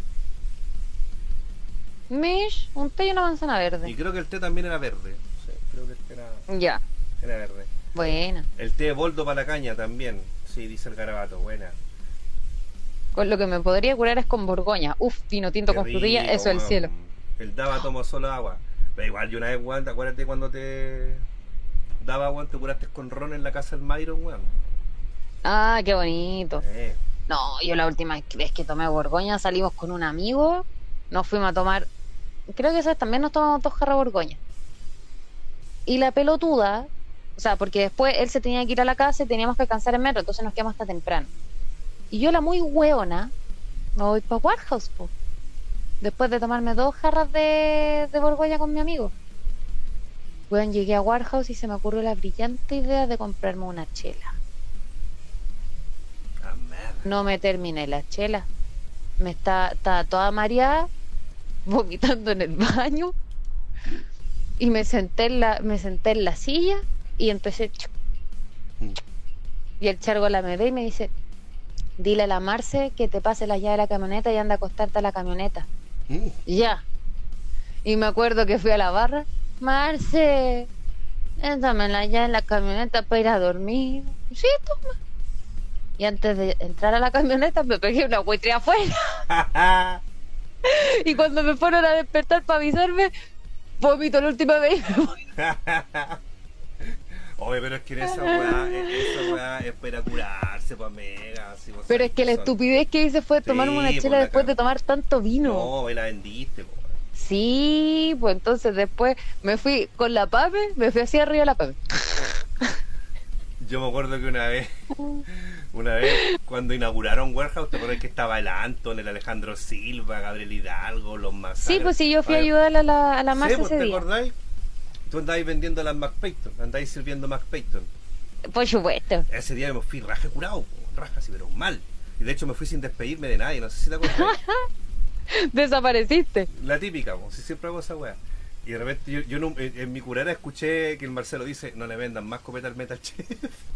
Mish, un té y una manzana Y verde. creo que el té también era verde. Sí, creo que el té era, Ya, era verde. buena. El té de boldo para la caña también. Sí, dice el garabato, buena. Con lo que me podría curar es con borgoña. Uf, vino tinto Qué con frutilla, rico, eso es el weón. cielo. El Dava tomó solo agua. Pero igual, yo una vez, weón, ¿te acuerdas cuando te daba, weón, te curaste con ron en la casa del Myron, weón? Ah, qué bonito. Eh, No, yo la última vez que tomé borgoña salimos con un amigo, nos fuimos a tomar, creo que esa vez también nos tomamos dos jarras de borgoña. Y la pelotuda, o sea, porque después él se tenía que ir a la casa y teníamos que alcanzar el metro, entonces nos quedamos hasta temprano. Y yo la muy hueona, me voy para Warehouse, po. Después de tomarme dos jarras de, de borgoña con mi amigo. Bueno, llegué a Warehouse y se me ocurrió la brillante idea de comprarme una chela. ah, merda. No me terminé la chela. Me está, estaba toda mareada, vomitando en el baño. Y me senté en la, me senté en la silla y empecé. chuc. Mm. Y el chargo la me ve y me dice: dile a la Marce que te pase la llave de la camioneta y anda a acostarte a la camioneta. Mm. Ya. Y me acuerdo que fui a la barra. Marce, dame la llave de la camioneta para ir a dormir. Sí, toma. Y antes de entrar a la camioneta me pegué una buitrea afuera. Y cuando me fueron a despertar para avisarme, vomito la última vez. y me voy. Oye, pero es que en esa weá, en esa weá es para curarse, pa' mega. Si vos Pero sabés es que la son- estupidez que hice fue Sí, tomarme una pues, chela la después cagó. de tomar tanto vino. No, me la vendiste, po, weón. Sí, Sí, pues entonces después me fui con la Pame, me fui así arriba de la Pame. Yo me acuerdo que una vez, una vez cuando inauguraron Warehouse, te acuerdas que estaba el Anton, el Alejandro Silva, Gabriel Hidalgo, los más. Sí, pues sí, yo fui a ayudar a la, a la Marcia sí, pues, ese ¿te día. acordáis? Tú andáis vendiendo las McPayton, andáis sirviendo McPayton. Por supuesto. Ese día me fui raja curado, raja, sí, pero mal. Y de hecho me fui sin despedirme de nadie, no sé si te acuerdas. Desapareciste. La típica, como si siempre hago esa weá. Y de repente yo, yo en, en mi curara escuché que el Marcelo dice, no le vendan más copeta al Metal Chef.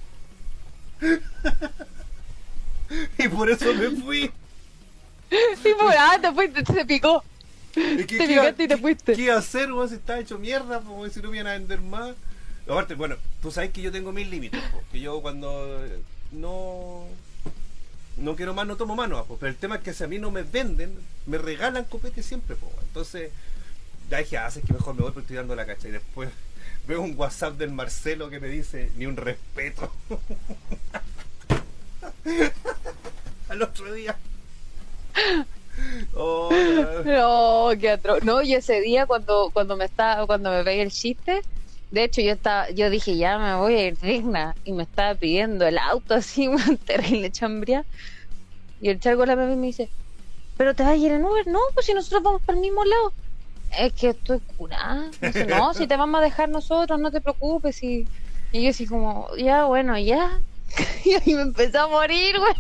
Y por eso me fui. Y por ah, te fuiste, se picó. ¿Y qué, te qué, picaste y te qué, fuiste. ¿Qué iba a hacer, weón? Si estaba hecho mierda, pues, si no me iban a vender más. Aparte, bueno, tú sabes que yo tengo mis límites, pues, que yo cuando eh, no no quiero más, no tomo más, no, pues, pero el tema es que si a mí no me venden, me regalan copete siempre, pues, entonces ya dije, ah, es que mejor me voy porque estoy dando la cacha. Y después veo un WhatsApp del Marcelo que me dice, ni un respeto. Al otro día. Oh, no, qué atroz. No, y ese día cuando cuando me estaba cuando me veía el chiste, de hecho yo estaba yo dije ya me voy a ir digna y me estaba pidiendo el auto así, man, terrible chambria. Y el charco la me dice, pero te vas a ir en Uber. No, pues si nosotros vamos para el mismo lado. Es que estoy curada. Dice, no, si te vamos a dejar nosotros, no te preocupes. Y, y yo así como, ya, bueno, ya. Y ahí me empecé a morir, güey.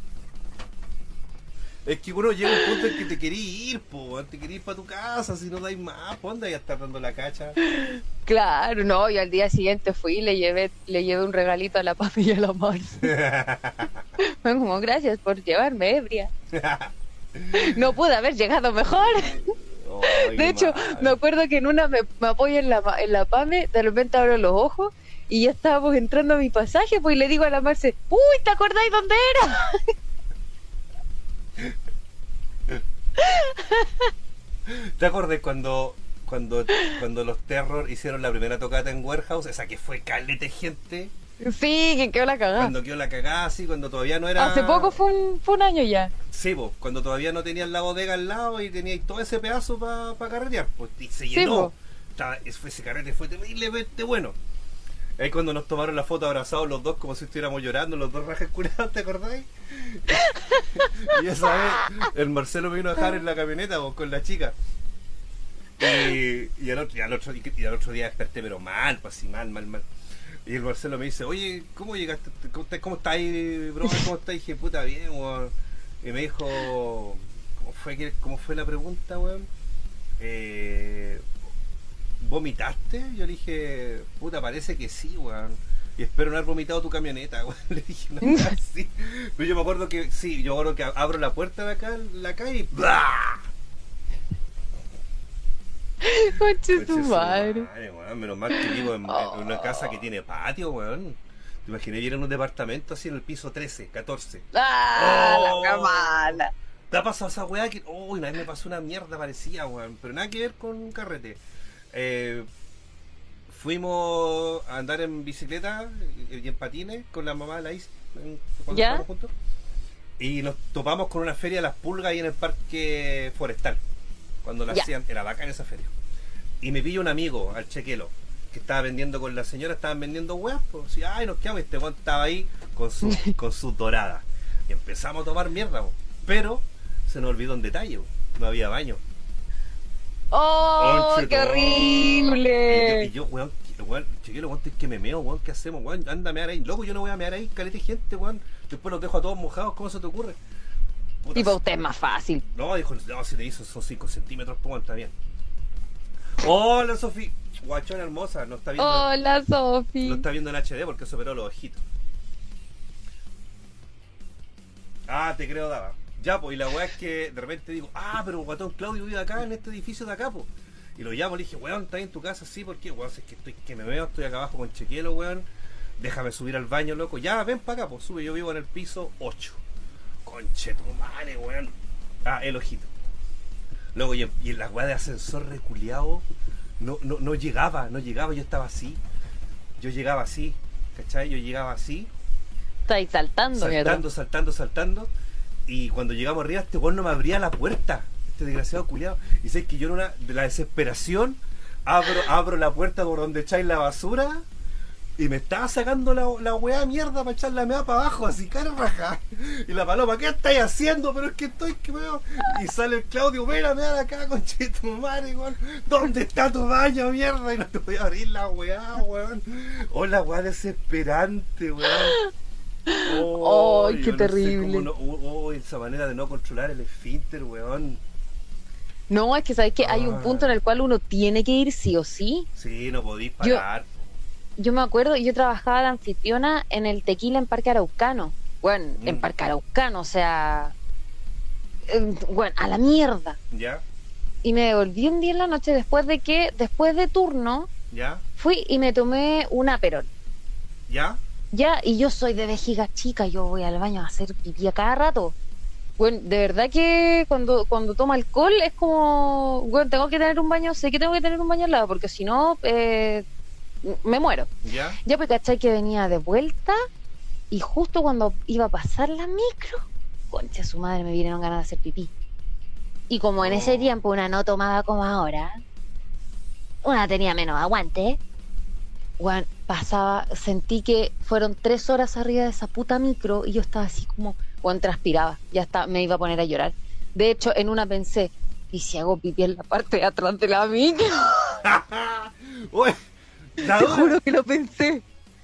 Es que uno llega a un punto en que te querís ir, po, te querís ir para tu casa, si no dais más, po, anda ya estar dando la cacha. Claro, no, y al día siguiente fui y le llevé, le llevé un regalito a la Pame y a la Marcia. Fue como, gracias por llevarme ebria. No pude haber llegado mejor. Ay, de hecho, madre. me acuerdo que en una me, me apoyo en la, en la Pame, de repente abro los ojos y ya estábamos entrando a mi pasaje, pues y le digo a la Marce, uy, ¿te acordáis dónde era? ¿Te acordás cuando cuando cuando los Terror hicieron la primera tocata en Warehouse? Esa que fue calete gente. Sí, que quedó la cagada. Cuando quedó la cagada así, cuando todavía no era... Hace poco fue un, fue un año ya. Sí, po, cuando todavía no tenían la bodega al lado y teníais todo ese pedazo para pa carretear, pues, y se Sí, llenó. po. Estaba, ese, ese carrete fue terriblemente bueno. Ahí cuando nos tomaron la foto abrazados los dos como si estuviéramos llorando, los dos rajas curados, ¿te acordáis? Y esa vez el Marcelo me vino a dejar en la camioneta pues, con la chica. Y, y, al otro, y, al otro, y al otro día desperté, pero mal, pues así, mal, mal, mal. Y el Marcelo me dice, oye, ¿cómo llegaste? ¿Cómo, cómo estás ahí, bro? ¿Cómo estás? Y dije, puta, bien, weón. Y me dijo, ¿cómo fue, que, cómo fue la pregunta, weón? Eh, ¿Vomitaste? Yo le dije, puta, parece que sí, weón. Y espero no haber vomitado tu camioneta, weón. Le dije, no, así. Pero yo me acuerdo que, sí, yo me acuerdo que abro la puerta de acá, la calle y ¡blah! Conche su madre. madre weón, menos mal que vivo en, en una casa que tiene patio, weón. Te imaginé ir en un departamento así en el piso trece, catorce. ¡Ah! Oh. La camala. ¿Te ha pasado esa weá? Que, oh, una vez me pasó una mierda parecida, weón. Pero nada que ver con un carrete. Eh, fuimos a andar en bicicleta y en patines con la mamá de la Is cuando ¿Ya? estábamos juntos. Y nos topamos con una feria de las pulgas ahí en el parque forestal. Cuando la Ya. hacían, era bacán esa feria. Y me pillo un amigo, al Chequelo, que estaba vendiendo con la señora, estaban vendiendo weas, pues, así, ay, nos quedamos, y este weón estaba ahí con su, con sus doradas. Y empezamos a tomar mierda, po. Pero se nos olvidó un detalle, po. No había baño. ¡Oh, Conche qué tu- horrible! Y yo, y yo, weón, que- weón, Chequelo, weón, estoy que me meo, weón, ¿qué hacemos, weón? Anda a mear ahí. Loco, yo no voy a mear ahí, calete de gente, weón. Después los dejo a todos mojados, ¿cómo se te ocurre? Puta, Y para usted es más fácil. no, dijo, no, si te hizo son cinco centímetros, pues está bien. Hola, Sofi. Guachona hermosa, no está viendo, Hola, no Sofi. está viendo en H D porque se operó los ojitos. Ah, te creo, Daba. Ya, pues, y la weá es que de repente digo, ah, pero guatón Claudio vive acá, en este edificio de acá, pues. Y lo llamo, le dije, weón, ¿estás en tu casa? Sí, ¿por qué? Weón, es que estoy, que me veo, estoy acá abajo con Chequelo, weón. Déjame subir al baño, loco. Ya, ven para acá, pues sube, yo vivo en el piso ocho. Conche tu madre, weón. Ah, el ojito. Luego, y en, y en la weá de ascensor reculeado, no, no, no llegaba, no llegaba, yo estaba así. Yo llegaba así, ¿cachai? Yo llegaba así, Estáis saltando, mierda. saltando, saltando, saltando. Y cuando llegamos arriba, este weón no me abría la puerta. Este este desgraciado culiado. Y sabes que yo en una, de la desesperación, abro, abro la puerta por donde echáis la basura y me estaba sacando la, la weá mierda para echar la meada para abajo, así cara raja. Y la paloma, ¿qué estáis haciendo? Pero es que estoy que veo. Y sale el Claudio, ven a mear acá, conchito tu madre, igual. ¿Dónde está tu baño, mierda? Y no te voy a abrir la weá, weón. Oh, la weá desesperante, weón. Oh, ¡ay, qué no terrible! No, oh, oh, esa manera de no controlar el esfínter, weón. No, es que sabes que hay un punto en el cual uno tiene que ir sí o sí. Sí, no podís parar. Yo, yo me acuerdo, yo trabajaba de anfitriona en el Tequila en Parque Araucano. Bueno, mm. en Parque Araucano, o sea... Eh, bueno, a la mierda. ¿Ya? Y me devolví un día en la noche después de que, después de turno, ¿ya? Fui y me tomé un Aperol. ¿Ya? Ya, y yo soy de vejiga chica, yo voy al baño a hacer pipí a cada rato. Bueno, de verdad que cuando cuando tomo alcohol es como, bueno, tengo que tener un baño, sé que tengo que tener un baño al lado, porque si no, eh, me muero. ¿Ya? Ya, pues, ¿cachai? Que venía de vuelta y justo cuando iba a pasar la micro, concha su madre, me vinieron ganas de hacer pipí. Y como oh. en ese tiempo una no tomaba como ahora, una tenía menos aguante, bueno, pasaba, sentí que fueron tres horas arriba de esa puta micro y yo estaba así como, bueno, transpiraba, ya está, me iba a poner a llorar. De hecho, en una pensé, ¿y si hago pipí en la parte de atrás de la micro? Uy, te juro que lo pensé.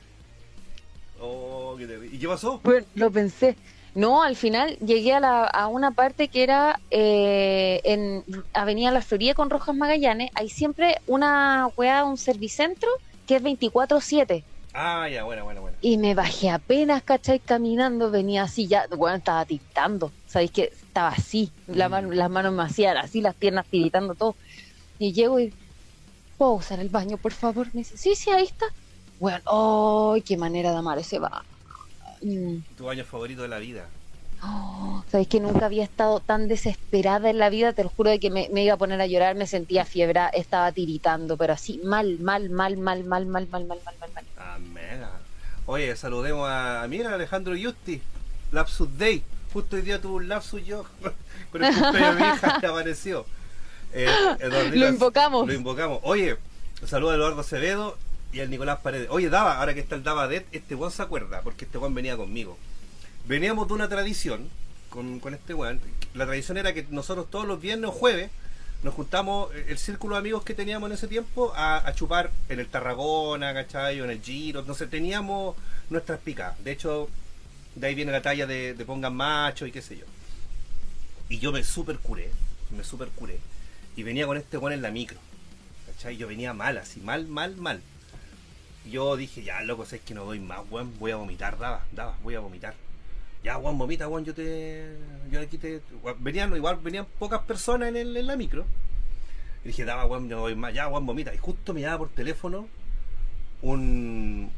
Oh, ¿qué te... ¿Y qué pasó? Bueno, lo pensé. No, al final llegué a, la, a una parte que era eh, en Avenida La Florida con Rojas Magallanes. Hay siempre una weá, un servicentro que es veinticuatro siete. Ah, ya, bueno, bueno, bueno. Y me bajé apenas, ¿cachai? Caminando, venía así, ya, bueno, estaba tiritando. ¿Sabéis que estaba así? Mm. La mano, las manos me hacían así, las piernas tiritando, todo. Y llego y, ¿puedo usar el baño, por favor? Me dice, sí, sí, ahí está. Bueno, ¡oh, qué manera de amar ese baño! Mm. Tu baño favorito de la vida. Oh, sabéis que nunca había estado tan desesperada en la vida, te lo juro de que me, me iba a poner a llorar, me sentía fiebre, estaba tiritando, pero así mal, mal, mal, mal, mal, mal, mal, mal, mal, mal, mal. Ah, mega. Oye, saludemos a, mira, Alejandro Justi, Lapsus Day. Justo hoy día tuvo un lapsus yo, con el cumpleaños de mi hija que apareció. Eh, lo invocamos. Lo invocamos. Oye, saludos a Eduardo Acevedo y al Nicolás Paredes. Oye, Dava, ahora que está el Dava Det, este weón se acuerda, porque este weón venía conmigo. Veníamos de una tradición con, con este weón. La tradición era que nosotros todos los viernes o jueves nos juntamos, el círculo de amigos que teníamos en ese tiempo, a, a chupar en el Tarragona, ¿cachai? O en el Giro. Entonces teníamos nuestras picadas. De hecho, de ahí viene la talla de, de pongan macho y qué sé yo. Y yo me super curé, me super curé. Y venía con este weón en la micro, ¿cachai? Yo venía mal, así, mal, mal, mal. Yo dije, ya, loco, sé que no doy más, weón, voy a vomitar, daba, daba, voy a vomitar. Ya, Juan, vomita, Juan, yo te... Yo aquí te... Venían, igual venían pocas personas en, el, en la micro. Y dije, daba, Juan, no voy más. Ya, Juan, vomita. Y justo me llama por teléfono un...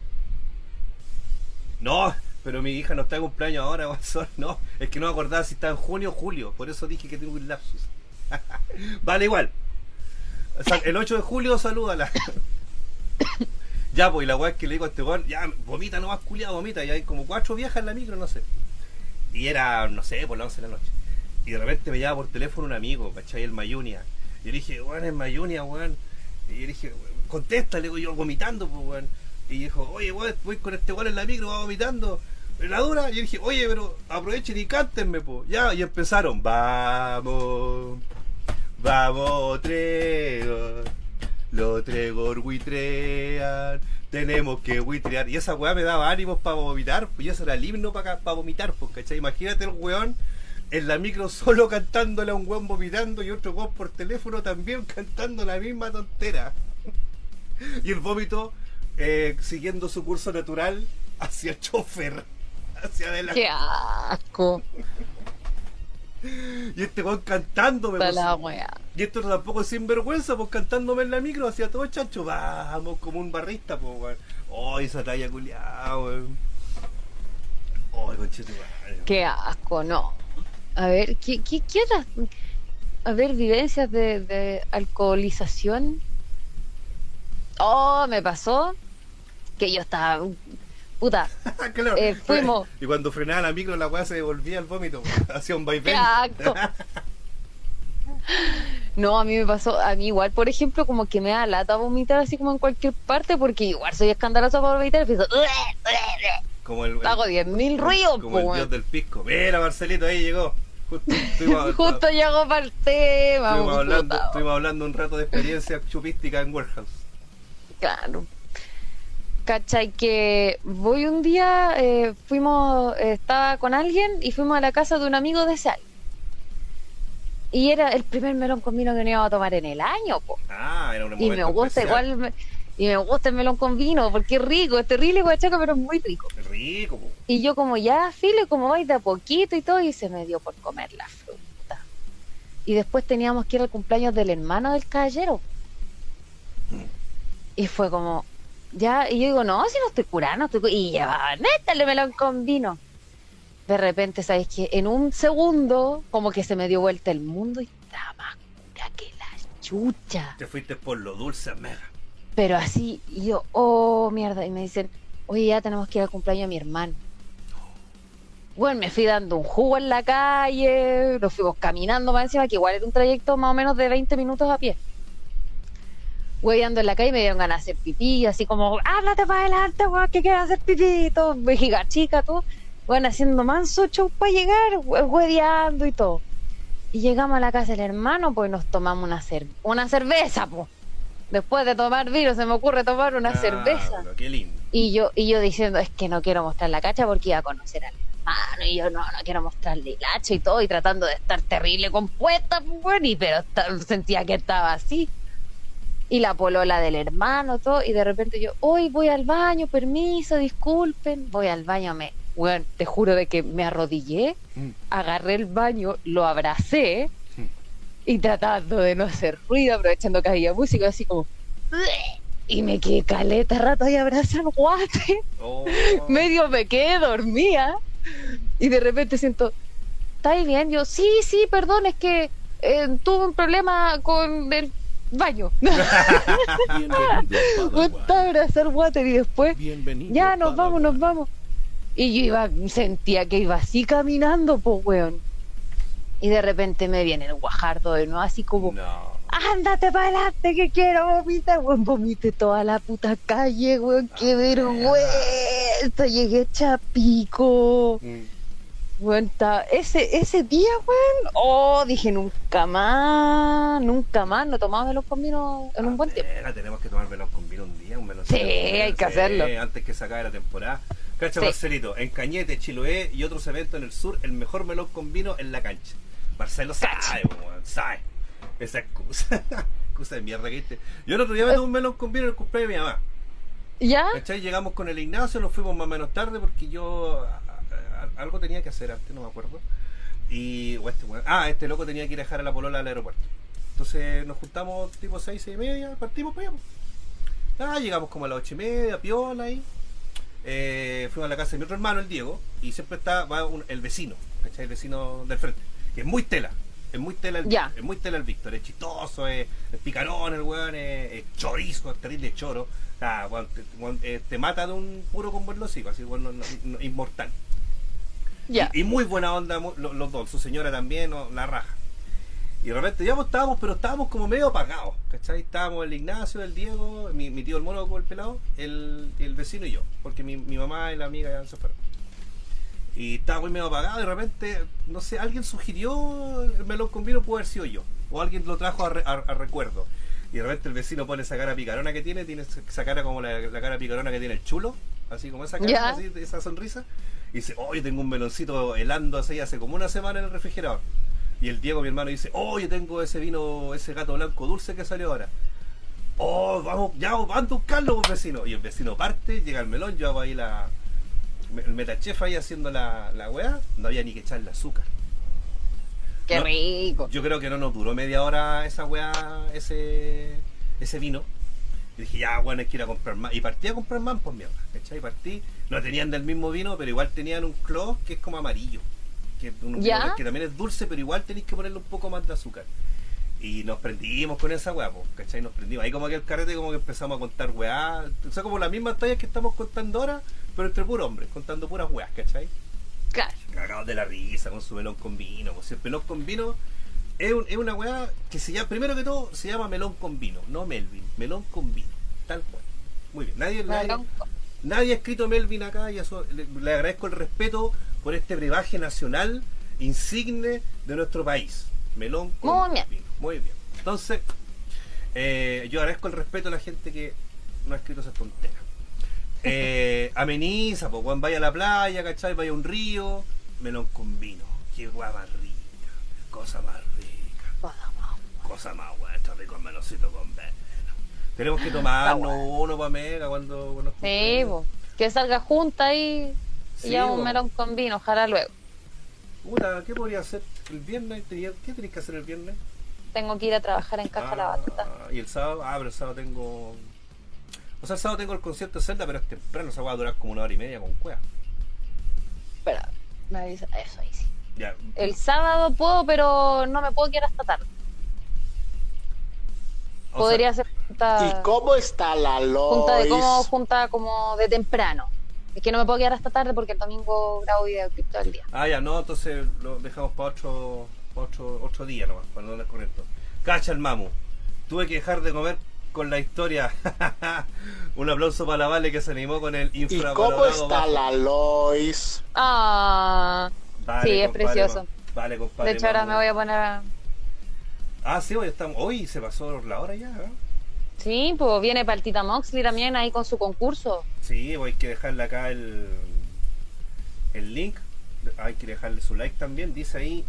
No, pero mi hija no está de cumpleaños ahora, Juan. No, es que no me acordaba si estaba en junio o julio. Por eso dije que tengo un lapsus. Vale, igual. O sea, el ocho de julio, salúdala. Ya, pues, y la weá es que le digo a este weón, ya, vomita nomás, culiado, vomita. Y hay como cuatro viejas en la micro, no sé. Y era, no sé, por las once de la noche. Y de repente me llama por teléfono un amigo, ¿cachai? El Mayunia. Y yo le dije, weón, es Mayunia, weón. Y yo le dije, contesta, le digo yo, vomitando, pues, weón. Y dijo, oye, weón, voy con este weón en la micro, va vomitando. La dura. Y yo dije, oye, pero aprovechen y cántenme, pues. Ya, y empezaron, vamos, vamos, Tregor. Los Tregor huitrean. Tenemos que huitrear. Y esa weá me daba ánimos para vomitar. Pues eso era el himno para pa vomitar, pues, ¿cachai? Imagínate el weón en la micro solo cantándole a un weón vomitando y otro weón por teléfono también cantando la misma tontera. Y el vómito eh, siguiendo su curso natural hacia el chofer. Hacia adelante. ¡Qué asco! Y este weón cantándome, pues, la wea. y esto tampoco es sinvergüenza, pues cantándome en la micro hacia todo chancho, vamos, como un barrista, pues weón. Oh, esa talla culiada, weón. Oh, conchete, weón. Qué asco, no. A ver, ¿qué, qué, qué otras? A ver, vivencias de, de alcoholización. Oh, me pasó que yo estaba... Puta, claro. eh, fuimos. Y cuando frenaba la micro, la weá se devolvía al vómito, hacía un vaivén. ¡Qué asco! No, a mí me pasó, a mí igual, por ejemplo, como que me da lata vomitar así como en cualquier parte, porque igual soy escandalosa para vomitar, empiezo, Como el, el- hago diez mil ruidos, como el po, dios weón. del pisco. Mira, Marcelito, ahí llegó. Justo estuvimos, Justo llego para el tema, estuvimos hablando, puta, estuvimos hablando un rato de experiencia chupística en Warehouse. claro. ¿Cachai? Que voy un día, eh, fuimos, eh, estaba con alguien y fuimos a la casa de un amigo de ese alguien. Y era el primer melón con vino que no iba a tomar en el año, po. Ah, era un Y me momento gusta especial. igual, me- y me gusta el melón con vino, porque es rico, es terrible guachaca, pero es muy rico. Rico, po. Y yo como ya, filo, como vais de a poquito y todo, y se me dio por comer la fruta. Y después teníamos que ir al cumpleaños del hermano del caballero. Y fue como, ya, y yo digo, no, si no estoy curada, no estoy curada. Y llevaba, métale melón con vino. De repente, ¿sabes qué? En un segundo, como que se me dio vuelta el mundo y estaba más cura que la chucha. Te fuiste por lo dulce, mega. Pero así, y yo, oh, mierda. Y me dicen, oye, ya tenemos que ir al cumpleaños de mi hermano. Bueno, me fui dando un jugo en la calle, nos fuimos caminando más encima, que igual era un trayecto más o menos de veinte minutos a pie. Hueveando en la calle me dieron ganas de hacer pipí, así como, háblate para adelante, weón, que quiero hacer pipí, y todo, vejiga chica, todo. Bueno, haciendo manso show para llegar, hue- hueveando y todo. Y llegamos a la casa del hermano, pues nos tomamos una, cer una cerveza, pues. Después de tomar vino se me ocurre tomar una Ah, cerveza. pero qué lindo. Y yo, y yo diciendo, es que no quiero mostrar la cacha porque iba a conocer al hermano. Y yo, no, no quiero mostrarle el hacha y todo. Y tratando de estar terrible compuesta, pues, bueno, y pero esta- sentía que estaba así. Y la polola del hermano, todo. Y de repente yo, hoy voy al baño, permiso, disculpen. Voy al baño, me, bueno, te juro de que me arrodillé, Mm. agarré el baño, lo abracé. Mm. Y tratando de no hacer ruido, aprovechando que había música, así como... Y me quedé caleta rato ahí abrazar guate. Oh. Medio me quedé dormida. Y de repente siento, ¿estáis bien? Yo, sí, sí, perdón, es que eh, tuve un problema con el baño. Bienvenido a Me Padawan. estaba a abrazar guate y después, Bienvenido ya a nos vamos, Padawan. nos vamos. Y yo iba, sentía que iba así caminando, pues, weón. Y de repente me viene el guajardo de nuevo, así como, No. ándate para adelante que quiero vomitar, weón. Vomité toda la puta calle, weón. Qué vergüenza. Llegué hecha pico. Mm. Weón, ta- ese, ese día, weón. Oh, dije nunca más, nunca más. No tomaba melón con vino en un buen tiempo. Mira, tenemos que tomar melón con vino un día, un melón. Sí, hay que hacerlo. Antes que se acabe la temporada. Cacha, Sí. Marcelito, en Cañete, Chiloé y otros eventos en el sur, el mejor melón con vino en la cancha. Marcelo sabe, Cacha. weón, sabe. Esa excusa. Excusa de mierda que diste. Yo el otro día me tomé un melón con vino en el cumpleaños de mi mamá. ¿Ya? ¿Cachai? Llegamos con el Ignacio, nos fuimos más o menos tarde porque yo a- a- algo tenía que hacer antes, no me acuerdo. Y o este, weón- ah, este loco tenía que ir a dejar a la polola al aeropuerto. Entonces nos juntamos tipo seis, seis y media, partimos para allá. po. Ah, llegamos como a las ocho y media, piola ahí. Eh, fuimos a la casa de mi otro hermano, el Diego, y siempre está va un- el vecino, ¿cachai? El vecino del frente, que es muy tela, es muy tela el, Ya. es muy tela el Víctor, es chistoso, es, es picarón el weón, es, es chorizo, es terrible choro. Ah, weón, te, weón, eh, te mata de un puro con verlo así, así weón, no- no- no- inmortal. Ya. Y, y muy buena onda mu- lo- los, dos, su señora también, no, la raja. Y de repente ya pues, estábamos, pero estábamos como medio apagados, ¿cachai? Estábamos el Ignacio, el Diego, mi, mi tío el mono con el pelado, el, el vecino y yo, porque mi, mi mamá y la amiga ya se fueron. Y estaba muy medio apagado y de repente, no sé, alguien sugirió el melón con vino, puede haber sido yo. O alguien lo trajo a, re- a- a recuerdo. Y de repente el vecino pone esa cara picarona que tiene, tiene esa cara como la, la cara picarona que tiene el chulo, así como esa cara, Ya. así, esa sonrisa. Y dice, oh, yo tengo un meloncito helando así hace como una semana en el refrigerador. Y el Diego, mi hermano, dice, oh, yo tengo ese vino, ese gato blanco dulce que salió ahora. Oh, vamos, ya, vamos a buscarlo, pues, vecino. Y el vecino parte, llega el melón, yo hago ahí la... el metachef ahí haciendo la, la weá, no había ni que echarle azúcar. Qué No, rico. Yo creo que no nos duró media hora esa weá, ese, ese vino. Y dije, ya, bueno, hay que ir a comprar más. Y partí a comprar más, pues mierda, ¿cachai? Y partí, no tenían del mismo vino, pero igual tenían un clos que es como amarillo. Que, es un ¿Ya? vino que también es dulce, pero igual tenéis que ponerle un poco más de azúcar. Y nos prendimos con esa weá, pues, ¿cachai? Nos prendimos. Ahí como que el carrete como que empezamos a contar weá. O sea, como las mismas tallas que estamos contando ahora, pero entre puros hombres, contando puras weás, ¿cachai? Claro. Cagados de la risa con su melón con vino. Pues si el melón con vino es, un, es una weá que se llama, primero que todo, se llama melón con vino, no Melvin, melón con vino, tal cual. Muy bien, nadie, nadie, nadie ha escrito Melvin acá y eso, le, le agradezco el respeto por este brebaje nacional insigne de nuestro país. Melón con Muy bien. vino. Muy bien. Entonces, eh, yo agradezco el respeto a la gente que no ha escrito esas tonteras. Eh, ameniza, pues cuando vaya a la playa, ¿cachai? Vaya a un río, melón con vino. Qué guay más rica, cosa más rica, cosa más buena, está rico el meloncito con vino. Tenemos que tomarnos uno para mega cuando, cuando Sí, po. Que salga junta y, Sí, y ya un po. melón con vino, ojalá luego. Puta, ¿qué podría hacer el viernes? Tenía- ¿Qué tenés que hacer el viernes? Tengo que ir a trabajar en Caja La Batuta. Y el sábado, ah, pero el sábado tengo. O sea, el sábado tengo el concierto de Zelda, pero es temprano, esa va a durar como una hora y media con cueva. Espera, me avisa. Eso ahí sí. Ya. El sábado puedo, pero no me puedo quedar hasta tarde. O Podría sea, ser junta, ¿Y cómo está la junta de como Lois? junta como de temprano. Es que no me puedo quedar hasta tarde porque el domingo grabo videoclip todo el día. Ah, ya, no, entonces lo dejamos para otro, pa' otro, otro día nomás, para no andar corriendo. Cacha el mamu. Tuve que dejar de comer con la historia. Un aplauso para la Vale que se animó con el ¿Y infravalorado cómo está bajo. la Lois? Ah, Vale, sí, es compadre, precioso. ma- Vale, compadre. De hecho, ahora mamu. me voy a poner a... Ah, sí, hoy estamos. Hoy se pasó la hora ya, ¿eh? Sí, pues viene Paltita Moxley también ahí con su concurso. Sí, pues hay que dejarle acá el, el link. Hay que dejarle su like también. Dice ahí.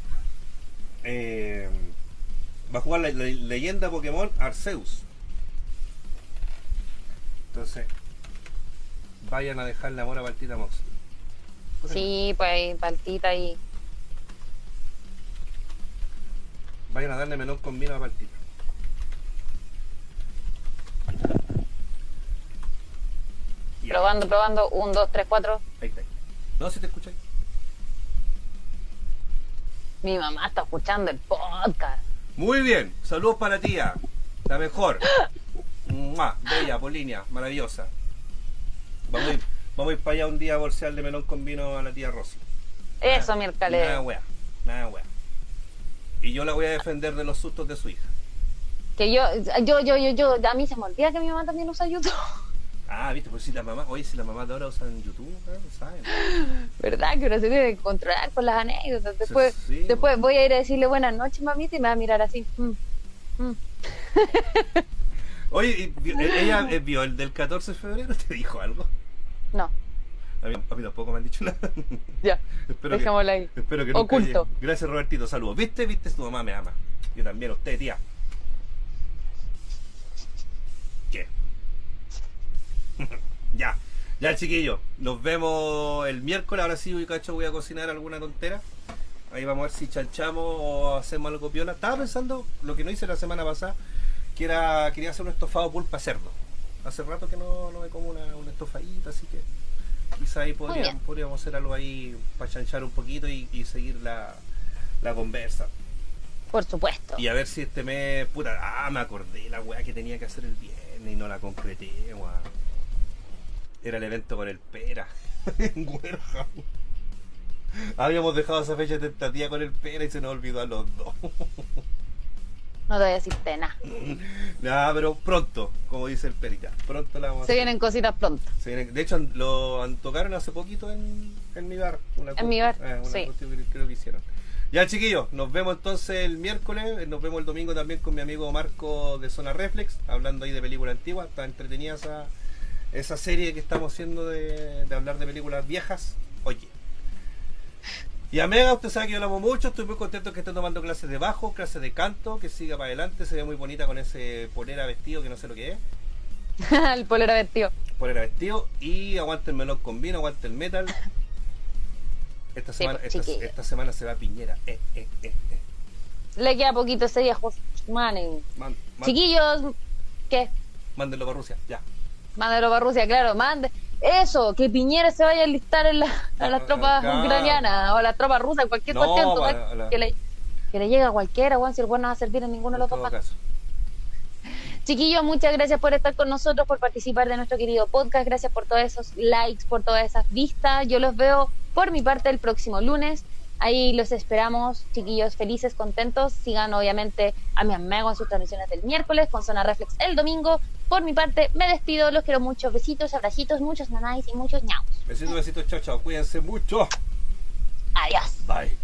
eh, va a jugar la, la leyenda Pokémon Arceus. Entonces, vayan a dejarle amor a Paltita Mox. Sí, pues ahí Paltita y... Vayan a darle melón con vino a Paltita. Y ahí, Probando, probando. Un, dos, tres, cuatro. ahí está. No, si te escucháis. Mi mamá está escuchando el podcast. Muy bien, saludos para la tía, la mejor. Mua, bella, Polinia, maravillosa. Vamos a ir, vamos a ir para allá un día a bolsearle melón con vino a la tía Rosy. Eso, mi Nada alcalde. wea, nada wea. Y yo la voy a defender de los sustos de su hija. Que yo, yo, yo, yo, yo, a mí se me olvida que mi mamá también usa YouTube. Ah, viste, pues si la mamá, oye, si la mamá de ahora usan YouTube, ¿eh? ¿Saben? ¿Verdad? Que uno se tiene que controlar con las anécdotas. Después, Sí, después voy a ir a decirle buenas noches, mamita, y me va a mirar así. mm, mm. Oye, y vio- ella eh, vio el del catorce de febrero, ¿te dijo algo? No, A mí, a mí tampoco me han dicho nada. ya, espero que, dejémosla ahí. espero que nunca Oculto. llegue. Gracias, Robertito, saludos. ¿Viste? ¿Viste? Tu mamá me ama. Yo también, usted, tía. ¿Qué? Ya, ya, chiquillos. Nos vemos el miércoles. Ahora sí, cacho, voy a cocinar alguna tontera. Ahí vamos a ver si chanchamos o hacemos algo piola. Estaba pensando lo que no hice la semana pasada, que era, quería hacer un estofado pulpa cerdo. Hace rato que no, no me como una, una estofadita, así que quizá ahí podríamos, bien. podríamos hacer algo ahí para chanchar un poquito y, y seguir la, la conversa. Por supuesto. Y a ver si este mes, puta, ah, me acordé la weá que tenía que hacer el viernes y no la concreté, weón. Era el evento con el Pera, en Huerja. Habíamos dejado esa fecha tentativa con el Pera y se nos olvidó a los dos. No te voy a decirte nada. Nada, pero pronto, como dice el Perita, pronto la vamos a Se hacer. vienen cositas pronto. Se vienen- de hecho, lo an- tocaron hace poquito en, en mi bar. Una En mi bar, eh, una sí. cuestión que creo que hicieron. Ya, chiquillos, nos vemos entonces el miércoles. eh, Nos vemos el domingo también con mi amigo Marco de Zona Reflex, hablando ahí de película antigua. Está entretenida esa, esa serie que estamos haciendo de, de hablar de películas viejas. Oye. Y a Mega, usted sabe que yo la amo mucho. Estoy muy contento que esté tomando clases de bajo, clases de canto, que siga para adelante. Se ve muy bonita con ese polera vestido que no sé lo que es. El polera vestido. Polera vestido y aguante el melón con vino, aguante el metal. Esta Sí, semana, pues, esta, chiquillo. esta semana se va a Piñera. Eh, eh, eh, eh. Le queda poquito ese día, José Manen. Man- man- Chiquillos, ¿qué? Mándenlo para Rusia, ya. Mándelo para Rusia, claro, mande. Eso, que Piñera se vaya a enlistar en la, a las Ah, tropas claro. ucranianas o a las tropas rusas, cualquier No, cuestión, total, para la- que, le, que le llegue a cualquiera, weón, si el weón no va a servir en ninguno de En los dos todo bandos. caso. Chiquillos, muchas gracias por estar con nosotros, por participar de nuestro querido podcast, gracias por todos esos likes, por todas esas vistas. Yo los veo por mi parte el próximo lunes Ahí los esperamos, chiquillos, felices, contentos. Sigan obviamente a mi amigo en sus transmisiones del miércoles con Zona Reflex el domingo. Por mi parte, me despido, los quiero mucho. Besitos, abracitos, muchos nanáis y muchos ñaus. Besitos, besitos, chao, chao. Cuídense mucho. Adiós. Bye.